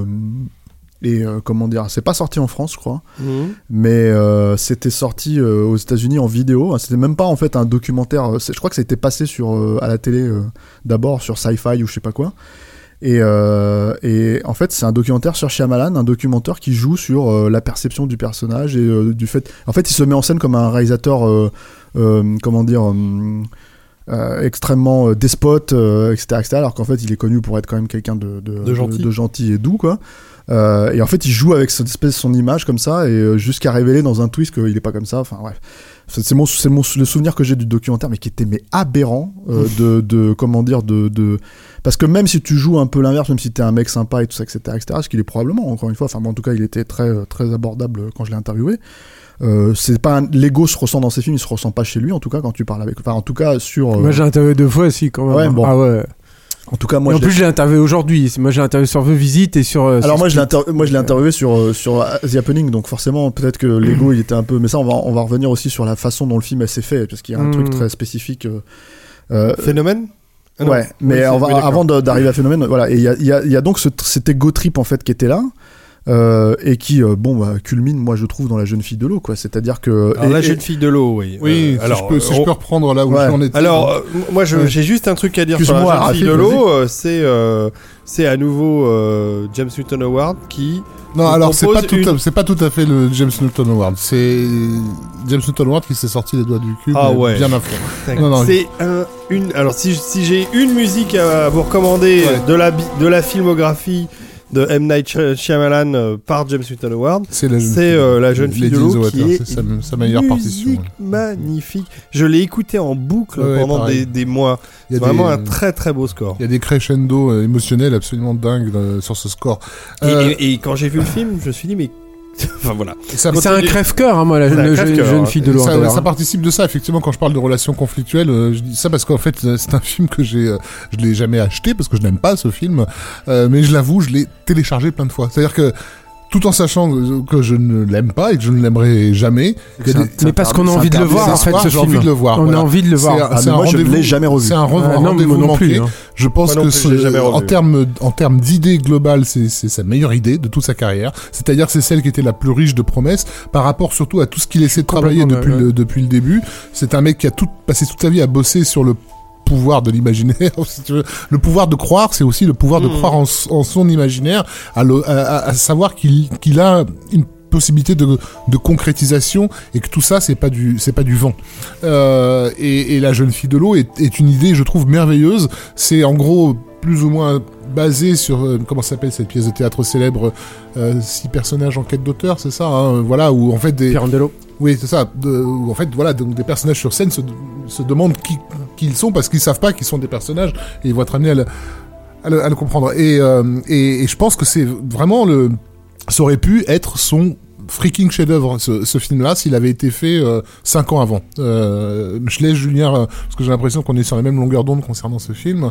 et euh, comment dire, c'est pas sorti en France, je crois, mmh. mais euh, c'était sorti euh, aux États-Unis en vidéo. C'était même pas en fait un documentaire. Je crois que ça a été passé sur euh, à la télé euh, d'abord sur Sci-Fi ou je sais pas quoi. Et, euh, et en fait, c'est un documentaire sur Shyamalan, un documentaire qui joue sur euh, la perception du personnage et euh, du fait. En fait, il se met en scène comme un réalisateur, euh, euh, comment dire, euh, euh, extrêmement euh, despote, euh, et cetera, et cetera. Alors qu'en fait, il est connu pour être quand même quelqu'un de, de, de, gentil. de, de gentil et doux, quoi. Euh, et en fait, il joue avec cette espèce son image comme ça, et euh, jusqu'à révéler dans un twist qu'il est pas comme ça. Enfin bref, c'est, c'est mon, c'est mon le souvenir que j'ai du documentaire, mais qui était mais aberrant euh, de, de comment dire de, de parce que même si tu joues un peu l'inverse, même si t'es un mec sympa et tout ça, et cetera, et cetera, ce qu'il est probablement encore une fois. Enfin bon, en tout cas, il était très très abordable quand je l'ai interviewé. Euh, c'est pas un... l'ego se ressent dans ses films, il se ressent pas chez lui en tout cas quand tu parles avec. Enfin en tout cas sur. Euh... Moi j'ai interviewé deux fois aussi quand même. Ouais, bon. Ah ouais. En tout cas, moi, et en je plus, je l'ai interviewé aujourd'hui. Moi, j'ai interviewé sur The Visit et sur. Euh, Alors sur moi, je l'ai, inter... moi, je l'ai interviewé sur euh, sur The Happening, donc forcément, peut-être que l'ego, il était un peu. Mais ça, on va on va revenir aussi sur la façon dont le film s'est fait, parce qu'il y a un mmh. truc très spécifique. Euh... Euh... Phénomène. Ah ouais, mais oui, on va, oui, avant de, d'arriver à Phénomène, voilà, et il y a il y a il y a donc ce, cet ego trip en fait qui était là. Euh, et qui euh, bon bah, culmine moi je trouve dans La jeune fille de l'eau quoi, c'est-à-dire que alors, et, La et... jeune fille de l'eau oui oui euh, si, alors, je peux, si on... je peux reprendre là où ouais. j'en étais alors euh, moi je, ouais. j'ai juste un truc à dire sur La jeune fille de l'eau euh, c'est euh, c'est à nouveau euh, James Newton Howard qui non alors c'est pas tout une... à, c'est pas tout à fait le James Newton Howard, c'est James Newton Howard qui s'est sorti les doigts du cul ah ouais. bien à fond. Non, non, c'est un, une alors si si j'ai une musique à vous recommander ouais. de la de la filmographie de M. Night Shyamalan euh, par James Newton Howard, c'est la jeune c'est, fille, euh, la jeune fille de l'eau qui est c'est sa, sa meilleure partition. Ouais. Magnifique. Je l'ai écouté en boucle ouais, pendant des, des mois. C'est vraiment des, un très très beau score. Il y a des crescendo euh, émotionnels absolument dingues euh, sur ce score. Euh... Et, et, et quand j'ai vu le film, je me suis dit mais enfin voilà. Ça c'est un crève-cœur, hein, moi, la jeune, jeune, jeune fille de l'eau. Ça, ça participe de ça, effectivement, quand je parle de relations conflictuelles. Euh, je dis ça parce qu'en fait, c'est un film que j'ai, euh, je l'ai jamais acheté parce que je n'aime pas ce film. Euh, mais je l'avoue, je l'ai téléchargé plein de fois. C'est-à-dire que tout en sachant que je ne l'aime pas et que je ne l'aimerai jamais. Des... Mais parce qu'on a envie de le voir, en fait, ce film. J'ai envie de le voir. On voilà. a envie de le voir. C'est un, ah, c'est un moi, je ne l'ai jamais revu. C'est un, re- ah, un non, rendez-vous manqué. Plus, hein. Je pense moi que ce, en termes, en termes d'idées globales, c'est, c'est sa meilleure idée de toute sa carrière. C'est-à-dire, c'est celle qui était la plus riche de promesses par rapport surtout à tout ce qu'il essaie de travailler depuis le, depuis le début. C'est un mec qui a tout, passé toute sa vie à bosser sur le pouvoir de l'imaginaire, si tu veux. Le pouvoir de croire, c'est aussi le pouvoir de mmh. croire en, en son imaginaire, à, le, à, à savoir qu'il, qu'il a une possibilité de, de concrétisation et que tout ça c'est pas du c'est pas du vent. Euh, et, et La jeune fille de l'eau est, est une idée, je trouve, merveilleuse. C'est en gros plus ou moins basé sur euh, comment s'appelle cette pièce de théâtre célèbre, euh, six personnages en quête d'auteur, c'est ça, hein, voilà, où en fait des Pirandello. Oui, c'est ça. De, où en fait, voilà, donc des personnages sur scène se, se demandent qui, qui ils sont parce qu'ils savent pas qu'ils sont des personnages et ils vont être amenés à le, à le, à le comprendre. Et, euh, et, et je pense que c'est vraiment le, ça aurait pu être son freaking chef-d'œuvre, ce, ce film-là, s'il avait été fait euh, cinq ans avant. Euh, je laisse Julien, euh, parce que j'ai l'impression qu'on est sur la même longueur d'onde concernant ce film.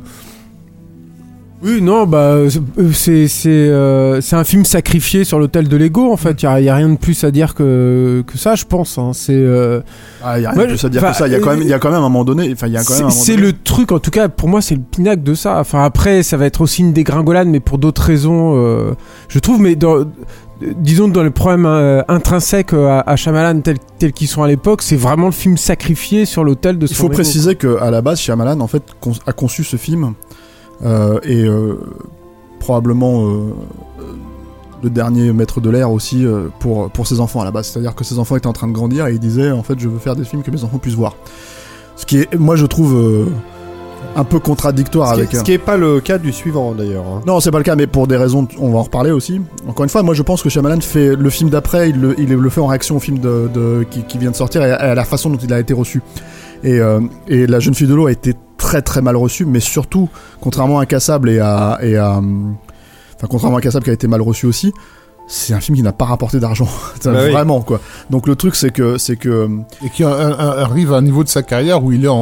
Oui, non, bah c'est c'est euh, c'est un film sacrifié sur l'autel de l'ego en fait. Il y a, y a rien de plus à dire que que ça, je pense. Hein. C'est euh... ah, y a rien de plus à dire que ça. Il y a quand même il y a quand même un moment donné. Enfin, il y a quand même. Un moment c'est donné. le truc, en tout cas, pour moi, c'est le pinacle de ça. Enfin, après, ça va être aussi une dégringolade, mais pour d'autres raisons, euh, je trouve. Mais dans, disons dans les problèmes euh, intrinsèques à, à Shyamalan tels tels qu'ils sont à l'époque, c'est vraiment le film sacrifié sur l'autel de son Il faut ego, préciser quoi. que à la base, Shyamalan en fait con- a conçu ce film. Euh, et euh, probablement euh, le dernier maître de l'air aussi euh, pour, pour ses enfants à la base. C'est-à-dire que ses enfants étaient en train de grandir et il disait en fait je veux faire des films que mes enfants puissent voir. Ce qui est, moi je trouve euh, un peu contradictoire ce avec... Est, ce qui n'est pas le cas du suivant d'ailleurs. Hein. Non, c'est pas le cas, mais pour des raisons, on va en reparler aussi. Encore une fois, moi je pense que Shyamalan fait le film d'après, il le, il le fait en réaction au film de, de, qui, qui vient de sortir et à la façon dont il a été reçu. Et, euh, et La jeune fille de l'eau a été très très mal reçu, mais surtout, contrairement à Incassable et à, et à enfin contrairement à Incassable qui a été mal reçu aussi, c'est un film qui n'a pas rapporté d'argent. Bah Vraiment, oui. quoi. Donc le truc, c'est que... C'est que... Et qui a, a, a, arrive à un niveau de sa carrière où il est en,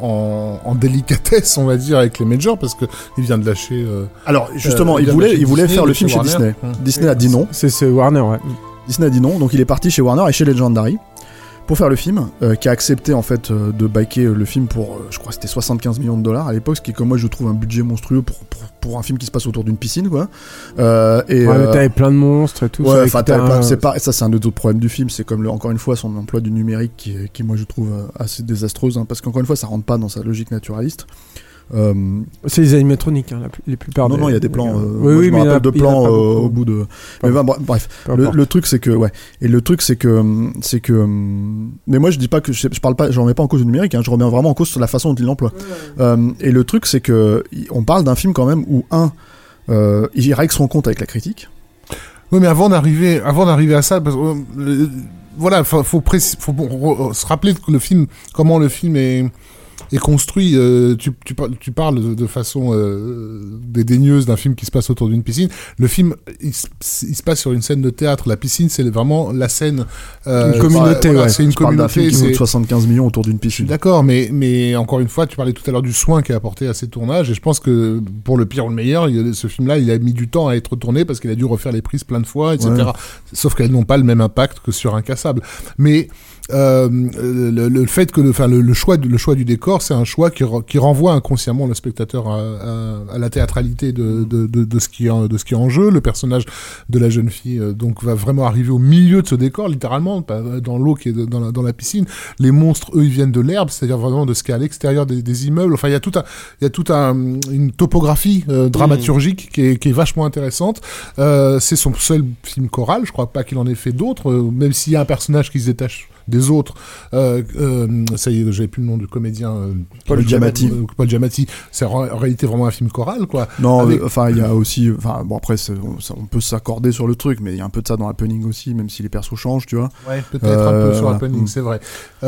en, en délicatesse, on va dire, avec les majors, parce qu'il vient de lâcher... Euh, Alors, justement, euh, il, il voulait, il voulait Disney, faire le film chez Warner. Disney. Hum. Disney a dit non. C'est, c'est Warner, ouais. Disney a dit non, donc il est parti chez Warner et chez Legendary pour faire le film, euh, qui a accepté en fait euh, de backer le film pour, euh, je crois que c'était soixante-quinze millions de dollars à l'époque, ce qui comme moi je trouve un budget monstrueux pour, pour, pour un film qui se passe autour d'une piscine, quoi. Euh, et, ouais, euh, t'avais plein de monstres et tout. ouais, ça, enfin, t'as t'avais un... plein- c'est pas, ça c'est un des autres problèmes du film, c'est comme le, encore une fois son emploi du numérique qui, est- qui moi je trouve euh, assez désastreuse, hein, parce qu'encore une fois ça rentre pas dans sa logique naturaliste. Euh, C'est les animatroniques, hein, la, les plupart non, des... non, il y a des plans. Euh, oui, moi, oui, je me mais il y en a- rappelle de il y en a plans pas euh, beaucoup. au bout de. Peu Mais ben, br- bref, Peu le, importe. le truc c'est que ouais. Et le truc c'est que c'est que. Mais moi je dis pas que je, je parle pas, je remets pas en cause le numérique. Hein, je remets vraiment en cause sur la façon dont il l'emploie. Euh, et le truc c'est que y- on parle d'un film quand même où un, euh, il règle son compte avec la critique. Oui, mais avant d'arriver, avant d'arriver à ça, parce que, euh, voilà, faut, faut, précis- faut bon, se rappeler que le film, comment le film est, est construit. Euh, tu, tu, par- tu parles de, de façon euh, dédaigneuse d'un film qui se passe autour d'une piscine. Le film, il, se- il se passe sur une scène de théâtre. La piscine, c'est vraiment la scène. Euh, Une communauté, voilà, ouais. C'est une Je parle d'un film communauté. qui coûte c'est- soixante-quinze millions autour d'une Je suis piscine. d'accord, mais, mais encore une fois, tu parlais tout à l'heure du soin qui est apporté à ces tournages, et je pense que pour le pire ou le meilleur, il y a- ce film-là, il a mis du temps à être tourné parce qu'il a dû refaire les prises plein de fois, et cetera. Ouais. Sauf qu'elles n'ont pas le même impact que sur Incassable. Mais euh, le, le fait que le, enfin, le, le choix du, le choix du décor, c'est un choix qui, re- qui renvoie inconsciemment le spectateur à, à, à la théâtralité de, de, de, de, ce qui est en, de ce qui est en jeu. Le personnage de la jeune fille euh, donc va vraiment arriver au milieu de ce décor, littéralement, pas dans l'eau qui est de- dans la, dans la piscine. Les monstres, eux, ils viennent de l'herbe, c'est-à-dire vraiment de ce qui est à l'extérieur des, des immeubles. Enfin, il y a tout un, il y a tout un, une topographie euh, dramaturgique qui, est, qui est vachement intéressante. Euh, c'est son seul film choral. Je crois pas qu'il en ait fait d'autres, euh, même s'il y a un personnage qui se détache des autres. Euh, euh, ça y est, j'avais plus le nom du comédien. euh, Paul Paul Giamatti. euh, Paul Giamatti. C'est en, en réalité vraiment un film choral, quoi. Non, Avec- euh, enfin il y a aussi, enfin bon après c'est- on, ça- on peut s'accorder sur le truc, mais il y a un peu de ça dans Happening aussi, même si les persos changent, tu vois. Ouais, peut-être un Euh, peu sur voilà. Happening, Mm. c'est vrai.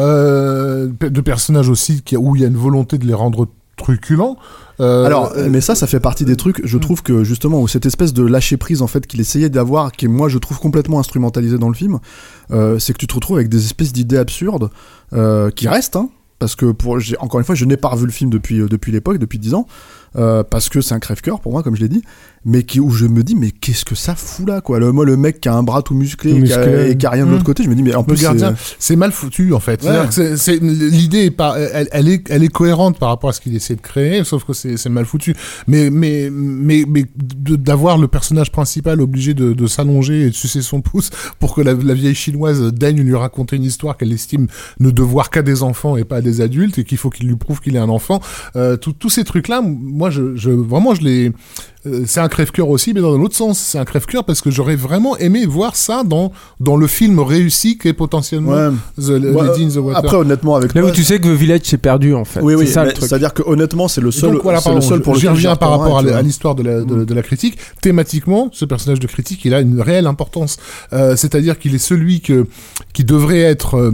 Euh, de personnages aussi qui, où il y a une volonté de les rendre truculents. Euh, Alors, euh, mais ça, ça fait partie des trucs, je trouve que justement, où cette espèce de lâcher prise en fait qu'il essayait d'avoir, qui est moi je trouve complètement instrumentalisé dans le film, euh, c'est que tu te retrouves avec des espèces d'idées absurdes euh, qui restent, hein, parce que pour, j'ai, encore une fois, je n'ai pas revu le film depuis, euh, depuis l'époque, depuis dix ans, euh, parce que c'est un crève-cœur pour moi, comme je l'ai dit, mais qui, où je me dis, mais qu'est-ce que ça fout là, quoi. Le, moi, le mec qui a un bras tout musclé, Tout qui a- musclé. et qui a rien de Mmh. l'autre côté, je me dis, mais en le plus, gardien, c'est- c'est mal foutu en fait. Ouais. C'est-à-dire que c'est- c'est- l'idée est pas, elle, elle est, elle est cohérente par rapport à ce qu'il essaie de créer, sauf que c'est, c'est mal foutu. Mais, mais, mais, mais de- d'avoir le personnage principal obligé de, de s'allonger et de sucer son pouce pour que la, la vieille chinoise daigne lui raconter une histoire qu'elle estime ne devoir qu'à des enfants et pas à des adultes, et qu'il faut qu'il lui prouve qu'il est un enfant. Euh, tout- tous ces trucs-là, moi, je, je vraiment, je les, euh, c'est un crève-cœur aussi, mais dans l'autre sens, c'est un crève-cœur parce que j'aurais vraiment aimé voir ça dans dans le film réussi qu'est potentiellement ouais. The Ouais, Lady in the Water. Après, honnêtement, avec Là toi, où tu sais que The Village s'est perdu en fait. oui, oui, c'est ça mais le truc. c'est-à-dire que honnêtement, c'est le Et seul, donc voilà, c'est pardon, le seul pour j'y lequel reviens j'y par rapport à, retournerai, tu la- à vois. l'histoire de la, de, Mm. de la critique. Thématiquement, ce personnage de critique, il a une réelle importance. Euh, c'est-à-dire qu'il est celui que, qui devrait être euh,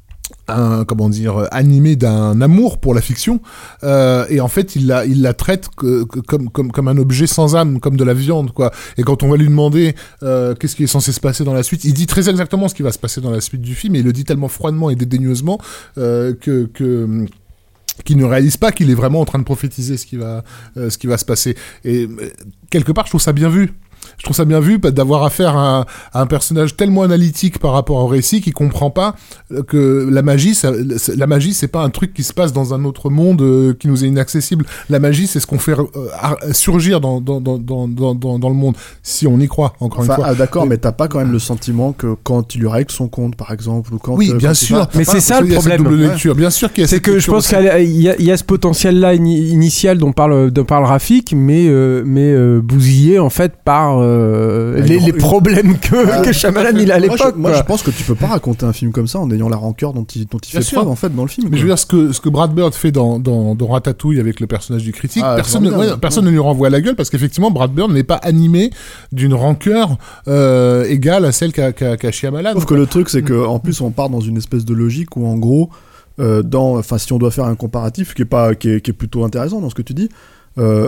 un, comment dire, euh, animé d'un amour pour la fiction, euh, et en fait il la, il la traite que, que- comme, comme, comme un objet sans âme, comme de la viande, quoi. Et quand on va lui demander euh, qu'est-ce qui est censé se passer dans la suite, il dit très exactement ce qui va se passer dans la suite du film, et il le dit tellement froidement et dédaigneusement euh, que, que qu'il ne réalise pas qu'il est vraiment en train de prophétiser ce qui va, euh, ce qui va se passer. Et euh, quelque part, je trouve ça bien vu. Je trouve ça bien vu bah, d'avoir affaire à un, à un personnage tellement analytique par rapport au récit qui comprend pas euh, que la magie, ça, c'est- la magie, c'est pas un truc qui se passe dans un autre monde euh, qui nous est inaccessible. La magie, c'est ce qu'on fait euh, ar- surgir dans, dans, dans, dans, dans, dans, dans le monde, si on y croit, encore Enfin, une fois. ah, d'accord, Mais- mais t'as pas quand même le sentiment que quand il lui règle son compte, par exemple, ou quand. Oui, euh, bien quand il sûr. va- Mais T'as c'est pas- ça le il y a cette problème. double Ouais. lecture. Bien sûr qu'il y a C'est cette que je lecture pense aussi. qu'il y, a- il y a ce potentiel-là ini- initial dont parle, dont parle Rafik, mais, euh, mais euh, bousillé en fait par euh, Une les, gro- les une- problèmes que, Ah, que Shyamalan il a à Moi, je, l'époque. moi, quoi. je pense que tu peux pas raconter un film comme ça en ayant la rancœur dont il, dont il Bien fait sûr. preuve en fait dans le film. Mais je veux quoi. dire, ce que, ce que Brad Bird fait dans, dans, dans Ratatouille avec le personnage du critique, Ah, personne, ne, formidable. ouais, personne ne lui renvoie la gueule parce qu'effectivement, Brad Bird n'est pas animé d'une rancœur euh, égale à celle qu'a, qu'a, qu'a Shyamalan. Sauf que le truc, c'est que en plus, on part dans une espèce de logique où, en gros, euh, dans, enfin, si on doit faire un comparatif qui est pas, qui est, qui est plutôt intéressant dans ce que tu dis, euh,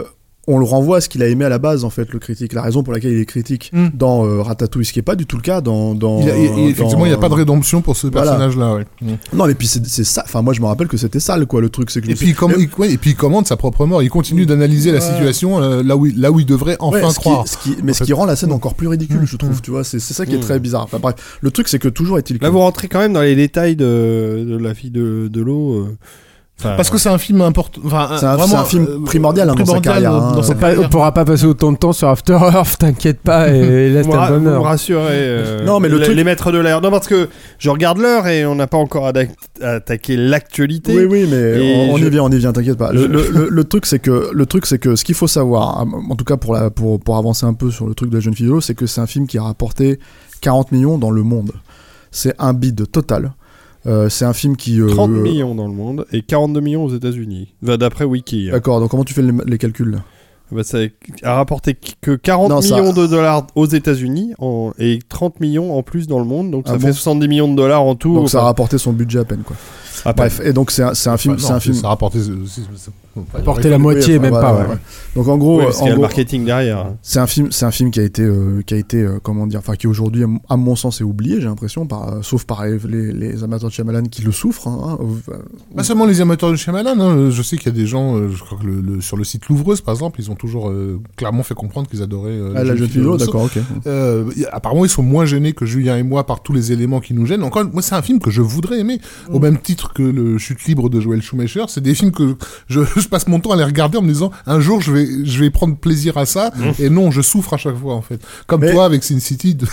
on le renvoie à ce qu'il a aimé à la base, en fait, le critique. La raison pour laquelle il est critique Mm. dans euh, Ratatouille, ce qui est pas du tout le cas dans. dans Il y a- il y a- dans- effectivement, il n'y a pas de rédemption pour ce Voilà. personnage-là. Ouais. Mm. Non, et puis c'est, c'est ça. Enfin, moi, je me rappelle que c'était sale, quoi, le truc. C'est que je Et me puis, suis- comme, il, ouais, et puis il commande sa propre mort. Il continue d'analyser la Ouais. situation euh, là, où il, là où il devrait enfin Ouais, ce qui- croire. ce qui- mais En ce fait. qui rend la scène encore plus ridicule, Mm. je trouve. Tu vois, c'est, c'est ça qui est Mm. très bizarre. Enfin, bref, le truc, c'est que toujours est-il que. Là, vous rentrez quand même dans les détails de, de la fille de, de l'eau. euh. Enfin, Parce que c'est un film important. Enfin, C'est un- vraiment, c'est un film euh, primordial, hein, dans sa primordial, carrière, euh, hein. dans sa C'est pas- on carrière. pourra pas passer autant de temps sur After Earth, t'inquiète pas, et là vous, c'est me ra- un vous me bonheur. rassurez. euh, Non, mais le les, truc- les maîtres de l'air. Non, parce que je regarde l'heure et on n'a pas encore ada- attaqué l'actualité. Oui, oui, mais Et on, on je- y vient, on y vient, t'inquiète pas. Le, Je- le- le- le truc, c'est que le truc, c'est que ce qu'il faut savoir, en tout cas pour la, pour, pour avancer un peu sur le truc de la jeune fille de l'eau, c'est que c'est un film qui a rapporté quarante millions dans le monde. C'est un bid total. Euh, c'est un film qui. euh, trente millions dans le monde et quarante-deux millions aux États-Unis. Bah, d'après Wiki. hein. D'accord. Donc comment tu fais les, les calculs là Bah, ça a rapporté que quarante Non, ça- millions de dollars aux États-Unis en- et trente millions en plus dans le monde. Donc ça Ah fait bon soixante-dix millions de dollars en tout. Donc ça a Enfin, rapporté son budget à peine, quoi. à peine. Bref, et donc c'est un, c'est un film, Enfin, c'est un non, film. Ça a rapporté. euh, c'est- c'est- enfin, Porter la il- moitié, Oui, enfin, même voilà, pas, ouais, ouais. ouais. Donc en gros, Oui, parce en qu'il y a le gros, marketing derrière. c'est un film, c'est un film qui a été, euh, qui a été, euh, comment dire, enfin qui aujourd'hui, à mon sens, est oublié, j'ai l'impression, par, euh, sauf par les, les, les amateurs de Shyamalan qui le souffrent. Hein, hein, euh, Pas seulement les amateurs de Shyamalan, hein, je sais qu'il y a des gens, euh, je crois que le, le- sur le site Louvreuse par exemple, ils ont toujours euh, clairement fait comprendre qu'ils adoraient euh, ah, la jeune fille de l'eau, d'accord, ok. Euh, y a- apparemment, ils sont moins gênés que Julien et moi par tous les éléments qui nous gênent. Encore, moi, c'est un film que je voudrais aimer, au même titre que le Chute libre de Joel Schumacher. C'est des films que je, je passe mon temps à les regarder en me disant, un jour, je vais, je vais prendre plaisir à ça. Et non, je souffre à chaque fois, en fait. Comme Mais- toi avec Sin City de-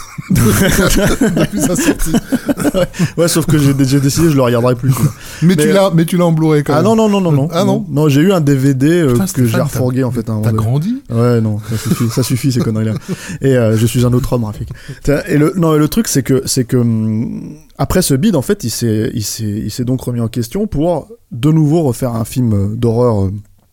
de- depuis sa sortie. Ouais, sauf que j'ai, j'ai décidé, je le regarderai plus. quoi. Mais, Mais- tu l'as, mais tu l'as en Blu-ray quand Ah même. non, non, non, non, non. Ah non Non, j'ai eu un D V D euh, Putain, que Stéphane, j'ai t'as- refourgué en fait. à un moment T'as donné. grandi? Ouais, non, ça suffit, ça suffit ces conneries-là. Et euh, je suis un autre homme, Rafik. Tiens, Et le, non, le truc, c'est que, c'est que hum, après ce bid, en fait, il s'est, il s'est, il s'est donc remis en question pour de nouveau refaire un film euh, d'horreur euh,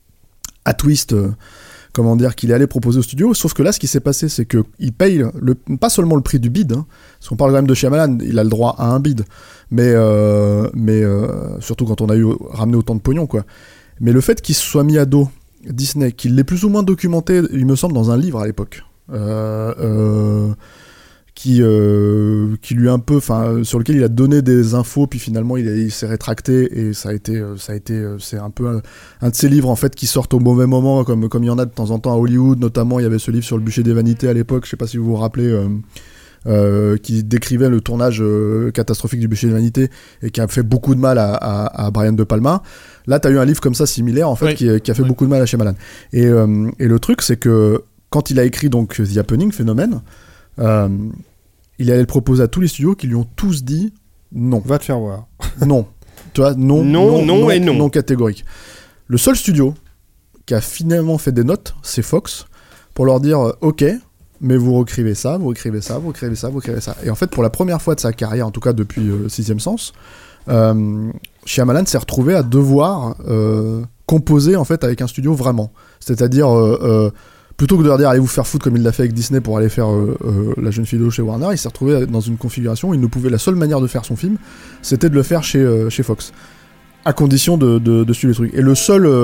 à twist. euh, Comment dire, qu'il est allé proposer au studio, sauf que là, ce qui s'est passé, c'est que il paye le, pas seulement le prix du bid, hein, parce qu'on parle quand même de Shyamalan, il a le droit à un bid, mais, euh, mais euh, surtout quand on a eu ramené autant de pognon, quoi. Mais le fait qu'il se soit mis à dos Disney, qu'il l'ait plus ou moins documenté, il me semble, dans un livre à l'époque, euh, euh, qui, euh, qui lui a un peu, enfin, sur lequel il a donné des infos, puis finalement il, a- il s'est rétracté, et ça a été, euh, ça a été, euh, c'est un peu un, un de ces livres en fait qui sortent au mauvais moment, comme comme il y en a de temps en temps à Hollywood, notamment il y avait ce livre sur le bûcher des vanités à l'époque, je sais pas si vous vous rappelez. Euh, euh, qui décrivait le tournage euh, catastrophique du bûcher des vanités et qui a fait beaucoup de mal à, à, à Brian De Palma. Là, t'as eu un livre comme ça similaire en fait Oui. qui, qui a fait Oui. beaucoup de mal à Shyamalan. Et, euh, et le truc, c'est que quand il a écrit donc The Happening, Phénomène, euh, il allait le proposer à tous les studios qui lui ont tous dit non, Va te faire voir. non, tu vois, non, Non, non et non. non catégorique. Le seul studio qui a finalement fait des notes, c'est Fox, pour leur dire euh, ok, mais vous réécrivez ça, vous réécrivez ça, vous réécrivez ça, vous réécrivez ça. Et en fait, pour la première fois de sa carrière, en tout cas depuis euh, Sixième Sens, euh, Shyamalan s'est retrouvé à devoir euh, composer en fait avec un studio vraiment. C'est-à-dire euh, euh, plutôt que de leur dire allez vous faire foutre comme il l'a fait avec Disney pour aller faire euh, euh, La Jeune Fille de l'eau chez Warner, il s'est retrouvé dans une configuration où il ne pouvait, la seule manière de faire son film, c'était de le faire chez, euh, chez Fox, à condition de, de, de suivre les trucs. Et le seul, euh,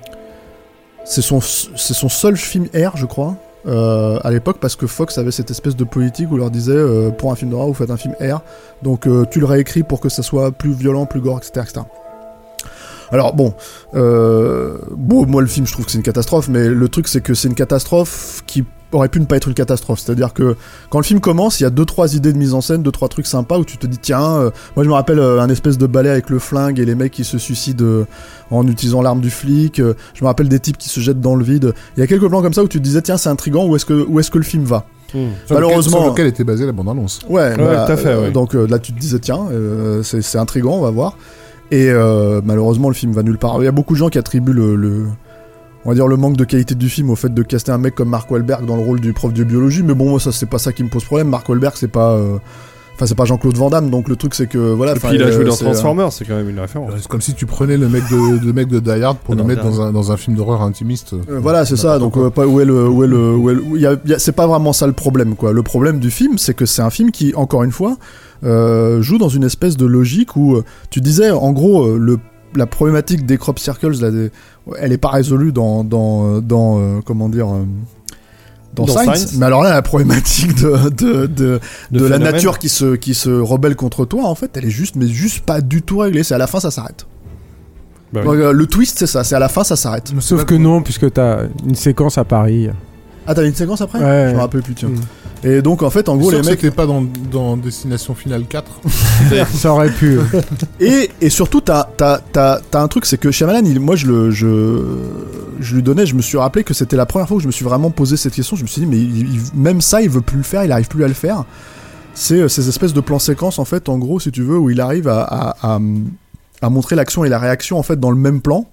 c'est son, c'est son seul film R, je crois, euh, à l'époque, parce que Fox avait cette espèce de politique où il leur disait euh, pour un film d'horreur, vous faites un film R, donc euh, tu le réécris pour que ça soit plus violent, plus gore, et cetera, et cetera. Alors bon, euh, bon, moi le film je trouve que c'est une catastrophe, mais le truc c'est que c'est une catastrophe qui aurait pu ne pas être une catastrophe. C'est-à-dire que quand le film commence, il y a deux trois idées de mise en scène, deux trois trucs sympas où tu te dis tiens, euh, moi je me rappelle euh, un espèce de balai avec le flingue et les mecs qui se suicident euh, en utilisant l'arme du flic. Euh, je me rappelle des types qui se jettent dans le vide. Il y a quelques plans comme ça où tu te disais tiens c'est intriguant, où est-ce que où est-ce que le film va? Mmh. Sur Malheureusement- lequel, sur lequel était basée la bande-annonce. Ouais, voilà, tout à fait, euh, ouais. donc euh, là tu te disais tiens, euh, c'est, c'est intriguant, on va voir. Et euh, malheureusement le film va nulle part. Il y a beaucoup de gens qui attribuent le, le, on va dire le manque de qualité du film au fait de caster un mec comme Mark Wahlberg dans le rôle du prof de biologie. Mais bon moi ça c'est pas ça qui me pose problème. Mark Wahlberg c'est pas, euh, enfin c'est pas Jean-Claude Van Damme. Donc le truc c'est que voilà. Et enfin, puis il a joué euh, dans c'est, Transformers, c'est quand même une référence. C'est comme si tu prenais le mec de, le mec de Die Hard pour Ah le non, mettre Die dans un, dans un film d'horreur intimiste. Euh, voilà, c'est ça. N'importe Donc, quoi. euh, pas- où est le, où est le, où est le- où il y a- il y a- c'est pas vraiment ça le problème, quoi. Le problème du film, c'est que c'est un film qui, encore une fois, euh, joue dans une espèce de logique où euh, tu disais, en gros, euh, le la problématique des crop circles, là, des, elle est pas résolue dans dans dans euh, comment dire. Euh, Dans, dans Science. Science, mais alors là, la problématique de de de, de, de la nature qui se qui se rebelle contre toi, en fait, elle est juste, mais juste pas du tout réglée. C'est à la fin, ça s'arrête. Bah oui. Donc, le twist, c'est ça. C'est à la fin, ça s'arrête. Sauf que non, puisque t'as une séquence à Paris. Ah, t'avais une séquence après ? Ouais. Je me rappelle plus, tiens. Mmh. Et donc, en fait, en gros, les mecs. C'était pas dans, dans Destination Finale quatre. Ça aurait pu. et, et surtout, t'as, t'as, t'as, t'as un truc, c'est que Shyamalan, il, moi, je le, je, je lui donnais, je me suis rappelé que c'était la première fois où je me suis vraiment posé cette question. Je me suis dit, mais il, il, même ça, il veut plus le faire, il arrive plus à le faire. C'est euh, ces espèces de plans séquences, en fait, en gros, si tu veux, où il arrive à, à, à, à montrer l'action et la réaction, en fait, dans le même plan.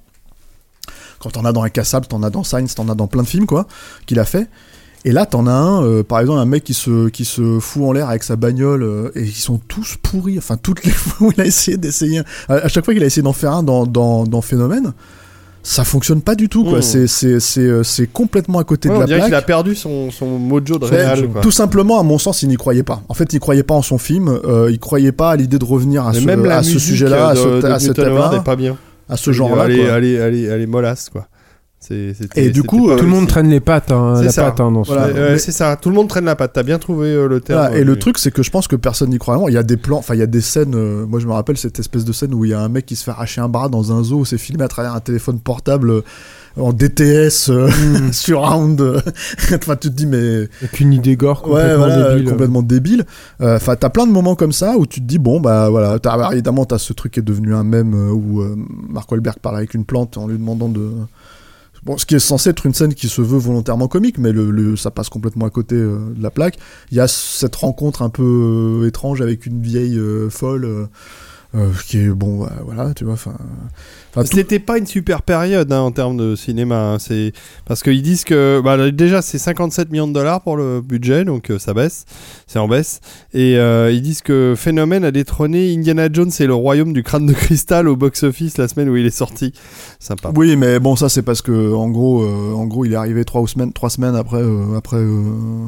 Quand t'en as dans Incassable, t'en as dans Science, t'en as dans plein de films, quoi, qu'il a fait. Et là, t'en as un, euh, par exemple, un mec qui se, qui se fout en l'air avec sa bagnole, euh, et ils sont tous pourris. Enfin, toutes les fois où il a essayé d'essayer, à, à chaque fois qu'il a essayé d'en faire un dans, dans, dans Phénomène, ça fonctionne pas du tout, quoi. Mmh. C'est, c'est, c'est, c'est complètement à côté ouais, de la plaque. On dirait qu'il a perdu son, son mojo de réal, quoi. Tout simplement, à mon sens, il n'y croyait pas. En fait, il croyait pas en son film, euh, il croyait pas à l'idée de revenir à ce, même la à ce sujet-là, à, ce, à cet thème-là. n'est pas bien. À ce genre-là, elle, quoi. Elle est, elle est, elle est mollasse, quoi. C'est, et du coup, tout le monde traîne les pattes, hein, c'est la ça. patte, hein, dans ce voilà, euh, c'est ça. Tout le monde traîne la patte. T'as bien trouvé euh, le terme. Voilà, et euh, le truc, c'est que je pense que personne n'y croit vraiment. Il y a des plans, enfin, il y a des scènes. Euh, moi, je me rappelle cette espèce de scène où il y a un mec qui se fait arracher un bras dans un zoo. Où c'est filmé à travers un téléphone portable euh, en D T S euh, mm. surround. Enfin, tu te dis, mais avec une idée gore complètement ouais, voilà, débile. Complètement débile. Enfin, euh, t'as plein de moments comme ça où tu te dis, bon, bah voilà. T'as, bah, évidemment, t'as ce truc qui est devenu un mème euh, où euh, Mark Wahlberg parle avec une plante en lui demandant de. Bon, ce qui est censé être une scène qui se veut volontairement comique, mais le, le, ça passe complètement à côté euh, de la plaque. Il y a cette rencontre un peu euh, étrange avec une vieille euh, folle, euh, euh, qui est, bon, bah, voilà, tu vois, enfin... C'était tout... pas une super période hein, en termes de cinéma. Hein, c'est... Parce qu'ils disent que, bah, déjà, c'est cinquante-sept millions de dollars pour le budget, donc euh, ça baisse, c'est en baisse. Et euh, ils disent que Phénomène a détrôné Indiana Jones et le Royaume du Crâne de Cristal au box-office la semaine où il est sorti. Sympa. Oui, mais bon, ça c'est parce que en gros, euh, en gros, il est arrivé trois semaines, trois semaines après, euh, après, euh,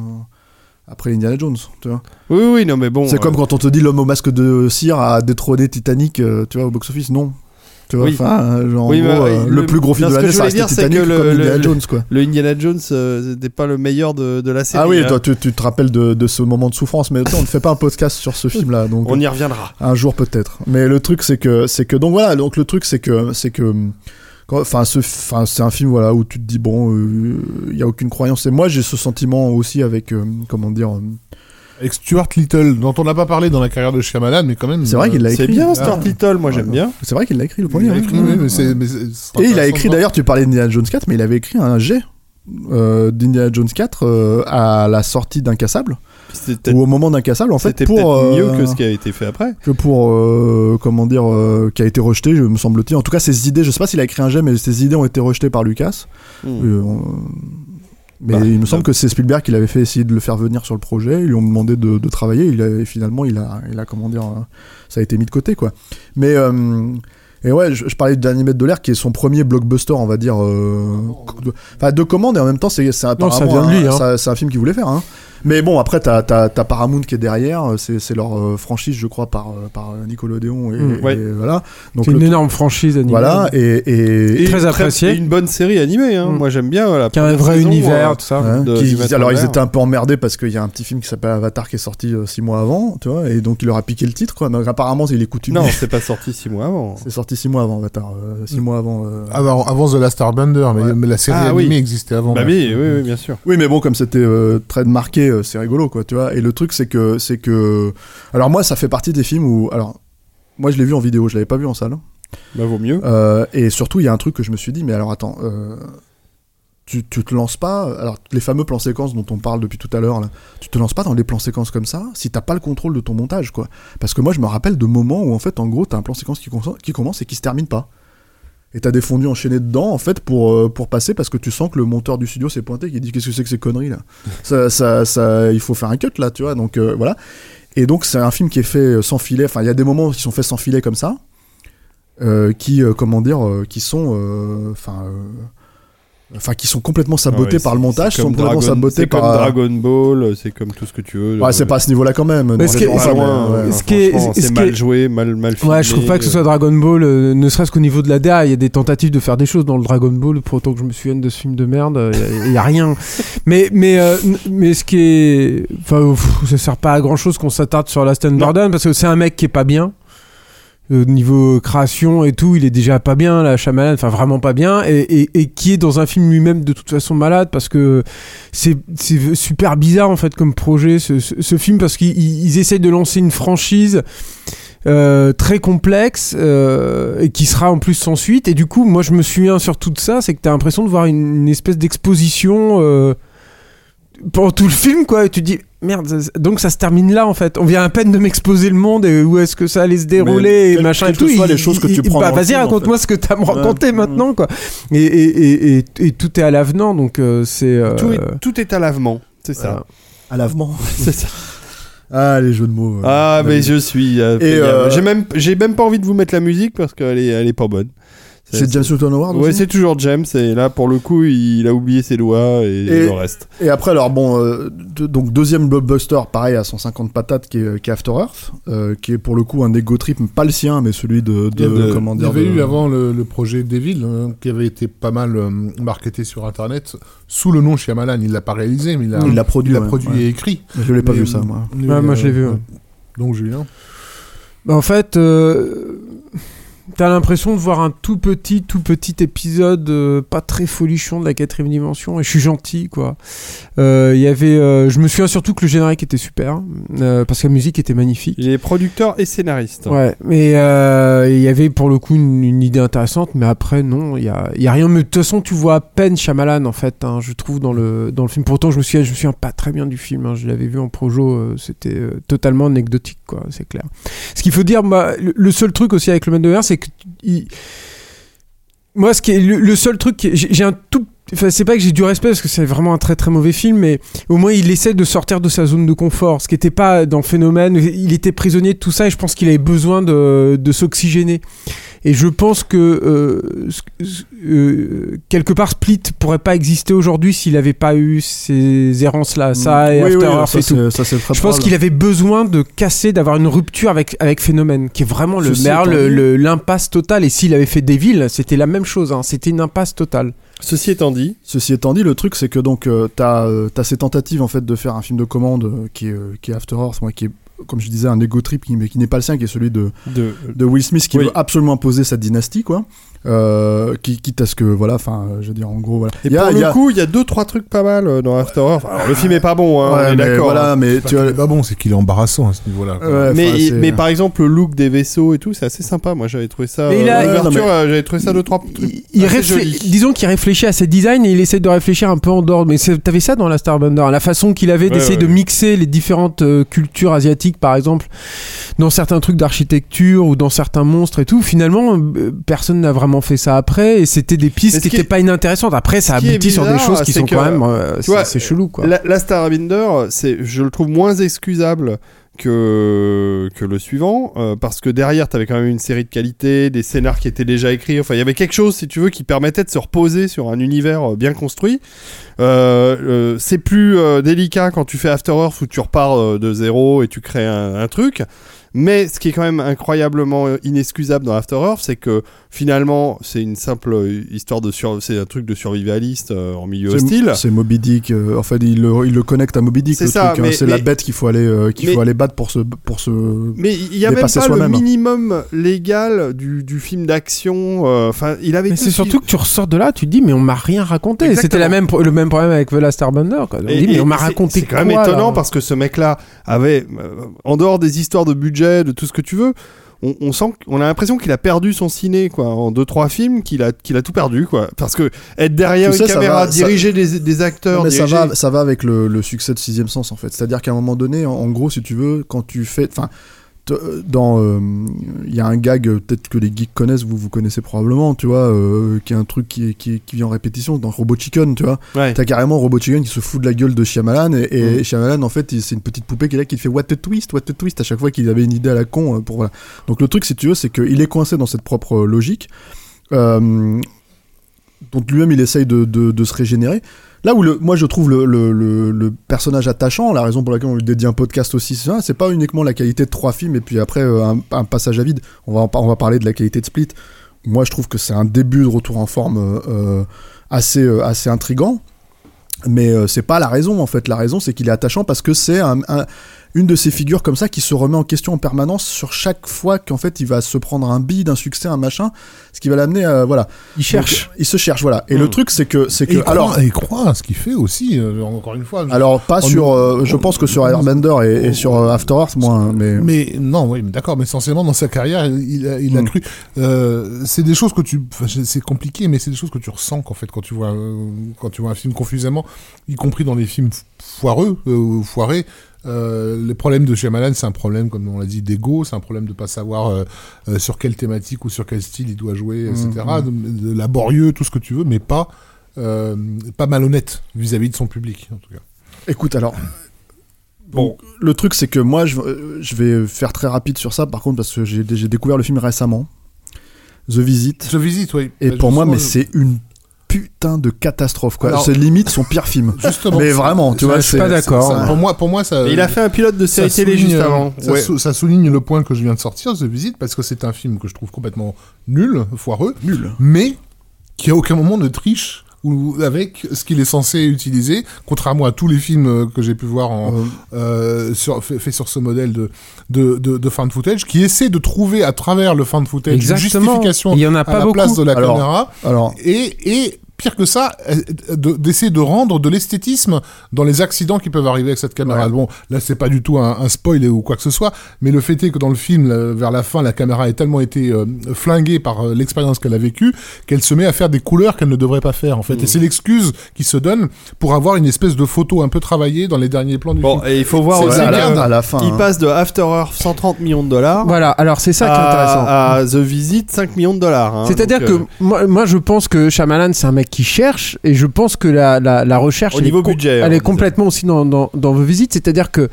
après Indiana Jones, tu vois. Oui, oui, non, mais bon. C'est euh... comme quand on te dit l'homme au masque de cire a détrôné Titanic, euh, tu vois, au box-office, non. Tu vois, oui. enfin, genre, oui, en gros, mais, euh, le, le plus gros film de l'année, ça reste Titanic le, comme le, Indiana le, Jones, quoi. Le Indiana Jones, euh, c'était pas le meilleur de, de la série. Ah oui, hein. toi, tu, tu te rappelles de, de ce moment de souffrance, mais on ne fait pas un podcast sur ce film-là, donc. On y reviendra. Un jour peut-être. Mais le truc, c'est que, c'est que, donc voilà, donc le truc, c'est que, c'est que, enfin, ce, enfin, c'est un film, voilà, où tu te dis, bon, il euh, y a aucune croyance. Et moi, j'ai ce sentiment aussi avec, euh, comment dire. Euh, Avec Stuart Little, dont on n'a pas parlé dans la carrière de Shyamalan, mais quand même. C'est vrai qu'il l'a écrit. C'est bien Stuart ah, Little, moi ouais. j'aime bien. C'est vrai qu'il l'a écrit le premier. Il l'a écrit, oui, mais c'est, mais c'est Et il a écrit d'ailleurs, tu parlais d'Indiana Jones quatre, mais il avait écrit un jet euh, d'Indiana Jones quatre euh, à la sortie d'Incassable. Ou au moment d'Incassable, en fait, c'était pour peut-être euh, mieux que ce qui a été fait après. Que pour euh, comment dire, euh, qui a été rejeté, me semble-t-il. En tout cas, ses idées, je sais pas s'il a écrit un jet, mais ses idées ont été rejetées par Lucas. Hmm. Euh, on, Mais bah, il me semble bah. que c'est Spielberg qui l'avait fait essayer de le faire venir sur le projet. Ils lui ont demandé de, de travailler. Il a, et finalement, il a, il a, comment dire, ça a été mis de côté, quoi. Mais euh, et ouais, je, je parlais de Dernier mètre de l'air, qui est son premier blockbuster, on va dire, euh, enfin de, de commande. Et en même temps, c'est, c'est apparemment, non, ça vient de lui, un, hein. ça, c'est un film qu'il voulait faire. Hein. Mais bon, après, t'as, t'as, t'as Paramount qui est derrière. C'est, c'est leur euh, franchise, je crois, par, par Nickelodeon. Et, mmh, ouais. et voilà. Donc, c'est une le, énorme franchise animée. Voilà. Et, et, et très appréciée. Et une bonne série animée. Hein. Mmh. Moi, j'aime bien. Voilà, qui a un vrai saison, univers, euh, tout ça. Ouais, de, qui, alors, ils étaient un peu emmerdés parce qu'il y a un petit film qui s'appelle Avatar qui est sorti euh, six mois avant, tu vois. Et donc, il leur a piqué le titre, quoi. Donc, apparemment, il est coutumier. Non, c'est pas sorti six mois avant. C'est sorti six mois avant Avatar. Euh, six mmh. mois avant. Euh... Avant, avant The Last Airbender, mais, ouais. mais la série ah, animée oui. existait avant. Bah oui, oui, oui, bien sûr. Oui, mais bon, comme c'était euh, très marqué, euh, c'est rigolo, quoi, tu vois. Et le truc, c'est que, c'est que, alors moi, ça fait partie des films où, alors, moi, je l'ai vu en vidéo, je l'avais pas vu en salle. Bah vaut mieux. Euh, et surtout, il y a un truc que je me suis dit, mais alors attends, euh, tu, tu te lances pas, alors les fameux plans séquences dont on parle depuis tout à l'heure, là, tu te lances pas dans les plans séquences comme ça si t'as pas le contrôle de ton montage, quoi. Parce que moi, je me rappelle de moments où en fait, en gros, t'as un plan séquence qui, con- qui commence et qui se termine pas. Et t'as des fondus enchaînés dedans, en fait, pour, euh, pour passer, parce que tu sens que le monteur du studio s'est pointé, qui dit qu'est-ce que c'est que ces conneries, là. ça, ça, ça, il faut faire un cut, là, tu vois, donc, euh, voilà. Et donc, c'est un film qui est fait sans filet, enfin, il y a des moments qui sont faits sans filet comme ça, euh, qui, euh, comment dire, euh, qui sont, enfin, euh, enfin qui sont complètement sabotés Ah ouais, par le c'est- montage, c'est sont comme complètement Dragon- sabotés c'est par. comme Dragon Ball, c'est comme tout ce que tu veux. Ouais, c'est pas à ce niveau-là quand même. Mais dans ce les qui est- gens, pas mais, loin. ouais. hein. Ce qui est- Franchement, ce c'est qui mal est- joué, mal mal filmé. Ouais, je trouve pas que ce soit Dragon Ball, euh, ne serait-ce qu'au niveau de la D A, il y a des tentatives de faire des choses dans le Dragon Ball, pour autant que je me souvienne de ce film de merde, il y, y a rien. mais mais euh, mais ce qui est, enfin, pff, ça sert pas à grand chose qu'on s'attarde sur Last and Burden parce que c'est un mec qui est pas bien. Au niveau création et tout, il est déjà pas bien, là, Shyamalan, enfin vraiment pas bien, et, et, et qui est dans un film lui-même de toute façon malade, parce que c'est, c'est super bizarre en fait comme projet, ce, ce, ce film, parce qu'ils ils essayent de lancer une franchise euh, très complexe, euh, et qui sera en plus sans suite, et du coup, moi je me souviens sur tout ça, c'est que t'as l'impression de voir une, une espèce d'exposition euh, pendant tout le film, quoi, et tu te dis... Merde, ça- donc ça se termine là en fait. On vient à peine de m'exposer le monde et où est-ce que ça allait se dérouler Mais et quel- machin et quelles que tout. soient Il- les choses que il- tu il- prends bah, dans le vas-y, film, en raconte-moi fait. ce que t'as à me Ouais. raconter Mmh. maintenant, quoi. Et, et, et, et, et tout est à l'avenant, donc euh, c'est. euh, Tout est, tout est à lavement, c'est ça. voilà. À lavement. C'est ça. Ah, les jeux de mots. euh, Ah, mais je suis. euh, Et, payable. euh, J'ai même, j'ai même pas envie de vous mettre la musique parce qu'elle est, elle est pas bonne. C'est James Newton Howard Ouais, aussi c'est toujours James. Et là, pour le coup, il a oublié ses doigts et, Et- le reste. Et après, alors bon, euh, de- donc deuxième blockbuster, pareil à cent cinquante patates, qui est, qui est After Earth, euh, qui est pour le coup un ego trip, pas le sien, mais celui de, de, De- comment Il y dire, avait de- eu avant le, le projet Devil, hein, qui avait été pas mal euh, marketé sur Internet, sous le nom Shyamalan. Il l'a pas réalisé, mais il l'a, Il l'a produit, il l'a ouais, produit ouais. et écrit. Je l'ai pas Mais, vu ça, moi. mais, Ouais, moi, je l'ai vu, euh, ouais. Donc Julien. Bah, en fait, euh, t'as l'impression de voir un tout petit, tout petit épisode euh, pas très folichon de la quatrième dimension, et je suis gentil, quoi. Euh, Il y avait, euh, je me souviens surtout que le générique était super, euh, parce que la musique était magnifique. Il est producteur et scénariste. Ouais, mais euh, il y avait pour le coup une, une idée intéressante, mais après non, il y a, il y a rien. Mais de toute façon, tu vois à peine Shyamalan en fait, hein, je trouve dans le dans le film. Pourtant, je me souviens, je me souviens pas très bien du film. Hein, je l'avais vu en projo, euh, c'était euh, totalement anecdotique, quoi, c'est clair. Ce qu'il faut dire, moi, le, le seul truc aussi avec le Man de Verre, c'est que il... moi, ce qui est le, le seul truc, qui est- j'ai, j'ai un tout Enfin, c'est pas que j'ai du respect parce que c'est vraiment un très très mauvais film, mais au moins il essaie de sortir de sa zone de confort, ce qui n'était pas dans Phénomène. Il était prisonnier de tout ça et je pense qu'il avait besoin de, de s'oxygéner. Et je pense que euh, euh, quelque part Split pourrait pas exister aujourd'hui s'il avait pas eu ces errances là, ça et Oui, After oui, Earth ça, et tout. c'est, ça, c'est très Je pense probable. qu'il avait besoin de casser, d'avoir une rupture avec, avec Phénomène, qui est vraiment le, Ceci meilleur, étant le, dit- le- l'impasse totale. Et s'il avait fait Devil, c'était la même chose, hein. C'était une impasse totale. Ceci étant dit, Ceci étant dit, le truc c'est que donc euh, t'as euh, t'as ces tentatives en fait de faire un film de commande euh, qui est euh, qui est After Earth, moi qui est comme je disais un ego trip qui, mais qui n'est pas le sien, qui est celui de de, de Will Smith qui Oui. veut absolument imposer sa dynastie quoi. Euh, qui, quitte à ce que voilà, enfin euh, je veux dire en gros voilà. et Il y a- pour il y le a- coup, il y a deux trois trucs pas mal euh, dans After Earth. Alors, le film est pas bon, hein, ouais, on est mais d'accord. voilà, hein. mais Pas tu qu'il vois, est pas bon, c'est qu'il est embarrassant à ce niveau-là. quoi. ouais, mais, enfin, c'est- mais par exemple, le look des vaisseaux et tout, c'est assez sympa. Moi, j'avais trouvé ça. Mais il euh, a- l'ouverture, non, mais- euh, j'avais trouvé ça deux trois trucs. Il, il assez réflé- jolis. disons qu'il réfléchit à ses designs et il essaie de réfléchir un peu en dehors. Mais c'est- t'avais ça dans la Starbender, la façon qu'il avait Ouais, d'essayer ouais. de mixer les différentes euh, cultures asiatiques, par exemple, dans certains trucs d'architecture ou dans certains monstres et tout. Finalement, euh, personne n'a vraiment fait ça après et c'était des pistes Mais ce qui qui n'étaient est- pas inintéressantes. Après, ça ce qui est aboutit sur des bizarre, choses qui c'est sont que, quand même euh, c'est, vois, c'est chelou, quoi. La, la Starbinder, c'est, je le trouve moins excusable que, que le suivant, euh, parce que derrière, t'avais quand même une série de qualités, des scénars qui étaient déjà écrits, enfin, il y avait quelque chose, si tu veux, qui permettait de se reposer sur un univers euh, bien construit. Euh, euh, c'est plus euh, délicat quand tu fais After Earth où tu repars euh, de zéro et tu crées un, un truc. Mais ce qui est quand même incroyablement euh, inexcusable dans After Earth, c'est que finalement, c'est une simple euh, histoire de sur... c'est un truc de survivaliste euh, en milieu c'est, hostile. c'est Moby Dick. euh, en fait, il le, il le connecte à Moby Dick. C'est le ça, truc, hein, mais- c'est mais- la bête qu'il faut aller euh, qu'il mais- faut aller battre pour se pour se. Mais il y a même dépasser pas soi-même. le minimum légal du, du film d'action. Enfin, il avait. Mais tout c'est ce surtout qui- que tu ressors de là, tu te dis mais on m'a rien raconté. Exactement. C'était la même, pro- le même problème avec The Last Starbender, quoi. On Et- dit mais et on m'a c'est- raconté C'est quoi, quand même étonnant là parce que ce mec-là avait, euh, en dehors des histoires de budget, de tout ce que tu veux. On, on sent, on a l'impression qu'il a perdu son ciné, quoi, en deux trois films, qu'il a, qu'il a tout perdu, quoi. Parce que être derrière Tu une sais, ça caméra, va- ça- diriger des, des acteurs, Non, mais ça diriger- va, ça va avec le, le succès de Sixième Sens en fait. C'est-à-dire qu'à un moment donné, en, en gros, si tu veux, quand tu fais, enfin, t- dans, euh, il y a un gag euh, peut-être que les geeks connaissent, vous vous connaissez probablement, tu vois, euh, qui est un truc qui, est- qui, est- qui vient en répétition dans Robot Chicken, tu vois. Ouais. T'as carrément Robot Chicken qui se fout de la gueule de Shyamalan et, et Mm. Shyamalan en fait, il- c'est une petite poupée qui est là qui te fait what a twist, what a twist à chaque fois qu'il avait une idée à la con euh, pour voilà. Donc le truc, si tu veux, c'est qu'il est coincé dans cette propre logique. Euh, dont lui-même il essaye de, de, de se régénérer. Là où le, moi je trouve le, le, le, le personnage attachant, la raison pour laquelle on lui dédie un podcast aussi, c'est ça, c'est pas uniquement la qualité de trois films et puis après euh, un, un passage à vide. On va, on va parler de la qualité de Split. Moi je trouve que c'est un début de retour en forme euh, assez, euh, assez intriguant. Mais euh, c'est pas la raison en fait. La raison c'est qu'il est attachant parce que c'est un, un, une de ces figures comme ça qui se remet en question en permanence sur chaque fois qu'en fait il va se prendre un bide, un succès, un machin, ce qui va l'amener à voilà. Il cherche. Donc, il se cherche voilà. Et mmh. le truc c'est que c'est que et il alors croit, il croit à ce qu'il fait aussi. Euh, encore une fois. Alors pas on, sur. Euh, on, je pense que sur Airbender et, et sur euh, After Earth moins. Mais mais non oui d'accord. Mais essentiellement dans sa carrière il a, il a mmh. cru. Euh, c'est des choses que tu. C'est compliqué mais c'est des choses que tu ressens qu'en fait quand tu vois euh, quand tu vois un film confusément, y compris dans les films foireux euh, foirés. Euh, le problème de Shyamalan, c'est un problème, comme on l'a dit, d'ego, c'est un problème de pas savoir euh, euh, sur quelle thématique ou sur quel style il doit jouer, et cetera. Mmh. De, de laborieux, tout ce que tu veux, mais pas euh, pas malhonnête vis-à-vis de son public, en tout cas. Écoute, alors, bon, le truc, c'est que moi, je, je vais faire très rapide sur ça, par contre, parce que j'ai, j'ai découvert le film récemment, The Visit. The Visit, oui. Et bah, pour moi, mais je... c'est une putain de catastrophe quoi. Alors, c'est limite son pire film. Justement, mais vraiment, tu vois, je suis pas d'accord. Ça, pour moi, pour moi, ça. Et il a fait un pilote de série télé juste avant. Ça, ouais. sou- ça souligne le point que je viens de sortir, The Visit, parce que c'est un film que je trouve complètement nul, foireux, nul, mais qui à aucun moment ne triche ou avec ce qu'il est censé utiliser, contrairement à tous les films que j'ai pu voir en, euh... Euh, sur, fait, fait sur ce modèle de, de, de, de found footage, qui essaie de trouver à travers le found footage Exactement. une justification il y en a pas à la beaucoup. place de la alors, caméra, alors... et, et pire que ça, de, d'essayer de rendre de l'esthétisme dans les accidents qui peuvent arriver avec cette caméra. Ouais. Bon, là, c'est pas du tout un, un spoil ou quoi que ce soit, mais le fait est que dans le film, là, vers la fin, la caméra a tellement été euh, flinguée par euh, l'expérience qu'elle a vécue, qu'elle se met à faire des couleurs qu'elle ne devrait pas faire, en fait. Mmh. Et c'est l'excuse qui se donne pour avoir une espèce de photo un peu travaillée dans les derniers plans du bon, film. Bon, et il faut voir c'est aussi à la, à la fin, il hein. passe de After Earth cent trente millions de dollars. Voilà, alors c'est ça qui est intéressant. À, à The Visit cinq millions de dollars. Hein, C'est-à-dire donc, que euh... moi, moi, je pense que Shyamalan, c'est un mec qui cherche. Et je pense que la, la, la recherche, au elle niveau est, com- budget, elle hein, est complètement aussi dans, dans, dans The Visit. C'est-à-dire que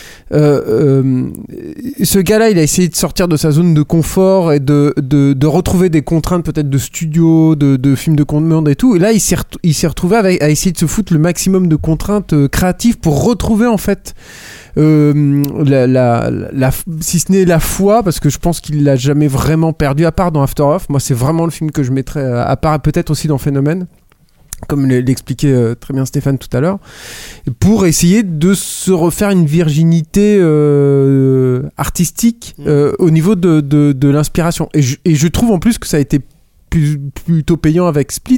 euh, euh, ce gars-là, il a essayé de sortir de sa zone de confort et de, de, de retrouver des contraintes peut-être de studio, de, de films de commande et tout. Et là, il s'est, re- il s'est retrouvé avec, à essayer de se foutre le maximum de contraintes euh, créatives pour retrouver en fait... Euh, la, la, la, si ce n'est la foi, parce que je pense qu'il l'a jamais vraiment perdu, à part dans After Earth. Moi, c'est vraiment le film que je mettrais à, à part, peut-être aussi dans Phénomène, comme l'expliquait euh, très bien Stéphane tout à l'heure, pour essayer de se refaire une virginité euh, artistique euh, au niveau de, de, de l'inspiration. Et je, et je trouve en plus que ça a été plus, plutôt payant avec Split,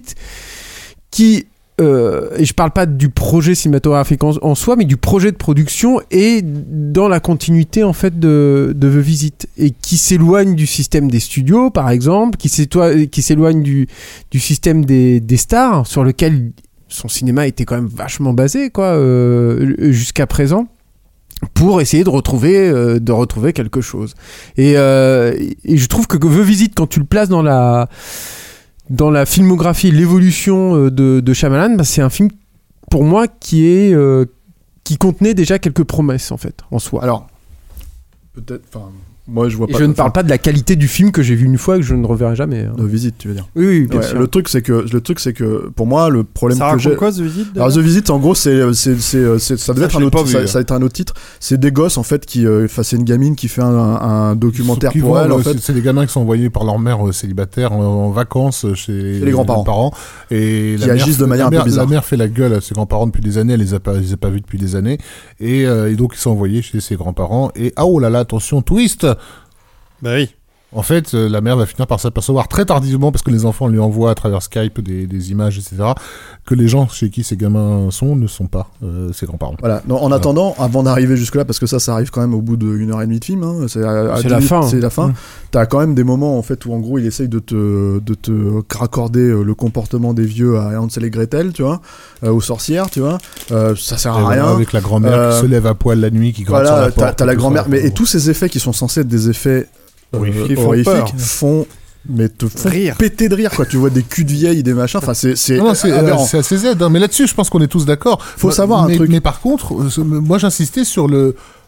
qui... Euh, et je parle pas du projet cinématographique en, en soi, mais du projet de production et dans la continuité en fait de, de The Visit, et qui s'éloigne du système des studios par exemple, qui, qui s'éloigne du, du système des, des stars sur lequel son cinéma était quand même vachement basé quoi, euh, jusqu'à présent, pour essayer de retrouver, euh, de retrouver quelque chose. Et, euh, et je trouve que The Visit, quand tu le places dans la dans la filmographie, l'évolution de, de Shyamalan, bah c'est un film pour moi qui est euh, qui contenait déjà quelques promesses en fait en soi. Alors peut-être, enfin moi je vois et pas. Je ne parle pas de la qualité du film que j'ai vu une fois et que je ne reverrai jamais. Hein. De Visite, tu veux dire. Oui, oui bien ouais, sûr. Le truc c'est que le truc c'est que pour moi le problème ça que j'ai. Ça raconte quoi The Visit? Alors The Visit en gros c'est c'est c'est, c'est ça devait ça, être un autre vu, ça, ça a été un autre titre. C'est des gosses en fait qui enfin euh, c'est une gamine qui fait un, un, un documentaire pour vont, elle en c'est, fait. C'est des gamins qui sont envoyés par leur mère euh, célibataire en, en vacances chez, chez les grands-parents. parents et qui la agissent mère, de manière la mère, un peu bizarre. La mère fait la gueule à ses grands-parents depuis des années, elle les a pas les a pas vus depuis des années et, euh, et donc ils sont envoyés chez ses grands-parents et ah oh là là attention twist. Bah oui. En fait, euh, la mère va finir par s'apercevoir très tardivement, parce que les enfants lui envoient à travers Skype des, des images, et cetera, que les gens chez qui ces gamins sont ne sont pas euh, ses grands-parents. Voilà. Non, en attendant, Alors. avant d'arriver jusque-là, parce que ça, ça arrive quand même au bout d'une heure et demie de film, hein, c'est, à, c'est, à la minutes, fin, c'est la fin. Mmh. T'as quand même des moments en fait où en gros il essaye de te de te raccorder le comportement des vieux à Hansel et Gretel, tu vois, euh, aux sorcières, tu vois. Euh, ça sert à et rien. Voilà, avec la grand-mère euh, qui se lève à poil la nuit, qui gratte voilà, sur la t'as, porte. t'as la grand-mère, ça, mais bon. et tous ces effets qui sont censés être des effets Oui, euh, ils font horrifiques peur. font mais te font rire. péter de rire quoi. Tu vois des culs de vieilles, des machins. Enfin c'est c'est non, c'est, euh, c'est assez Z. Hein, mais là-dessus, je pense qu'on est tous d'accord. Faut savoir mais, un truc. Mais par contre, euh, moi j'insistais sur le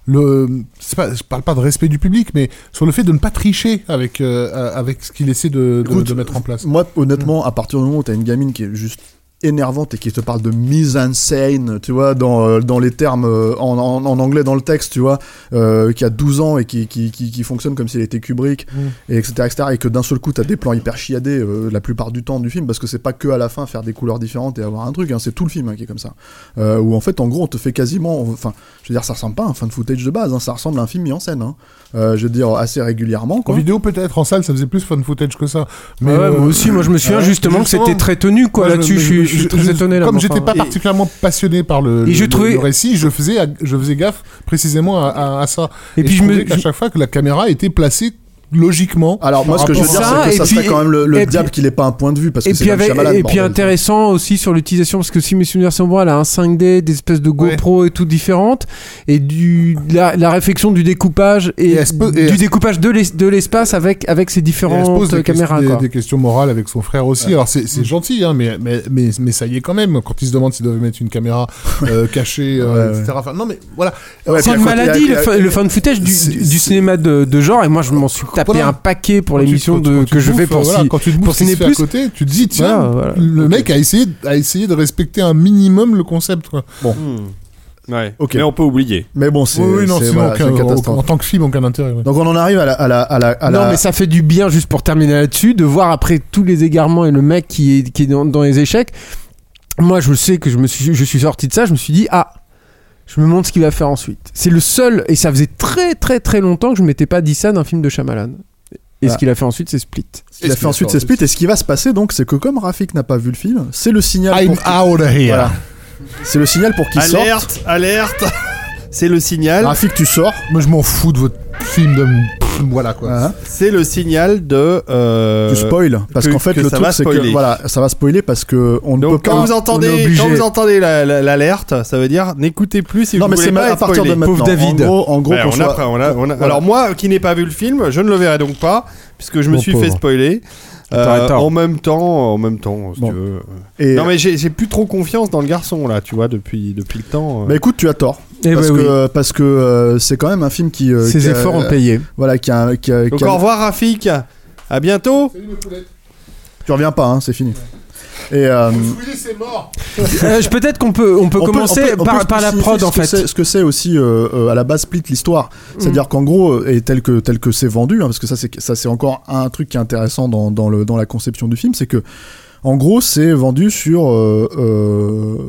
le, c'est pas, je parle pas de respect du public, mais sur le fait de ne pas tricher avec euh, avec ce qu'il essaie de, de, Écoute, de mettre en place. Moi, honnêtement, à partir du moment où t'as une gamine qui est juste énervante et qui te parle de mise en scène, tu vois, dans, euh, dans les termes euh, en, en, en anglais dans le texte, tu vois, euh, qui a douze ans et qui, qui, qui, qui fonctionne comme s'il était Kubrick, mm. et etc., et cetera, et que d'un seul coup t'as des plans hyper chiadés euh, la plupart du temps du film, parce que c'est pas que à la fin faire des couleurs différentes et avoir un truc, hein, c'est tout le film hein, qui est comme ça. Euh, où en fait, en gros, on te fait quasiment, enfin, je veux dire, ça ressemble pas à un fan footage de base, hein, ça ressemble à un film mis en scène, hein. Euh, je veux dire, assez régulièrement, quoi. En vidéo peut-être, en salle ça faisait plus fan footage que ça. Mais ouais, euh, moi aussi, moi je me souviens euh, justement, justement que c'était très tenu, quoi, là-dessus, je, je, je, je suis très je, étonné là. Comme j'étais pas et particulièrement passionné par le, le, le, trouvais... le récit, je faisais, je faisais gaffe précisément à, à, à ça. Et, et puis je, je me trouvais qu'à chaque fois que la caméra était placée logiquement. Alors moi ce que je veux dire ça, c'est que ça puis, serait quand même le, le diable puis, qu'il ait pas un point de vue parce que et c'est puis avec, Shyamalan, et bordel, puis intéressant aussi sur l'utilisation parce que si mes souvenirs sont bons, elle a un cinq D, des espèces de GoPro ouais. et tout différentes et du la, la réflexion du découpage et, et peut, du et découpage de, l'es, de l'espace avec avec ces différentes des caméras questions, quoi. Des, des questions morales avec son frère aussi. Ouais. Alors c'est, c'est mmh. gentil hein, mais mais mais mais ça y est quand même quand il se demande s'il doit mettre une caméra euh, cachée euh, ouais, et cetera. Enfin, non mais voilà. Ouais, c'est une maladie le fan footage du cinéma de genre et moi je m'en suis tapé un paquet pour l'émission de que je fais pour voilà, si, quand tu te pour Ciné Plus à côté, tu te dis tiens, voilà, voilà. le okay. mec a essayé a essayé de respecter un minimum le concept quoi. Bon. Mmh. Ouais. Okay. Mais on peut oublier. Mais bon, c'est oui, non, c'est, sinon, voilà, aucun, c'est catastrophe. En, en tant que film, aucun intérêt. Ouais. Donc on en arrive à la à la à la, à non, la... mais ça fait du bien juste pour terminer là-dessus de voir après tous les égarements et le mec qui est qui est dans, dans les échecs. Moi, je sais que je me suis je suis sorti de ça, je me suis dit ah. Je me demande ce qu'il va faire ensuite. C'est le seul, et ça faisait très très très longtemps que je m'étais pas dit ça d'un film de Shyamalan. Et voilà. Ce qu'il a fait ensuite, c'est Split. Ce qu'il a fait ensuite, c'est Split. Et ce qui va se passer, donc, c'est que comme Rafik n'a pas vu le film, c'est le signal. I'm pour out of here. Voilà. C'est le signal pour qu'il sorte. Alerte, alerte. C'est le signal. Rafik, tu sors. Moi, je m'en fous de votre film de. Voilà quoi. Uh-huh. C'est le signal de. Euh, tu spoil parce que, qu'en fait, le truc, c'est que voilà, ça va spoiler parce que on ne donc, peut quand pas. Vous entendez, quand vous entendez la, la, l'alerte, ça veut dire n'écoutez plus si non, vous mais voulez c'est pas à partir spoilé. de maintenant. Pauvre David. En gros, en gros ouais, on on soit... a, on a, on a... Voilà. Alors moi, qui n'ai pas vu le film, je ne le verrai donc pas puisque je me bon suis pauvre. fait spoiler. Euh, en même temps, en même temps, si bon. tu veux. Et non mais j'ai, j'ai plus trop confiance dans le garçon là, tu vois, depuis depuis le temps. Euh... Bah écoute, tu as tort. Et parce, bah que, oui. parce que euh, c'est quand même un film qui. Euh, Ses qui efforts a, ont payé. Voilà, qui a. Qui a donc qui a... au revoir Rafik. À bientôt. Salut mes poulettes. Tu reviens pas, hein, c'est fini. Et euh... c'est mort. euh, peut-être qu'on peut on peut on commencer peut, on peut, par, on peut par la prod en fait. C'est, ce que c'est aussi euh, euh, à la base Split l'histoire, c'est-à-dire mmh. qu'en gros et tel que tel que c'est vendu, hein, parce que ça c'est ça c'est encore un truc qui est intéressant dans dans le dans la conception du film, c'est que en gros c'est vendu sur euh, euh,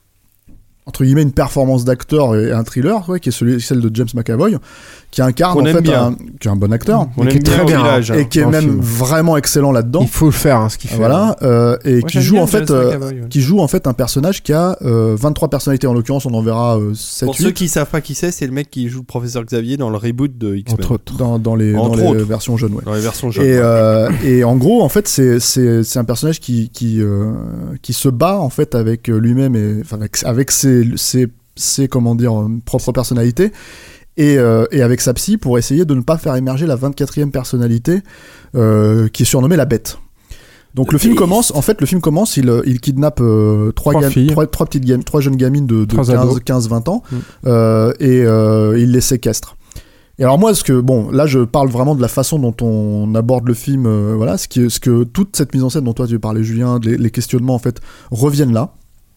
entre guillemets une performance d'acteur et un thriller, ouais, qui est celui celle de James McAvoy, qui incarne on en fait bien. un qui est un bon acteur, on qui est très bien village, et qui est même film. vraiment excellent là-dedans. Il faut le faire hein, ce qu'il fait. Voilà, euh, et Moi, qui joue en fait euh, McAvoy, ouais. qui joue en fait un personnage qui a euh, vingt-trois personnalités, en l'occurrence on en verra euh, sept Pour huit. ceux qui savent pas qui c'est, c'est le mec qui joue le professeur Xavier dans le reboot de X-Men. Entre autres. dans dans les Entre dans les autres. versions jeunes, ouais. Dans les versions jeunes. Et, euh, et en gros, en fait, c'est c'est c'est un personnage qui qui euh, qui se bat en fait avec lui-même et enfin avec avec ses ses ses comment dire propres personnalités et euh, et avec sa psy pour essayer de ne pas faire émerger la vingt-quatrième personnalité euh, qui est surnommée la Bête. Donc le film commence, en fait, le film commence, il il kidnappe euh, trois Trois gam- filles. trois trois petites gamines, trois jeunes gamines de, de Trois ados. quinze vingt ans Mm. euh, et euh, il les séquestre. Et alors moi, ce que bon, là, je parle vraiment de la façon dont on aborde le film, euh, voilà, ce qui, ce que toute cette mise en scène dont toi tu parlais, Julien, les, les questionnements en fait reviennent là,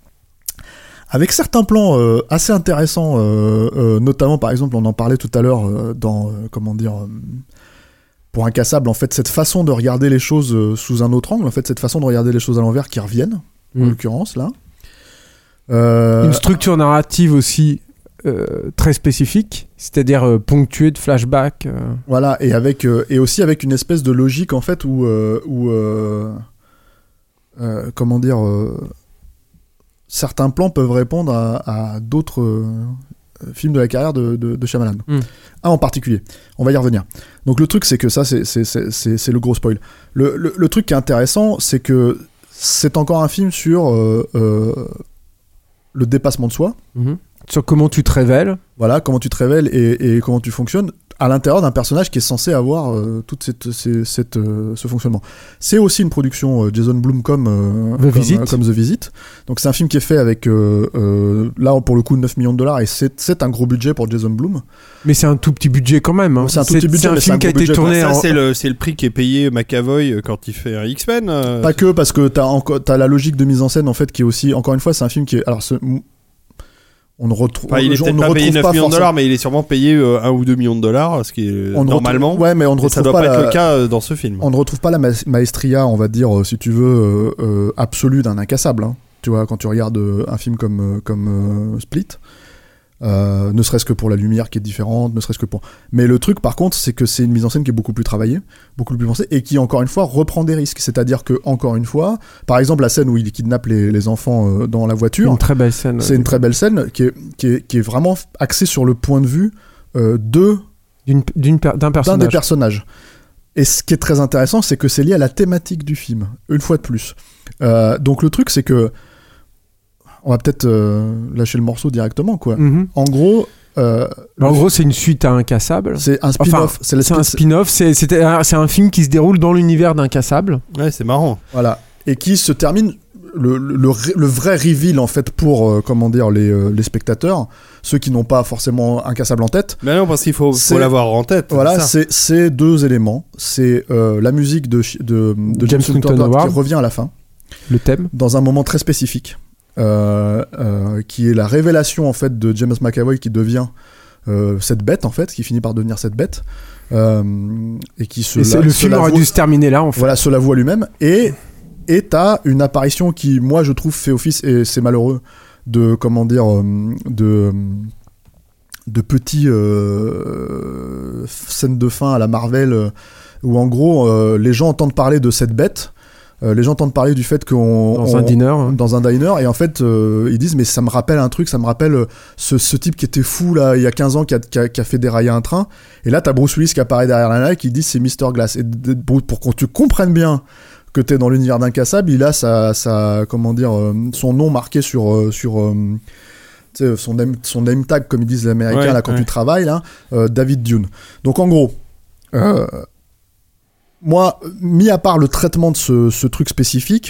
avec certains plans euh, assez intéressants, euh, euh, notamment par exemple, on en parlait tout à l'heure euh, dans, euh, comment dire, euh, pour Incassable, en fait, cette façon de regarder les choses euh, sous un autre angle, en fait, cette façon de regarder les choses à l'envers qui reviennent, Mm. en l'occurrence là. Euh, Une structure narrative aussi euh, très spécifique, c'est-à-dire euh, ponctuée de flashbacks. Euh... Voilà, et avec euh, et aussi avec une espèce de logique en fait où euh, où euh, euh, comment dire euh, certains plans peuvent répondre à, à d'autres euh, films de la carrière de, de, de Shyamalan. Mm. Un en particulier. On va y revenir. Donc le truc c'est que ça c'est c'est c'est c'est, c'est le gros spoil. Le, le le truc qui est intéressant c'est que c'est encore un film sur euh, euh, le dépassement de soi. Mm-hmm. Sur comment tu te révèles. Voilà, comment tu te révèles et, et comment tu fonctionnes, à l'intérieur d'un personnage qui est censé avoir euh, toute cette, cette, cette euh, ce fonctionnement. C'est aussi une production euh, Jason Blum comme, euh, The comme, Visit. euh, comme The Visit. Donc c'est un film qui est fait avec euh, euh, là pour le coup neuf millions de dollars et c'est, c'est un gros budget pour Jason Blum. Mais c'est un tout petit budget quand même. Hein. C'est un tout petit budget, c'est un mais film c'est un qui a gros été budget. tourné Ça, en... c'est le, c'est le prix qui est payé McAvoy quand il fait un X-Men. euh. Pas que parce que t'as encore t'as la logique de mise en scène en fait qui est aussi encore une fois c'est un film qui est alors ce, on ne retrouve Enfin, il est on peut-être ne pas payé retrouve neuf pas millions de forcément- dollars, mais il est sûrement payé euh, un ou deux millions de dollars, ce qui est on ne normalement. retrouve- ouais mais on ne Et ça retrouve doit pas, pas être la- le cas euh, dans ce film. on ne retrouve pas la ma- maestria on va dire euh, si tu veux euh, euh, absolue d'un incassable hein. Tu vois quand tu regardes euh, un film comme euh, comme euh, Split. Euh, ne serait-ce que pour la lumière qui est différente, ne serait-ce que pour. Mais le truc, par contre, c'est que c'est une mise en scène qui est beaucoup plus travaillée, beaucoup plus pensée, et qui encore une fois reprend des risques. C'est-à-dire que encore une fois, par exemple, la scène où il kidnappe les, les enfants euh, dans la voiture, Une très belle scène. c'est une très belle scène qui est, qui est, qui est vraiment axée sur le point de vue euh, de D'une, d'une per- d'un d'un personnage. des personnages. Et ce qui est très intéressant, c'est que c'est lié à la thématique du film, une fois de plus. Euh, donc le truc, c'est que on va peut-être euh, lâcher le morceau directement, quoi. Mhm. En gros, euh, En gros, c'est une suite à Incassable. c'est un Enfin, spin-off. c'est la C'est un spin- spin-off. C'est, c'était un- c'est un film qui se déroule dans l'univers d'Incassable. Ouais, c'est marrant. Voilà. Et qui se termine. Le, le, le, le vrai reveal, en fait, pour euh, comment dire, les, euh, les spectateurs, ceux qui n'ont pas forcément Incassable en tête. Mais non, parce qu'il faut, C'est- faut l'avoir en tête. Voilà, ça. c'est, c'est deux éléments. C'est euh, la musique de, Chi- de, de James James Newton Newton Howard. qui revient à la fin. Le thème. Dans un moment très spécifique, euh, euh, qui est la révélation en fait de James McAvoy qui devient euh, cette bête en fait, qui finit par devenir cette bête, euh, et qui se Et c'est, la- le se film aurait l'avoue- dû se terminer là, en fait. voilà, se l'avoue à lui-même, et et t'as une apparition qui, moi, je trouve fait office, et c'est malheureux, de comment dire, euh, de de petits euh, scènes de fin à la Marvel, euh, où en gros euh, les gens entendent parler de cette bête. Euh, les gens entendent parler du fait qu'on Dans on- un diner. hein. dans un diner et en fait euh, ils disent mais ça me rappelle un truc, ça me rappelle euh, ce, ce type qui était fou là il y a quinze ans qui a, qui a, qui a fait dérailler un train, et là t'as Bruce Willis qui apparaît derrière la et qui dit c'est mister Glass, et de- de- pour que tu comprennes bien que t'es dans l'univers d'Incassable, il a sa, sa comment dire euh, son nom marqué sur euh, sur euh, tu sais, son name, son name tag comme ils disent les Américains Ouais, là quand ouais. tu travailles là, euh, David Dune. Donc en gros euh, moi, mis à part le traitement de ce, ce truc spécifique,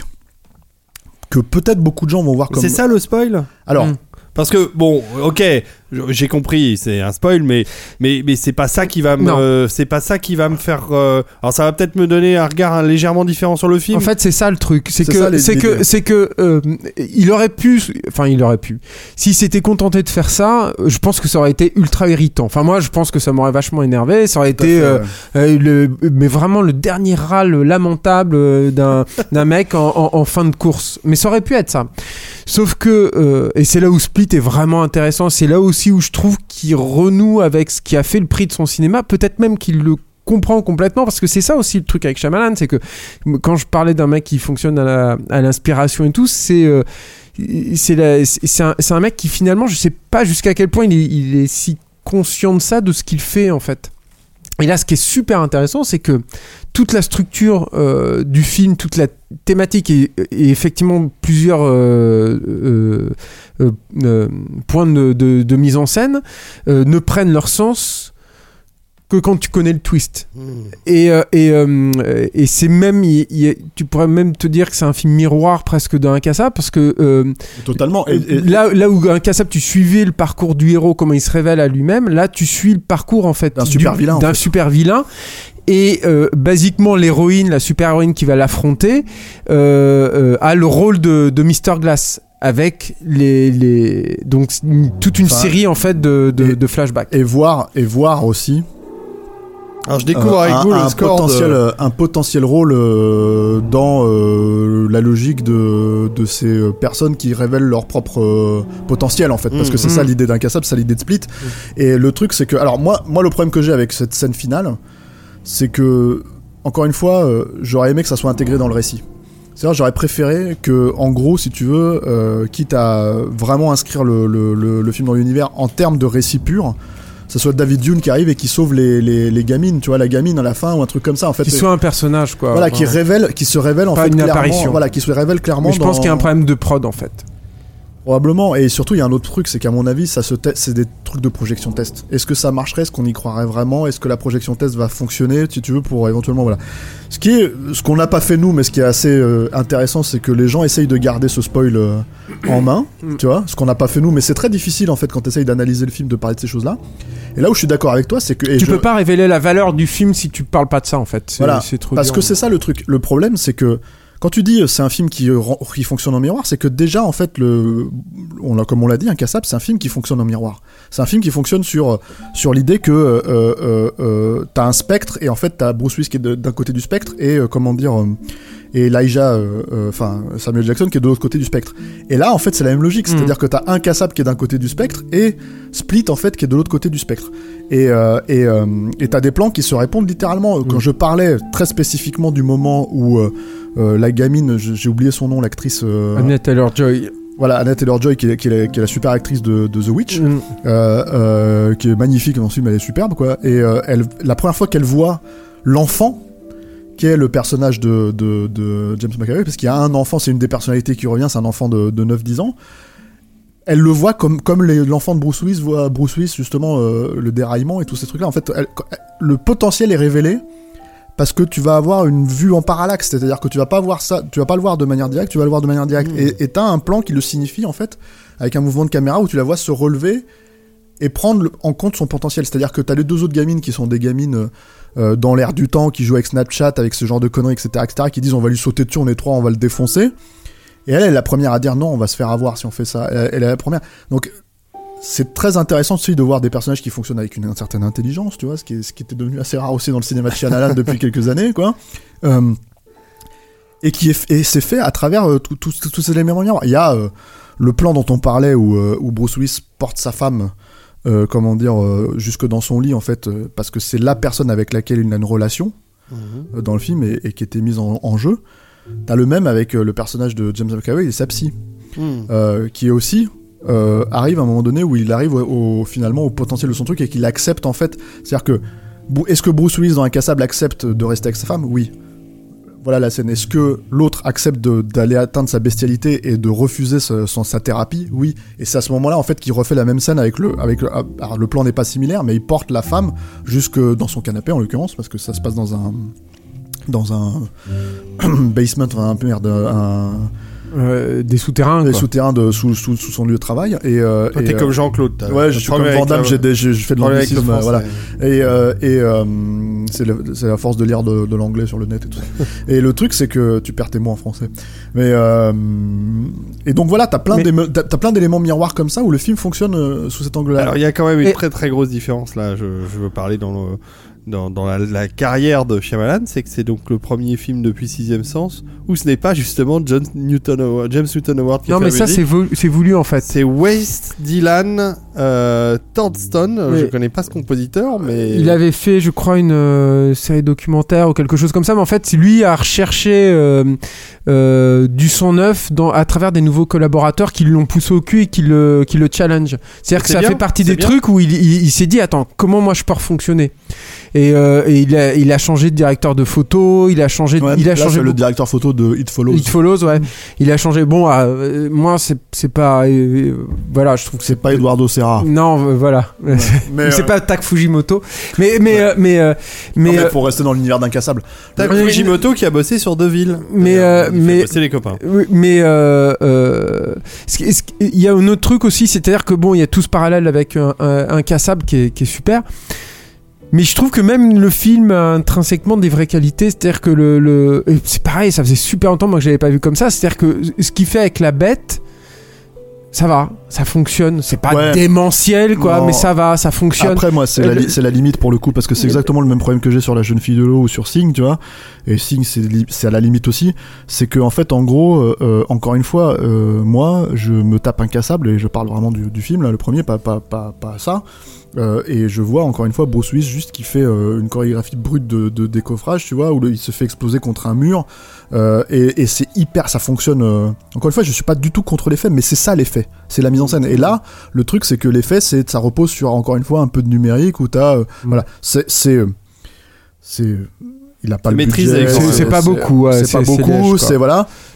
que peut-être beaucoup de gens vont voir comme... C'est ça le spoil. Alors, Mm. Parce que bon, ok, j'ai compris, c'est un spoil, mais mais mais c'est pas ça qui va me, Non. euh, c'est pas ça qui va me faire. euh, alors ça va peut-être me donner un regard hein, légèrement différent sur le film. En fait, c'est ça le truc, c'est C'est que ça, les- c'est que l'idée. c'est que euh, il aurait pu, enfin il aurait pu. S'il s'était contenté de faire ça, je pense que ça aurait été ultra irritant. Enfin moi, je pense que ça m'aurait vachement énervé. Ça aurait tout à été, fait, euh, ouais. euh, le, mais vraiment le dernier râle lamentable euh, d'un d'un mec en, en, en fin de course. Mais ça aurait pu être ça. Sauf que euh, et c'est là où Split est vraiment intéressant. C'est là aussi où je trouve qu'il renoue avec ce qui a fait le prix de son cinéma. Peut-être même qu'il le comprend complètement, parce que c'est ça aussi le truc avec Shyamalan, c'est que quand je parlais d'un mec qui fonctionne à, la, à l'inspiration et tout, c'est euh, c'est, la, c'est, c'est, un, c'est un mec qui finalement, je sais pas jusqu'à quel point il est, il est si conscient de ça, de ce qu'il fait en fait. Et là, ce qui est super intéressant, c'est que toute la structure euh, du film, toute la thématique et, et effectivement plusieurs euh, euh, euh, euh, points de, de, de mise en scène euh, ne prennent leur sens que quand tu connais le twist. Mmh. Et, euh, et, euh, et c'est même, il, il, tu pourrais même te dire que c'est un film miroir presque d'Incassable, parce que euh, Totalement. Et, et- là, là où Incassable, tu suivais le parcours du héros, comment il se révèle à lui-même, là tu suis le parcours en fait D'un du- super vilain, en d'un fait. super vilain. Et euh, basiquement, l'héroïne, la super héroïne qui va l'affronter, euh, euh, a le rôle de, de mister Glass, avec les, les donc une- toute une Enfin, série en fait de, de, et- de flashbacks. et voir, et voir aussi Alors je découvre euh, avec un, vous un le score potentiel, de... euh, un potentiel rôle euh, dans euh, la logique de, de ces euh, personnes qui révèlent leur propre euh, potentiel en fait, parce Mmh. que c'est Mmh. ça l'idée d'Incassable, c'est ça l'idée de Split. Et le truc c'est que, alors moi, moi le problème que j'ai avec cette scène finale, c'est que encore une fois, euh, j'aurais aimé que ça soit intégré dans le récit. C'est-à-dire, j'aurais préféré que, en gros, si tu veux, euh, quitte à vraiment inscrire le, le, le, le film dans l'univers en termes de récit pur, ce soit David Dune qui arrive et qui sauve les, les, les gamines, tu vois, la gamine à la fin ou un truc comme ça, en fait. Qui soit un personnage, quoi. Voilà, Enfin, qui révèle, qui se révèle en Pas fait une clairement, apparition. voilà, qui se révèle clairement. Mais je pense dans- qu'il y a un problème de prod en fait. Probablement, et surtout il y a un autre truc, c'est qu'à mon avis ça se te- c'est des trucs de projection test. Est-ce que ça marcherait, est-ce qu'on y croirait vraiment, est-ce que la projection test va fonctionner, si tu veux, pour éventuellement voilà. Ce qui est, ce qu'on n'a pas fait nous, mais ce qui est assez euh, intéressant, c'est que les gens essayent de garder ce spoil euh, en main, tu vois, ce qu'on n'a pas fait nous, mais c'est très difficile en fait quand tu essayes d'analyser le film de parler de ces choses-là. Et là où je suis d'accord avec toi, c'est que et Tu je... peux pas révéler la valeur du film si tu parles pas de ça en fait. C'est, Voilà, c'est trop parce dur. que c'est ça le truc. Le problème, c'est que quand tu dis euh, c'est un film qui, euh, rend- qui fonctionne en miroir, c'est que déjà en fait le, on l'a, comme on l'a dit, Incassable, c'est un film qui fonctionne en miroir. C'est un film qui fonctionne sur sur l'idée que euh, euh, euh, t'as un spectre et en fait t'as Bruce Willis qui est de- d'un côté du spectre et euh, comment dire euh, et Elijah, enfin euh, euh, Samuel Jackson qui est de l'autre côté du spectre. Et là en fait c'est la même logique, c'est-à-dire que t'as Incassable qui est d'un côté du spectre et Split en fait qui est de l'autre côté du spectre. Et euh, et euh, et t'as des plans qui se répondent littéralement. Quand je parlais très spécifiquement du moment où euh, euh, la gamine, je- j'ai oublié son nom, l'actrice. Euh, Annette Taylor-Joy. Voilà, Annette Taylor-Joy qui est, qui, est, qui est la super actrice de, de The Witch, Mm. euh, euh, qui est magnifique dans ce film, elle est superbe quoi. Et euh, elle, la première fois qu'elle voit l'enfant, qui est le personnage de, de, de James McAvoy, parce qu'il y a un enfant, c'est une des personnalités qui revient, c'est un enfant de, de neuf dix ans. Elle le voit comme, comme les, l'enfant de Bruce Willis voit Bruce Willis, justement, euh, le déraillement et tous ces trucs-là. En fait, elle, le potentiel est révélé parce que tu vas avoir une vue en parallaxe, c'est-à-dire que tu vas pas voir ça, tu vas pas le voir de manière directe, tu vas le voir de manière directe. Mmh. Et, et t'as un plan qui le signifie, en fait, avec un mouvement de caméra où tu la vois se relever et prendre le- en compte son potentiel. C'est-à-dire que t'as les deux autres gamines qui sont des gamines euh, dans l'air du temps, qui jouent avec Snapchat, avec ce genre de conneries, et cetera, et cetera, qui disent on va lui sauter dessus, on est trois, on va le défoncer. Et elle, elle est la première à dire non, on va se faire avoir si on fait ça. Elle, elle est la première. Donc, c'est très intéressant aussi de voir des personnages qui fonctionnent avec une, une certaine intelligence, tu vois, ce qui, est, ce qui était devenu assez rare aussi dans le cinéma de Shyamalan depuis quelques années, quoi. Euh, et qui est, et c'est fait à travers euh, tous ces éléments miroirs. Il y a euh, le plan dont on parlait où, euh, où Bruce Willis porte sa femme, euh, comment dire, euh, jusque dans son lit, en fait, euh, parce que c'est la personne avec laquelle il a une relation Mhm. euh, dans le film et, et qui était mise en, en jeu. T'as le même avec euh, le personnage de James McAvoy et sa psy, Mhm. euh, qui est aussi euh, arrive à un moment donné où il arrive au, au- finalement au potentiel de son truc et qu'il accepte en fait. C'est-à-dire que Bru- est-ce que Bruce Willis dans Incassable accepte de rester avec sa femme ? Oui. Voilà la scène. Est-ce que l'autre accepte de- d'aller atteindre sa bestialité et de refuser ce- son, sa thérapie ? Oui. Et c'est à ce moment-là en fait qu'il refait la même scène avec le avec le, alors, le plan n'est pas similaire, mais il porte la femme jusque dans son canapé en l'occurrence parce que ça se passe dans un dans un basement, enfin un peu merde, un Euh, des souterrains. des quoi. souterrains de sous, sous sous son lieu de travail et euh, Toi, et, t'es euh, comme Jean-Claude. t'as- ouais, t'as je suis problème comme avec Van Damme, la- j'ai, des- j'ai, je fais de problème avec le l'anglicisme, français. voilà. Et, euh, et euh, c'est, le- c'est la force de lire de, de l'anglais sur le net et tout ça. Et le truc, c'est que tu perds tes mots en français. Mais euh, et donc voilà, t'as plein, Mais- d'éme- t'as, t'as plein d'éléments miroirs comme ça où le film fonctionne euh, sous cet angle-là. Alors il y a quand même une Et- très très grosse différence là. Je, je veux parler dans le dans, dans la, la carrière de Shyamalan, c'est que c'est donc le premier film depuis Sixième Sens où ce n'est pas justement John Newton Howard, James Newton Howard qui Non, fait mais la ça, musique. c'est, vo- c'est voulu en fait. C'est Waste Dylan euh, Thornton. Oui. Je connais pas ce compositeur, mais Il avait fait, je crois, une euh, série documentaire ou quelque chose comme ça, mais en fait, lui a recherché euh, euh, du son neuf dans, à travers des nouveaux collaborateurs qui l'ont poussé au cul et qui le, qui le challenge. C'est-à-dire que C'est ça bien, fait partie c'est des bien. trucs où il, il, il s'est dit, attends, comment moi je peux refonctionner ? Et, euh, et il, a, il a changé de directeur de photo, il a changé, de- Ouais, il a là, changé c'est le beaucoup- directeur photo de It Follows. It Follows, ouais. Il a changé. Bon, euh, moi, c'est, c'est pas. euh, voilà, je trouve que C'est pas Eduardo Serra. Non, euh, voilà. Mais c'est euh, pas Tak Fujimoto. Mais, mais, Ouais. euh, mais, euh, mais, non, mais euh, pour rester dans l'univers d'Incassable. t'as mais- Fujimoto qui a bossé sur Deville. Mais, euh, Il fait mais- bosser les copains. oui, mais euh, euh, ce qui- ce qui- il y a un autre truc aussi, c'est-à-dire que bon, il y a tout ce parallèle avec un, un, Incassable qui est, qui est super. Mais je trouve que même le film a intrinsèquement des vraies qualités, c'est-à-dire que le, le... et c'est pareil, ça faisait super longtemps moi que je l'avais pas vu comme ça, c'est-à-dire que ce qu'il fait avec la bête, ça va, ça fonctionne, c'est pas Ouais. démentiel quoi, Non. mais ça va, ça fonctionne. Après, moi, c'est, Euh, la, li- le- c'est la limite pour le coup, parce que c'est exactement le même problème que j'ai sur La Jeune Fille de l'eau ou sur Sing, tu vois. Et Sing, c'est, li- c'est à la limite aussi. C'est que, en fait, en gros, euh, euh, encore une fois, euh, moi, je me tape Incassable et je parle vraiment du, du film, là, le premier, pas, pas, pas, pas ça. Euh, et je vois encore une fois Bruce Willis juste qui fait euh, une chorégraphie brute de, de décoffrage, tu vois, où le- il se fait exploser contre un mur. Euh, et, et c'est hyper, ça fonctionne. euh, Encore une fois, je suis pas du tout contre l'effet, mais c'est ça l'effet, c'est la mise en scène. Et là, le truc, c'est que l'effet, c'est ça repose sur encore une fois un peu de numérique où t'as, euh, voilà, c'est, c'est, euh, c'est, il a pas C'est le maîtrisé, budget, quoi. C'est- c'est pas beaucoup, ouais, c'est, c'est- pas c'est beaucoup, léger, quoi. c'est voilà.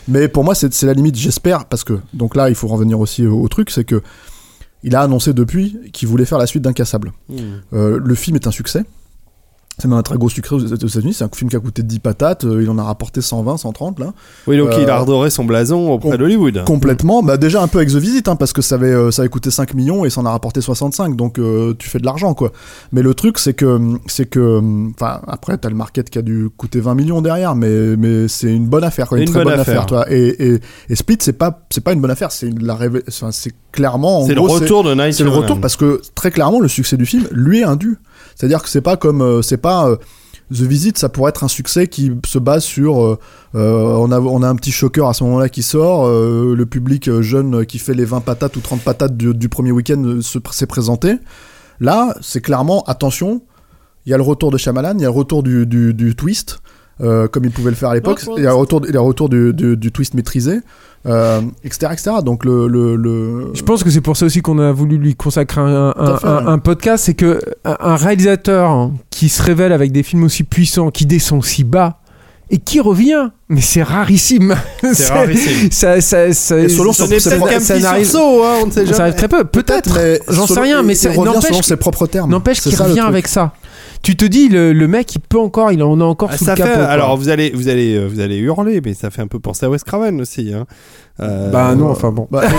Mais pour moi, c'est, c'est la limite, j'espère, parce que, donc là, il faut revenir aussi au, au truc, c'est que il a annoncé depuis qu'il voulait faire la suite d'Incassable. Mmh. Euh, le film est un succès. C'est même un très gros succès aux États-Unis. C'est un film qui a coûté dix patates. Euh, il en a rapporté cent vingt, cent trente, là. Oui, donc euh, il a redoré son blason auprès com- d'Hollywood. Complètement. Bah, déjà un peu avec The Visit, hein, parce que ça avait, euh, ça avait coûté cinq millions et ça en a rapporté soixante-cinq. Donc, euh, tu fais de l'argent, quoi. Mais le truc, c'est que, c'est que, enfin, après, t'as le market qui a dû coûter vingt millions derrière, mais, mais c'est une bonne affaire, quoi. Une, une très bonne, bonne affaire, toi. Et, et, et Split, c'est pas, c'est pas une bonne affaire. C'est une, la révé... enfin, c'est clairement, en c'est gros, le retour c'est, de Night c'est le retour parce que, très clairement, le succès du film lui est indu. C'est-à-dire que c'est pas comme, euh, c'est pas, euh, The Visit, ça pourrait être un succès qui se base sur euh, euh, on, a, on a un petit shocker à ce moment-là qui sort, euh, le public jeune qui fait les vingt patates ou trente patates du, du premier week-end se, s'est présenté. Là, c'est clairement, attention, il y a le retour de Shyamalan, il y a le retour du, du, du twist, euh, comme il pouvait le faire à l'époque, il y a le retour, il y a le retour du, du, du twist maîtrisé. Euh, et cetera, et cetera. Donc le, le, le... Je pense que c'est pour ça aussi qu'on a voulu lui consacrer un, un, fait, un, ouais. un podcast, c'est que un réalisateur qui se révèle avec des films aussi puissants, qui descend si bas et qui revient, mais c'est rarissime. C'est, c'est rarissime. Ça, ça, ça, et selon son, peut-être pro- qu'un ça petit n'arrive... sursaut, hein, on ne sait jamais. Ça arrive très peu, peut-être. peut-être mais j'en sais rien, mais c'est revient selon ses propres termes. N'empêche c'est qu'il revient avec ça. Tu te dis le, le mec il peut encore, il en a encore ah, sous ça le capot. Fait, alors vous allez vous allez vous allez hurler, mais ça fait un peu penser à Wes Craven aussi. Hein. Euh, bah non, enfin bon. Bah,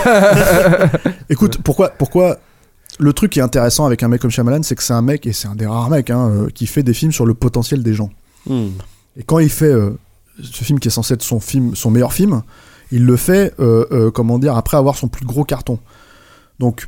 écoute, pourquoi pourquoi le truc qui est intéressant avec un mec comme Shyamalan, c'est que c'est un mec et c'est un des rares mecs hein, euh, qui fait des films sur le potentiel des gens. Mm. Et quand il fait euh, ce film qui est censé être son film, son meilleur film, il le fait euh, euh, comment dire après avoir son plus gros carton. Donc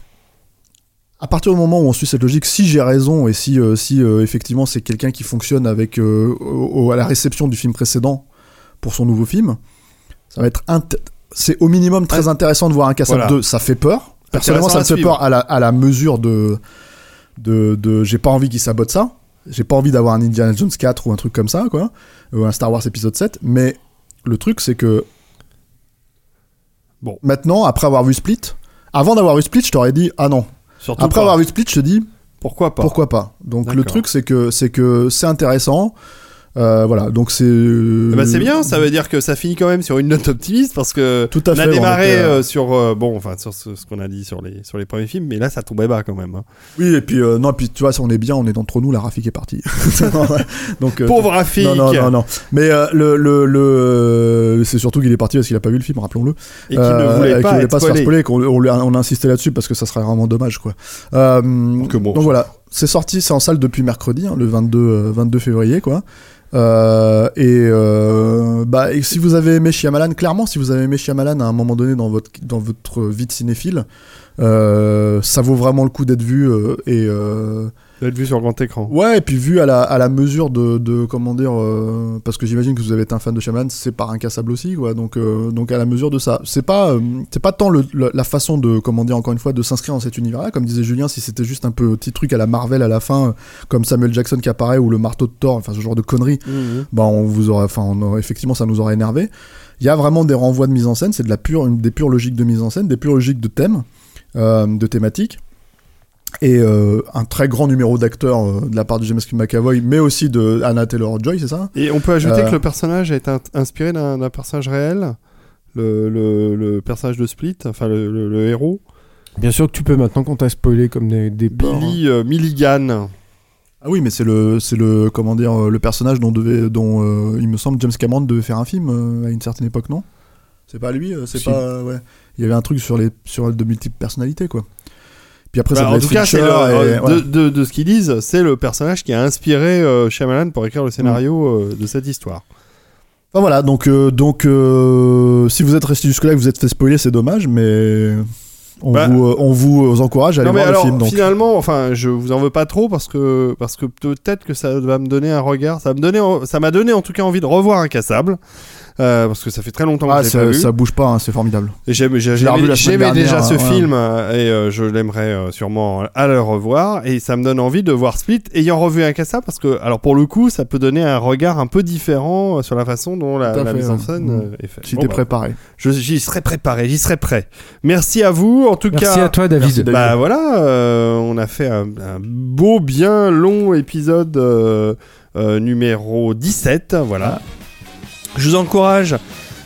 à partir du moment où on suit cette logique, si j'ai raison et si, euh, si euh, effectivement c'est quelqu'un qui fonctionne avec euh, au, à la réception du film précédent pour son nouveau film, ça va être int- c'est au minimum très intéressant de voir Incassable voilà. deux. Ça fait peur. Personnellement, ça me fait peur à la, à la mesure de, de, de j'ai pas envie qu'il sabote ça. J'ai pas envie d'avoir un Indiana Jones quatre ou un truc comme ça, quoi, ou un Star Wars épisode sept. Mais le truc, c'est que bon, maintenant, après avoir vu Split, avant d'avoir vu Split, je t'aurais dit ah non. Surtout Après pas. avoir vu Split, je te dis pourquoi pas. Pourquoi pas. Donc D'accord. le truc c'est que c'est que c'est intéressant. Euh, voilà, donc c'est. Euh... Bah c'est bien, ça veut dire que ça finit quand même sur une note optimiste parce que Tout à on fait, a démarré on était, euh... sur euh, bon, enfin sur ce, ce qu'on a dit sur les sur les premiers films, mais là ça tombait bas quand même. Hein. Oui et puis euh, non, puis tu vois, si on est bien, on est entre nous, la Rafik est partie. donc euh, pauvre Rafik. Non non non non. Mais euh, le le le c'est surtout qu'il est parti parce qu'il a pas vu le film, rappelons-le. Et qu'il ne voulait euh, pas, qu'il voulait être pas se faire spoiler, qu'on on, on a insisté là-dessus parce que ça serait vraiment dommage quoi. Euh, donc, bon, donc voilà, c'est sorti, c'est en salle depuis mercredi, hein, le vingt-deux février quoi. Euh, et, euh, bah, et si vous avez aimé Shyamalan, clairement, si vous avez aimé Shyamalan à un moment donné dans votre, dans votre vie de cinéphile, euh, ça vaut vraiment le coup d'être vu euh, et euh, d'être vu sur le grand écran. Ouais, et puis vu à la, à la mesure de, de comment dire, euh, parce que j'imagine que vous avez été un fan de Shyamalan, c'est par Incassable aussi, quoi. Donc, euh, donc à la mesure de ça, c'est pas, euh, c'est pas tant le, le, la façon de, comment dire, encore une fois, de s'inscrire dans cet univers-là, comme disait Julien, si c'était juste un peu petit truc à la Marvel à la fin, comme Samuel Jackson qui apparaît ou le marteau de Thor, enfin ce genre de conneries, mmh. bah on vous aurait, enfin, on aurait, effectivement, ça nous aurait énervé. Il y a vraiment des renvois de mise en scène, c'est de la pure, une des pures logiques de mise en scène, des pures logiques de thèmes, euh, de thématiques. Et euh, un très grand numéro d'acteurs euh, de la part de James McAvoy, mais aussi de Anna Taylor-Joy, c'est ça ? Et on peut ajouter euh... que le personnage a été inspiré d'un, d'un personnage réel, le, le, le personnage de Split, enfin le, le, le héros. Bien sûr que tu peux maintenant qu'on t'a spoilé comme des, des Billy euh, Milligan. Ah oui, mais c'est le, c'est le, comment dire, le personnage dont, devait, dont euh, il me semble James Cameron devait faire un film euh, à une certaine époque, non ? C'est pas lui, euh, c'est si. pas, euh, ouais. Il y avait un truc sur les, sur de multiples personnalités, quoi. Puis après, bah, ça en tout cas, c'est le, et, ouais. de, de, de ce qu'ils disent, c'est le personnage qui a inspiré euh, Shyamalan pour écrire le scénario mmh. euh, de cette histoire. Enfin voilà, donc, euh, donc euh, si vous êtes resté jusque-là et que vous êtes fait spoiler, c'est dommage, mais on, bah, vous, euh, on vous encourage à aller non, voir alors, le film. Donc. Finalement, enfin, je vous en veux pas trop parce que, parce que peut-être que ça va me donner un regard, ça, va me donner, ça m'a donné en tout cas envie de revoir Incassable. Euh, parce que ça fait très longtemps que ah, je l'ai pas vu. Ça bouge pas, hein, c'est formidable. Et j'aime, j'ai, j'aimais, j'aimais déjà ce ouais. film euh, et euh, je l'aimerais euh, sûrement à le revoir. Et ça me donne envie de voir Split ayant revu Incassable parce que, alors pour le coup, ça peut donner un regard un peu différent euh, sur la façon dont la, la mise en scène mmh. euh, est faite. Si bon, t'es bah, préparé. Je, j'y serai préparé, j'y serai prêt. Merci à vous, en tout Merci cas. Merci à toi, David. Merci, bah David. Voilà, euh, on a fait un, un beau, bien long épisode euh, euh, numéro dix-sept. Voilà. Ah. Je vous encourage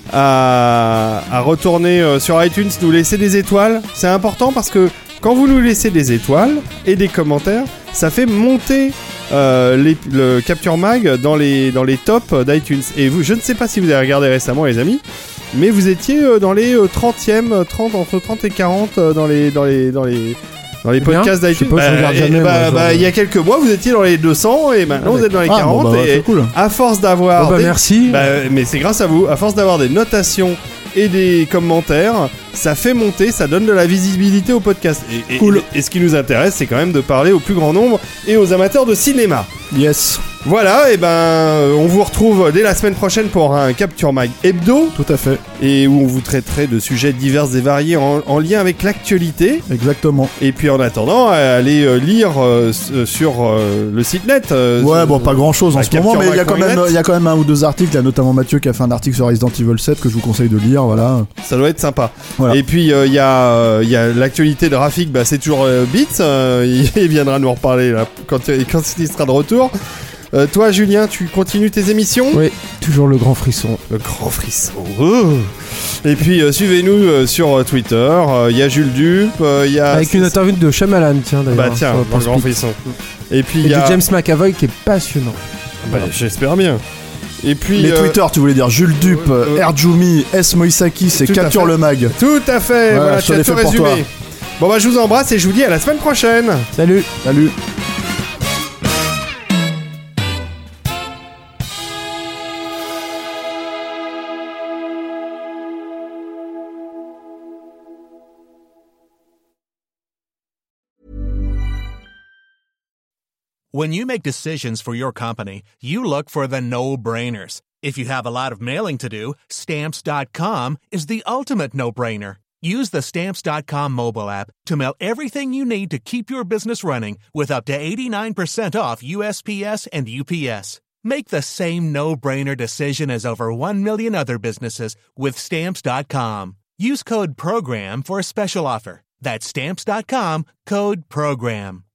à, à retourner euh, sur iTunes, nous laisser des étoiles. C'est important parce que quand vous nous laissez des étoiles et des commentaires, ça fait monter euh, les, le Capture Mag dans les, dans les tops d'iTunes. Et vous, je ne sais pas si vous avez regardé récemment, les amis, mais vous étiez euh, dans les euh, trentième, trente, entre trente et quarante euh, dans les... Dans les, dans les Dans les podcasts bien, d'iTunes, je sais pas, je regarde jamais, bah, moi, bah, genre... il y a quelques mois, vous étiez dans les deux cents et maintenant ah, vous êtes dans les ah, quarante. Bon, bah, et c'est cool. à force d'avoir, Oh bah des... merci. bah, mais c'est grâce à vous. À force d'avoir des notations et des commentaires, ça fait monter, ça donne de la visibilité au podcast. Et, et, Cool. et, et ce qui nous intéresse, c'est quand même de parler au plus grand nombre et aux amateurs de cinéma. Yes. Voilà, et ben on vous retrouve dès la semaine prochaine pour un Capture Mag hebdo. Tout à fait. Et où on vous traiterait de sujets divers et variés en, en lien avec l'actualité. Exactement. Et puis en attendant, allez euh, lire euh, sur euh, le site net. Euh, Ouais, sur, bon, pas grand chose en à ce moment, mais il y a quand même, capturemag point net. il y a quand même un ou deux articles. Il y a notamment Mathieu qui a fait un article sur Resident Evil sept que je vous conseille de lire. Voilà. Ça doit être sympa. Voilà. Et puis il euh, y a, euh, y a l'actualité de Rafik, bah, c'est toujours euh, Beats. Euh, il, il viendra nous en reparler là, quand, quand il sera de retour. Euh, toi, Julien, tu continues tes émissions ? Oui, toujours le grand frisson. Le grand frisson. Oh. Et puis euh, suivez-nous euh, sur Twitter. Il euh, y a Jules Dupe. Il euh, y a Avec une interview de Shyamalan, tiens d'ailleurs. Bah tiens, sur- le pour grand Split. frisson. Et puis Et il y du a James McAvoy qui est passionnant. Bah, j'espère bien. Et puis Les euh, Twitter, tu voulais dire Jules Dupe, euh, euh, Erjumi, S. Moïsaki, c'est Tout à Capture fait. le Mag. Tout à fait. Voilà, Voilà, je tu te as l'ai tout fait pour résumé. toi. Bon bah je vous embrasse et je vous dis à la semaine prochaine. Salut. Salut. When you make decisions for your company, you look for the no-brainers. If you have a lot of mailing to do, Stamps dot com is the ultimate no-brainer. Use the Stamps dot com mobile app to mail everything you need to keep your business running with up to eighty-nine percent off U S P S and U P S. Make the same no-brainer decision as over one million other businesses with Stamps dot com. Use code PROGRAM for a special offer. That's Stamps dot com, code PROGRAM.